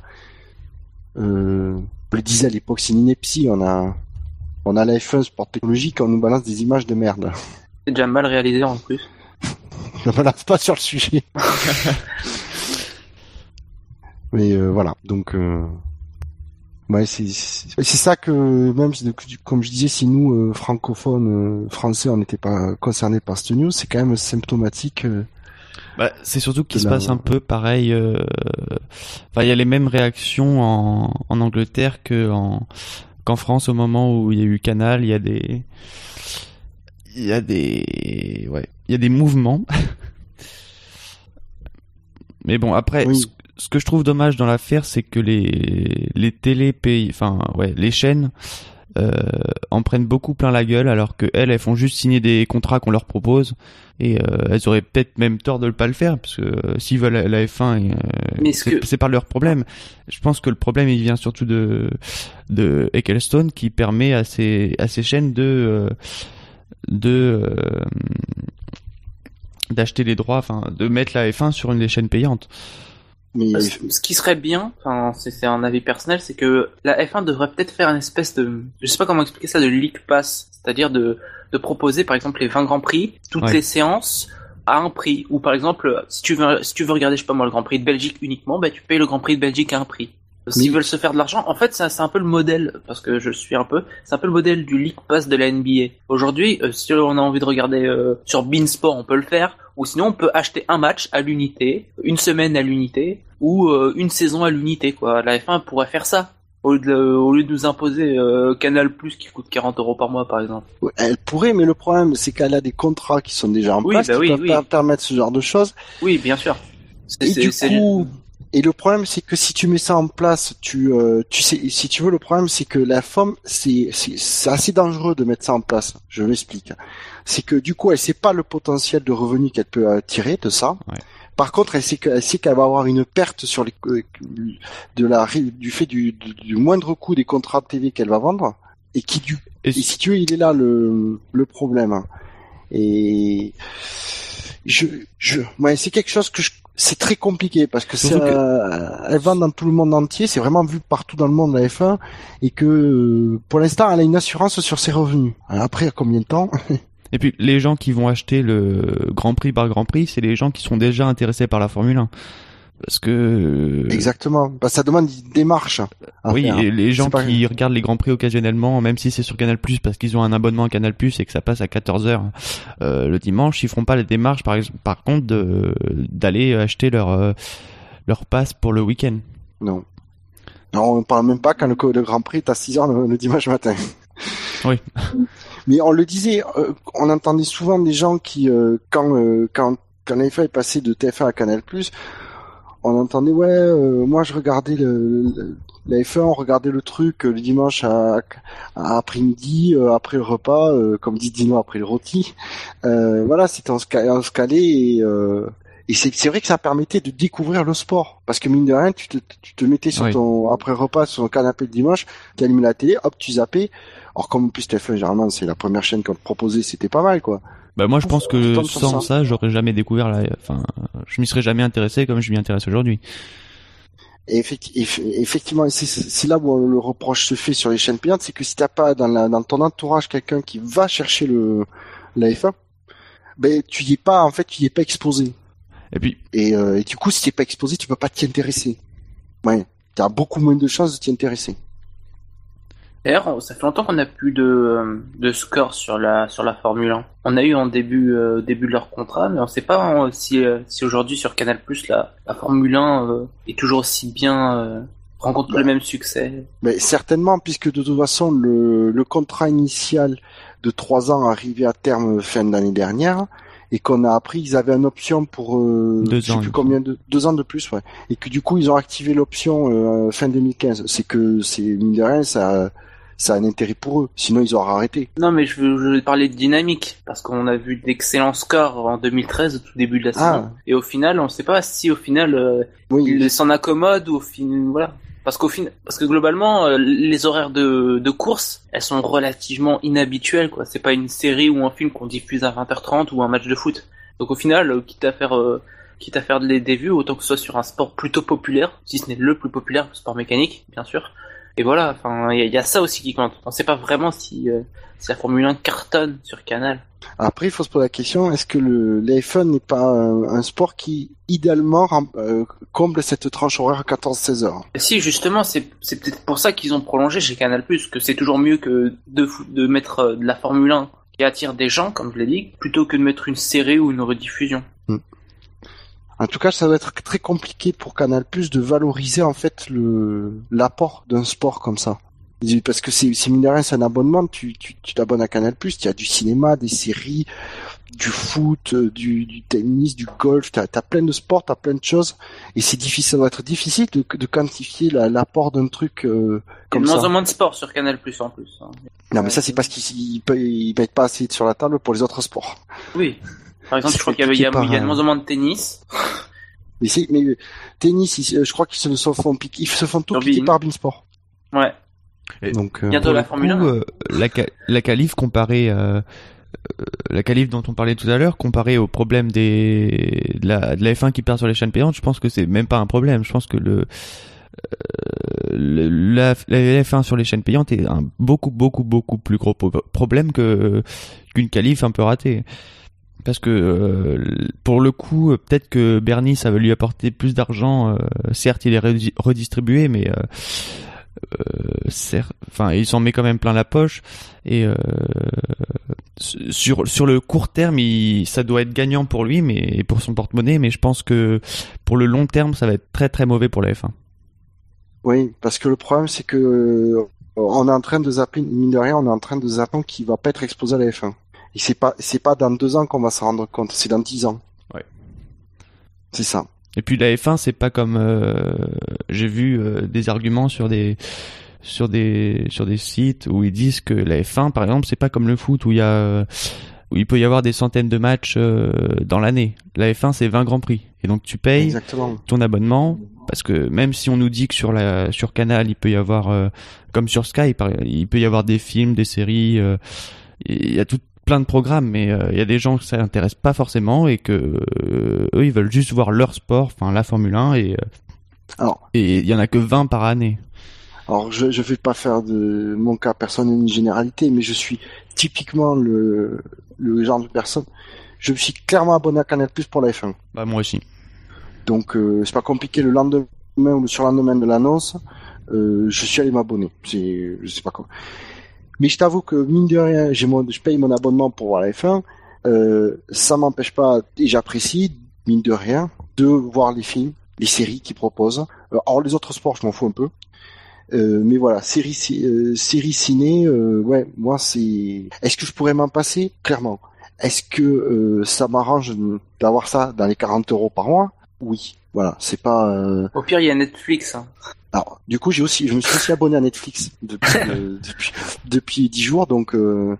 Speaker 2: Euh, je le disais à l'époque, c'est une ineptie, on a on a la F un sport technologique, on nous balance des images de merde.
Speaker 3: C'est déjà mal réalisé en plus.
Speaker 2: Je me lance pas sur le sujet. Mais euh, voilà, donc euh... ouais, c'est, c'est c'est ça que même comme je disais, si nous euh, francophones euh, français, on n'était pas concernés par cette news, c'est quand même symptomatique. Euh,
Speaker 4: bah, c'est surtout qu'il se la... passe un peu pareil. Euh... Enfin, il y a les mêmes réactions en, en Angleterre que en qu'en France au moment où il y a eu Canal. Il y a des il y a des ouais il y a des mouvements. Mais bon, après, oui. ce, ce que je trouve dommage dans l'affaire, c'est que les les télé pays, enfin ouais, les chaînes euh, en prennent beaucoup plein la gueule, alors que elles, elles font juste signer des contrats qu'on leur propose, et euh, elles auraient peut-être même tort de ne pas le faire, parce que euh, s'ils veulent la, la F un, euh, c'est, que... c'est pas leur problème. Je pense que le problème, il vient surtout de de Ecclestone, qui permet à ces à ces chaînes de euh, de euh, d'acheter les droits, enfin de mettre la F un sur une des chaînes payantes.
Speaker 3: Mais... Ce qui serait bien, enfin c'est, c'est un avis personnel, c'est que la F un devrait peut-être faire une espèce de, je sais pas comment expliquer ça, de League Pass, c'est-à-dire de de proposer par exemple les vingt grands prix, toutes ouais. les séances à un prix. Ou par exemple, si tu veux si tu veux regarder je sais pas moi le Grand Prix de Belgique uniquement, bah tu payes le Grand Prix de Belgique à un prix. S'ils oui. veulent se faire de l'argent, en fait, c'est, c'est un peu le modèle, parce que je suis un peu, c'est un peu le modèle du League Pass de la N B A. Aujourd'hui, euh, si on a envie de regarder euh, sur Beansport, on peut le faire, ou sinon on peut acheter un match à l'unité, une semaine à l'unité, ou euh, une saison à l'unité, quoi. La F un pourrait faire ça, au lieu de, au lieu de nous imposer euh, Canal Plus qui coûte quarante euros par mois, par exemple.
Speaker 2: Elle pourrait, mais le problème, c'est qu'elle a des contrats qui sont déjà en
Speaker 3: oui,
Speaker 2: place,
Speaker 3: bah
Speaker 2: qui
Speaker 3: oui,
Speaker 2: peuvent
Speaker 3: oui.
Speaker 2: pas permettre ce genre de choses.
Speaker 3: Oui, bien sûr.
Speaker 2: C'est, et c'est, du c'est, coup... C'est... Et le problème, c'est que si tu mets ça en place, tu, euh, tu sais, si tu veux, le problème, c'est que la forme, c'est, c'est, c'est assez dangereux de mettre ça en place. Je m'explique. C'est que du coup, elle sait pas le potentiel de revenus qu'elle peut tirer de ça. Ouais. Par contre, elle sait qu'elle sait qu'elle va avoir une perte sur les, de la, du fait du, du, du moindre coût des contrats de T V qu'elle va vendre, et qui du Et, et si tu veux, il est là le le problème. Hein. Et je je ouais, c'est quelque chose que je c'est très compliqué parce que c'est que... elle vend dans tout le monde entier, c'est vraiment vu partout dans le monde la F un et que pour l'instant elle a une assurance sur ses revenus. Alors après, à combien de temps?
Speaker 4: Et puis les gens qui vont acheter le Grand Prix par Grand Prix, c'est les gens qui sont déjà intéressés par la Formule un. Parce que
Speaker 2: exactement, bah, ça demande une démarche.
Speaker 4: Oui,
Speaker 2: faire.
Speaker 4: Et les gens
Speaker 2: pas...
Speaker 4: qui regardent les Grands Prix occasionnellement, même si c'est sur Canal Plus parce qu'ils ont un abonnement à Canal Plus et que ça passe à quatorze heures euh, le dimanche, ils feront pas les démarches par exemple, par contre de d'aller acheter leur euh, leur passe pour le week-end.
Speaker 2: Non. Non, on parle même pas quand le, le Grand Prix est à six heures le, le dimanche matin.
Speaker 4: Oui.
Speaker 2: Mais on le disait, euh, on entendait souvent des gens qui euh, quand euh, quand quand la F un est passé de T F un à Canal Plus, on entendait ouais euh, moi je regardais le, le la F un, on regardait le truc euh, le dimanche à, à après-midi euh, après le repas euh, comme dit Dino après le rôti. Euh, voilà, c'était on se calait, on se calait et euh, et c'est c'est vrai que ça permettait de découvrir le sport parce que mine de rien tu te tu te mettais sur oui. ton après repas sur ton canapé le dimanche, tu allumais la télé, hop tu zappais. Alors comme en plus T F un généralement c'est la première chaîne qu'on te proposait, c'était pas mal quoi.
Speaker 4: Bah moi je pense que sans ça, ça j'aurais jamais découvert la, enfin je m'y serais jamais intéressé comme je m'y intéresse aujourd'hui.
Speaker 2: Et effectivement, c'est, c'est là où le reproche se fait sur les chaînes payantes, c'est que si t'as pas dans, la, dans ton entourage quelqu'un qui va chercher le la F un, ben tu y es pas en fait, tu y es pas exposé.
Speaker 4: Et puis
Speaker 2: et, euh, et du coup si t'es pas exposé, tu peux pas t'y intéresser. Ouais, t'as beaucoup moins de chances de t'y intéresser.
Speaker 3: D'ailleurs, ça fait longtemps qu'on n'a plus de, de score sur la, sur la Formule un. On a eu en début, euh, début de leur contrat, mais on sait pas hein, si, euh, si aujourd'hui sur Canal+, la, la Formule un euh, est toujours aussi bien, euh, rencontre bah, le même succès.
Speaker 2: Mais certainement, puisque de toute façon, le, le contrat initial de trois ans arrivait à terme fin d'année dernière, et qu'on a appris, ils avaient une option pour, euh,
Speaker 4: deux
Speaker 2: je sais
Speaker 4: ans,
Speaker 2: plus combien de, deux ans de plus, ouais. Et que du coup, ils ont activé l'option, euh, fin deux mille quinze. C'est que, c'est, mine de rien, ça, ça a un intérêt pour eux. Sinon, ils auraient arrêté.
Speaker 3: Non, mais je veux, je veux parler de dynamique. Parce qu'on a vu d'excellents scores en deux mille treize, au tout début de la saison. Ah. Et au final, on sait pas si au final, euh, oui. ils s'en accommodent ou au final, voilà. Parce qu'au final, parce que globalement, euh, les horaires de, de course, elles sont relativement inhabituelles, quoi. C'est pas une série ou un film qu'on diffuse à vingt heures trente ou un match de foot. Donc au final, euh, quitte à faire, euh, quitte à faire des, des vues, autant que ce soit sur un sport plutôt populaire, si ce n'est le plus populaire, le sport mécanique, bien sûr. Et voilà, enfin, il y, y a ça aussi qui compte. On sait pas vraiment si, euh, si la Formule un cartonne sur Canal.
Speaker 2: Après, il faut se poser la question, est-ce que le, le F un n'est pas un, un sport qui, idéalement, euh, comble cette tranche horaire quatorze seize heures?
Speaker 3: Si, justement, c'est, c'est peut-être pour ça qu'ils ont prolongé chez Canal+, que c'est toujours mieux que de, de mettre de la Formule un qui attire des gens, comme je l'ai dit, plutôt que de mettre une série ou une rediffusion.
Speaker 2: Hmm. En tout cas, ça doit être très compliqué pour Canal+ de valoriser, en fait, le, l'apport d'un sport comme ça. Parce que c'est, c'est mine de rien, c'est un abonnement, tu, tu, tu t'abonnes à Canal+, il y a du cinéma, des séries, du foot, du, du tennis, du golf, t'as, t'as plein de sports, t'as plein de choses, et c'est difficile, ça doit être difficile de, de quantifier la, l'apport d'un truc, euh, comme ça.
Speaker 3: Il y a de moins en moins de sport sur Canal+, en plus. Hein.
Speaker 2: Non, mais ça, c'est parce qu'ils, ils, ils mettent pas assez sur la table pour les autres sports.
Speaker 3: Oui. Par exemple, c'est je crois qu'il y, avait, il y a, par... il y a de moins en moins de tennis.
Speaker 2: Mais c'est, mais, tennis, ils, je crois qu'ils se, se font piquer, ils se font tout piquer par Beansport.
Speaker 3: Ouais.
Speaker 4: Et
Speaker 3: donc, euh, bientôt la Formule un.
Speaker 4: Euh, la, la qualif comparée, euh, la qualif dont on parlait tout à l'heure, comparée au problème des, de la, de la F un qui perd sur les chaînes payantes, je pense que c'est même pas un problème. Je pense que le, euh, le la, la F un sur les chaînes payantes est un beaucoup, beaucoup, beaucoup plus gros problème que, qu'une qualif un peu ratée. Parce que euh, pour le coup, peut-être que Bernie, ça va lui apporter plus d'argent. Euh, certes, il est redistribué, mais euh, Euh, certes, enfin, il s'en met quand même plein la poche et euh, sur sur le court terme, il, ça doit être gagnant pour lui, mais pour son porte-monnaie. Mais je pense que pour le long terme, ça va être très très mauvais pour la F un.
Speaker 2: Oui, parce que le problème, c'est que euh, on est en train de zapper, mine de rien, on est en train de zapper qui va pas être exposé à la F un. Et c'est pas c'est pas dans deux ans qu'on va s'en rendre compte, c'est dans dix ans.
Speaker 4: Ouais.
Speaker 2: C'est ça.
Speaker 4: Et puis la F un, c'est pas comme euh, j'ai vu euh, des arguments sur des sur des sur des sites où ils disent que la F un, par exemple, c'est pas comme le foot où il y a où il peut y avoir des centaines de matchs euh, dans l'année. La F un, c'est vingt grands prix et donc tu payes
Speaker 2: Exactement.
Speaker 4: ton abonnement parce que même si on nous dit que sur la sur Canal il peut y avoir euh, comme sur Sky il peut y avoir des films, des séries, euh, il y a tout plein de programmes, mais il euh, y a des gens que ça intéresse pas forcément et que euh, eux ils veulent juste voir leur sport, enfin la Formule un, et euh,
Speaker 2: alors
Speaker 4: et il y en a que vingt par année.
Speaker 2: Alors je je vais pas faire de mon cas personnel une généralité, mais je suis typiquement le le genre de personne. Je me suis clairement abonné à Canal+ pour la F un.
Speaker 4: Bah moi aussi.
Speaker 2: Donc euh, c'est pas compliqué, le lendemain ou le surlendemain de l'annonce, euh, je suis allé m'abonner. C'est je sais pas quoi. Mais je t'avoue que mine de rien, j'ai mon je paye mon abonnement pour voir la F un. Euh, ça m'empêche pas, et j'apprécie mine de rien de voir les films, les séries qu'ils proposent. Alors les autres sports, je m'en fous un peu. Euh, mais voilà, série, euh, série ciné, euh, ouais, moi c'est. Est-ce que je pourrais m'en passer? Clairement. Est-ce que euh, ça m'arrange d'avoir ça dans les quarante euros par mois? Oui. Voilà, c'est pas. Euh...
Speaker 3: Au pire, il y a Netflix. Hein.
Speaker 2: Alors, du coup, j'ai aussi, je me suis aussi abonné à Netflix depuis euh, depuis depuis dix jours, donc euh...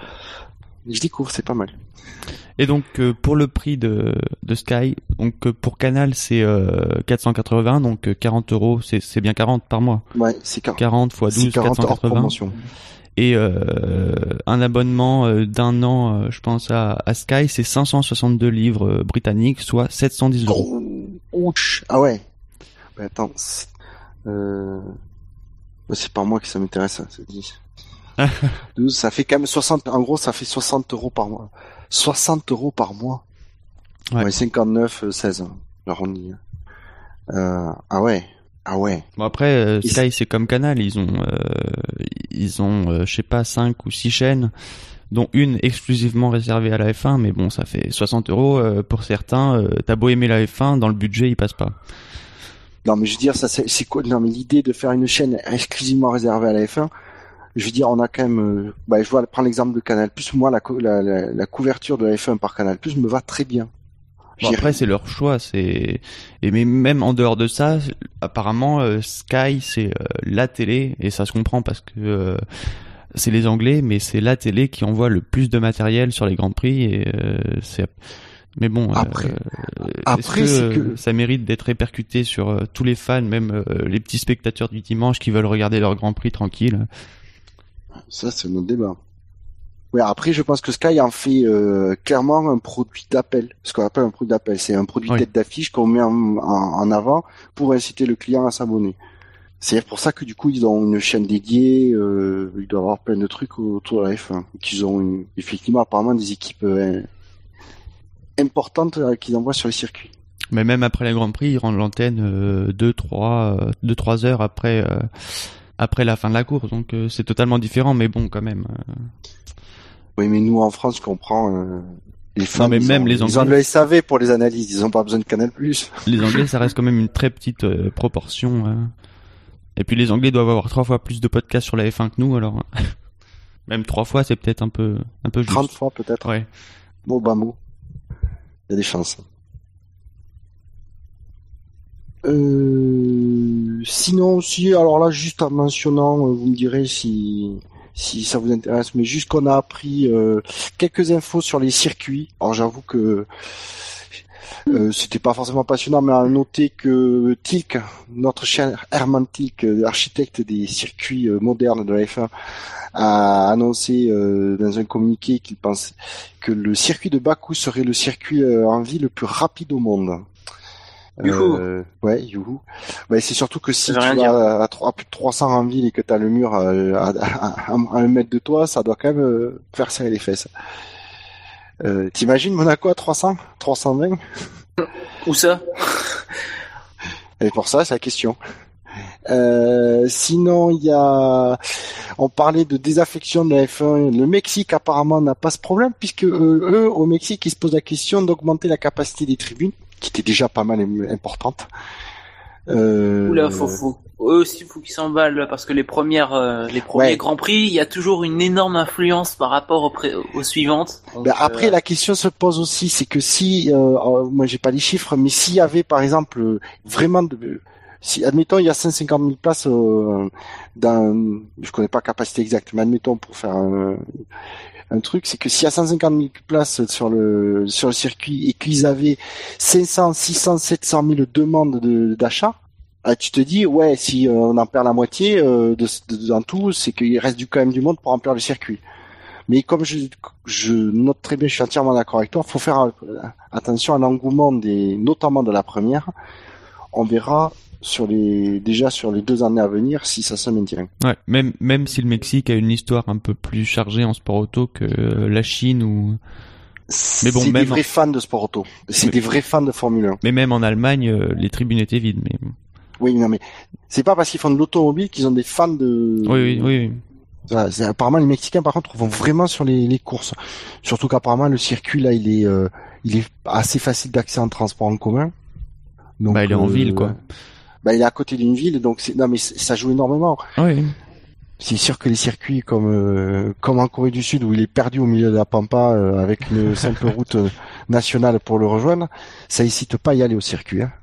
Speaker 2: je découvre, c'est pas mal.
Speaker 4: Et donc euh, pour le prix de de Sky, donc euh, pour Canal c'est euh, quatre cent quatre-vingts, donc euh, quarante euros, c'est c'est bien quarante par mois.
Speaker 2: Ouais, c'est quarante.
Speaker 4: quarante fois douze, quatre cent quatre-vingts. Et euh, un abonnement euh, d'un an, euh, je pense à, à Sky, c'est cinq cent soixante-deux livres euh, britanniques, soit sept cent dix euros.
Speaker 2: Oh, ouch. Ah ouais. Mais attends, c'est, euh... c'est pas moi que ça m'intéresse, ça, c'est dit. douze, ça fait quand même soixante, en gros, ça fait soixante euros par mois. soixante euros par mois. Ouais, ouais cinquante-neuf, seize, l'arrondi. Euh, ah ouais. Ah ouais.
Speaker 4: Bon après, euh, Sky, c'est comme Canal, ils ont, euh, ils ont, euh, je sais pas, cinq ou six chaînes, dont une exclusivement réservée à la F un, mais bon, ça fait soixante euros, euh, pour certains, euh, t'as beau aimer la F un, dans le budget, il passe pas.
Speaker 2: Non, mais je veux dire, ça, c'est, c'est quoi, non, mais l'idée de faire une chaîne exclusivement réservée à la F un, je veux dire, on a quand même, euh, bah, je vois, prendre l'exemple de Canal+, moi, la, la, la, la couverture de la F un par Canal+, me va très bien.
Speaker 4: Bon, après c'est leur choix, c'est et mais même en dehors de ça, apparemment euh, Sky c'est euh, la télé, et ça se comprend parce que euh, c'est les Anglais, mais c'est la télé qui envoie le plus de matériel sur les grands prix, et euh, c'est mais bon
Speaker 2: après
Speaker 4: euh,
Speaker 2: après
Speaker 4: est-ce que,
Speaker 2: c'est que
Speaker 4: euh, ça mérite d'être répercuté sur euh, tous les fans, même euh, les petits spectateurs du dimanche qui veulent regarder leur Grand Prix tranquille.
Speaker 2: Ça c'est notre débat. Ouais, après, je pense que Sky en fait euh, clairement un produit d'appel. Ce qu'on appelle un produit d'appel, c'est un produit oui. tête d'affiche qu'on met en, en, en avant pour inciter le client à s'abonner. C'est pour ça que du coup, ils ont une chaîne dédiée, euh, ils doivent avoir plein de trucs autour de la F un. Qu'ils ont une, effectivement apparemment des équipes euh, importantes euh, qu'ils envoient sur les circuits.
Speaker 4: Mais même après les Grands Prix, ils rendent l'antenne euh, deux, trois, euh, deux, trois heures après euh, après la fin de la course. Donc euh, c'est totalement différent, mais bon, quand même. Euh...
Speaker 2: Oui, mais nous en France, je comprends. Euh, les fans,
Speaker 4: non, mais même
Speaker 2: ont,
Speaker 4: les Anglais,
Speaker 2: ils ont le S A V pour les analyses. Ils ont pas besoin de Canal+.
Speaker 4: Les Anglais, ça reste quand même une très petite euh, proportion. Hein. Et puis les Anglais doivent avoir trois fois plus de podcasts sur la F un que nous, alors même trois fois, c'est peut-être un peu un peu juste.
Speaker 2: trente fois peut-être.
Speaker 4: Ouais.
Speaker 2: Bon, bah mot. Il y a des chances. Euh, sinon aussi, alors là, juste en mentionnant, vous me direz si si ça vous intéresse, mais juste qu'on a appris euh, quelques infos sur les circuits. Alors j'avoue que euh, c'était pas forcément passionnant, mais à noter que Tilk, notre cher Herman Tilk, architecte des circuits euh, modernes de la F un, a annoncé euh, dans un communiqué qu'il pense que le circuit de Bakou serait le circuit euh, en vie le plus rapide au monde.
Speaker 3: Youhou.
Speaker 2: Euh, ouais, youhou. Ouais, c'est surtout que si tu
Speaker 3: vas
Speaker 2: à, à, à plus de trois cents en ville et que t'as le mur à, à, à, à un mètre de toi, ça doit quand même euh, faire serrer les fesses. Euh, t'imagines Monaco à trois cents, trois cent vingt?
Speaker 3: Où ça?
Speaker 2: Et pour ça, c'est la question. Euh, sinon, il y a, on parlait de désaffection de la F un. Le Mexique apparemment n'a pas ce problème puisque euh, eux, au Mexique, ils se posent la question d'augmenter la capacité des tribunes, qui était déjà pas mal importante. Euh...
Speaker 3: Oula, faut, faut, eux aussi, faut qu'ils s'emballent parce que les premières, euh, les premiers ouais. Grands Prix, il y a toujours une énorme influence par rapport aux, pré- aux suivantes. Donc,
Speaker 2: ben après,
Speaker 3: euh...
Speaker 2: la question se pose aussi, c'est que si, euh, moi j'ai pas les chiffres, mais s'il y avait par exemple vraiment de si, admettons, il y a cent cinquante mille places euh, dans, je connais pas la capacité exacte, mais admettons pour faire un, un truc, c'est que s'il y a cent cinquante mille places sur le sur le circuit et qu'ils avaient cinq cents, six cents, sept cent mille demandes de, d'achat, Ah, tu te dis, ouais, si euh, on en perd la moitié euh, de, de, dans tout, c'est qu'il reste du, quand même du monde pour remplir le circuit. Mais comme je, je note très bien, je suis entièrement d'accord avec toi, faut faire euh, attention à l'engouement des, notamment de la première. On verra sur les, déjà sur les deux années à venir si ça se maintient.
Speaker 4: Ouais, même, même si le Mexique a une histoire un peu plus chargée en sport auto que la Chine ou...
Speaker 2: Mais bon, c'est même des vrais en... fans de sport auto. C'est mais... des vrais fans de Formule un.
Speaker 4: Mais même en Allemagne, euh, les tribunes étaient vides, mais...
Speaker 2: Oui, non, mais c'est pas parce qu'ils font de l'automobile qu'ils ont des fans de...
Speaker 4: Oui, oui, oui. oui.
Speaker 2: Voilà, c'est, apparemment, les Mexicains, par contre, vont vraiment sur les, les courses. Surtout qu'apparemment, le circuit, là, il est, euh, il est assez facile d'accès en transport en commun.
Speaker 4: Donc, bah, il est en euh, ville, quoi.
Speaker 2: Bah, il est à côté d'une ville, donc c'est, non, mais ça joue énormément.
Speaker 4: Oui.
Speaker 2: C'est sûr que les circuits comme, euh, comme en Corée du Sud, où il est perdu au milieu de la pampa, euh, avec une simple route nationale pour le rejoindre, ça incite pas à y aller au circuit, hein.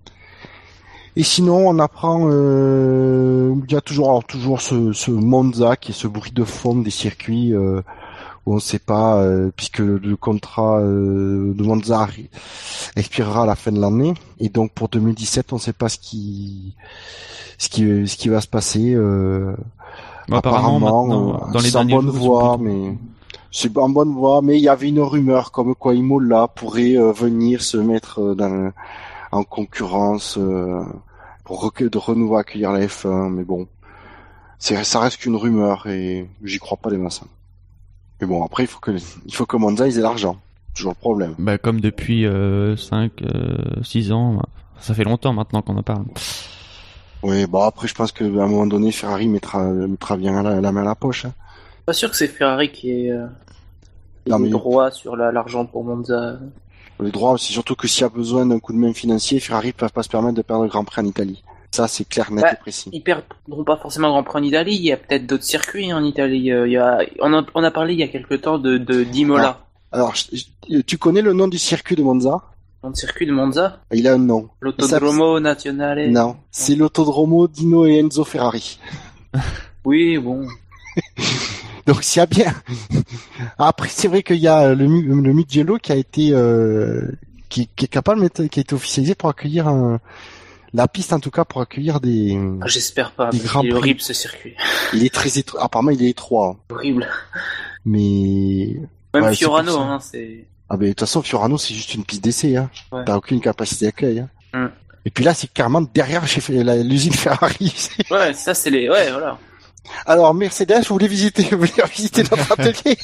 Speaker 2: Et sinon, on apprend, euh, il y a toujours, alors, toujours ce, ce Monza qui est ce bruit de fond des circuits euh, où on ne sait pas, euh, puisque le contrat euh, de Monza expirera à la fin de l'année, et donc pour deux mille dix-sept, on ne sait pas ce qui, ce qui, ce qui va se passer. Euh,
Speaker 4: bah, apparemment, apparemment dans les
Speaker 2: c'est en bonne voie, mais c'est en bonne voie. Mais il y avait une rumeur comme quoi Imola pourrait euh, venir se mettre dans, en concurrence. Euh, pour de renouveau accueillir la F un, mais bon, c'est, ça reste qu'une rumeur et j'y crois pas des masses. Mais bon, après, il faut que, il faut que Monza, ils aient l'argent. Toujours le problème.
Speaker 4: Bah, comme depuis, euh, cinq, six ans, ça fait longtemps maintenant qu'on en parle.
Speaker 2: Oui, bah, après, je pense qu'à un moment donné, Ferrari mettra, mettra bien la, la main à la poche, hein.
Speaker 3: Pas sûr que c'est Ferrari qui est, euh, non, mais... droit sur la, l'argent pour Monza.
Speaker 2: Les droits, c'est surtout que s'il y a besoin d'un coup de main financier, Ferrari ne peuvent pas se permettre de perdre le Grand Prix en Italie. Ça, c'est clair, net
Speaker 3: bah,
Speaker 2: et précis.
Speaker 3: Ils perdront pas forcément le Grand Prix en Italie. Il y a peut-être d'autres circuits en Italie. Il y a, on a, on a parlé il y a quelque temps de, de d'Imola.
Speaker 2: Alors, alors, tu connais le nom du circuit de Monza?
Speaker 3: Le circuit de Monza?
Speaker 2: Il a un nom.
Speaker 3: L'autodromo Nazionale.
Speaker 2: Non, c'est l'autodromo Dino et Enzo Ferrari.
Speaker 3: Oui, bon.
Speaker 2: Donc s'il y a bien. Après c'est vrai qu'il y a le le Mugello qui a été euh, qui, qui est capable qui a été officialisé pour accueillir un, la piste en tout cas pour accueillir des.
Speaker 3: Ah, j'espère pas. Des grands il est prix. Horrible ce circuit.
Speaker 2: Il est très étroit. Apparemment il est étroit.
Speaker 3: Horrible.
Speaker 2: Mais
Speaker 3: même ouais, Fiorano hein c'est.
Speaker 2: Ah ben de toute façon Fiorano c'est juste une piste d'essai hein. Ouais. T'as aucune capacité d'accueil hein. Mm. Et puis là c'est carrément derrière chez la, l'usine Ferrari.
Speaker 3: Ouais ça c'est les ouais voilà.
Speaker 2: Alors, Mercedes, vous voulez visiter, vous voulez visiter notre atelier?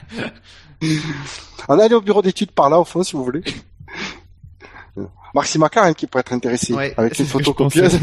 Speaker 2: On est allé au bureau d'études par là, au fond, si vous voulez. Marcy McLaren qui pourrait être intéressé ouais, avec une photocopieuse.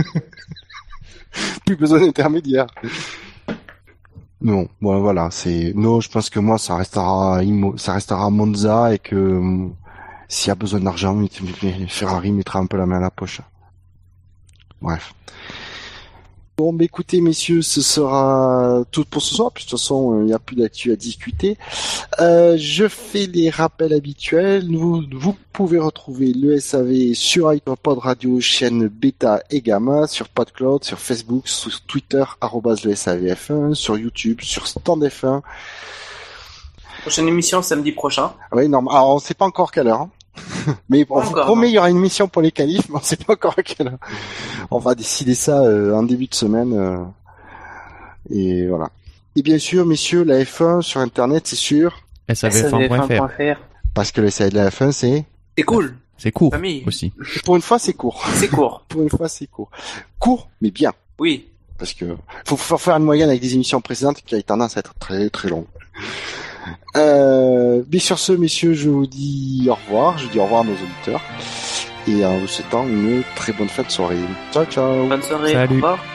Speaker 2: Plus besoin d'intermédiaire. Non, bon, voilà, c'est, non, je pense que moi, ça restera, ça restera Monza et que, euh, s'il y a besoin d'argent, Ferrari mettra un peu la main à la poche. Bref. Bon, bah écoutez, messieurs, ce sera tout pour ce soir, puis de toute façon, il n'y a plus d'actu à discuter. Euh, je fais les rappels habituels. Vous, vous pouvez retrouver le S A V sur iPod Radio, chaîne Beta et Gamma, sur PodCloud, sur Facebook, sur Twitter, arrobase le S A V F un, sur YouTube, sur Stand F un.
Speaker 3: Prochaine émission samedi prochain.
Speaker 2: Oui, non, alors on sait pas encore quelle heure, hein. Mais on vous promet, il y aura une mission pour les qualifs, mais on sait pas encore à quelle heure. On va décider ça euh, en début de semaine. Euh, et voilà. Et bien sûr, messieurs, la F un sur Internet, c'est sûr.
Speaker 4: S A V F un point F R.
Speaker 2: Parce que le S A V de la F un, c'est...
Speaker 3: C'est cool.
Speaker 4: C'est court
Speaker 3: Famille.
Speaker 4: Aussi.
Speaker 2: Et pour une fois, c'est court.
Speaker 3: C'est court.
Speaker 2: Pour une fois, c'est court. Court, mais bien.
Speaker 3: Oui.
Speaker 2: Parce que faut faire une moyenne avec des émissions précédentes qui a tendance à être très très longues. Euh, mais sur ce, messieurs, je vous dis au revoir. Je dis au revoir à nos auditeurs. Et en vous souhaitant une très bonne fin de soirée. Ciao, ciao.
Speaker 3: Bonne soirée.
Speaker 4: Salut.
Speaker 3: Au revoir.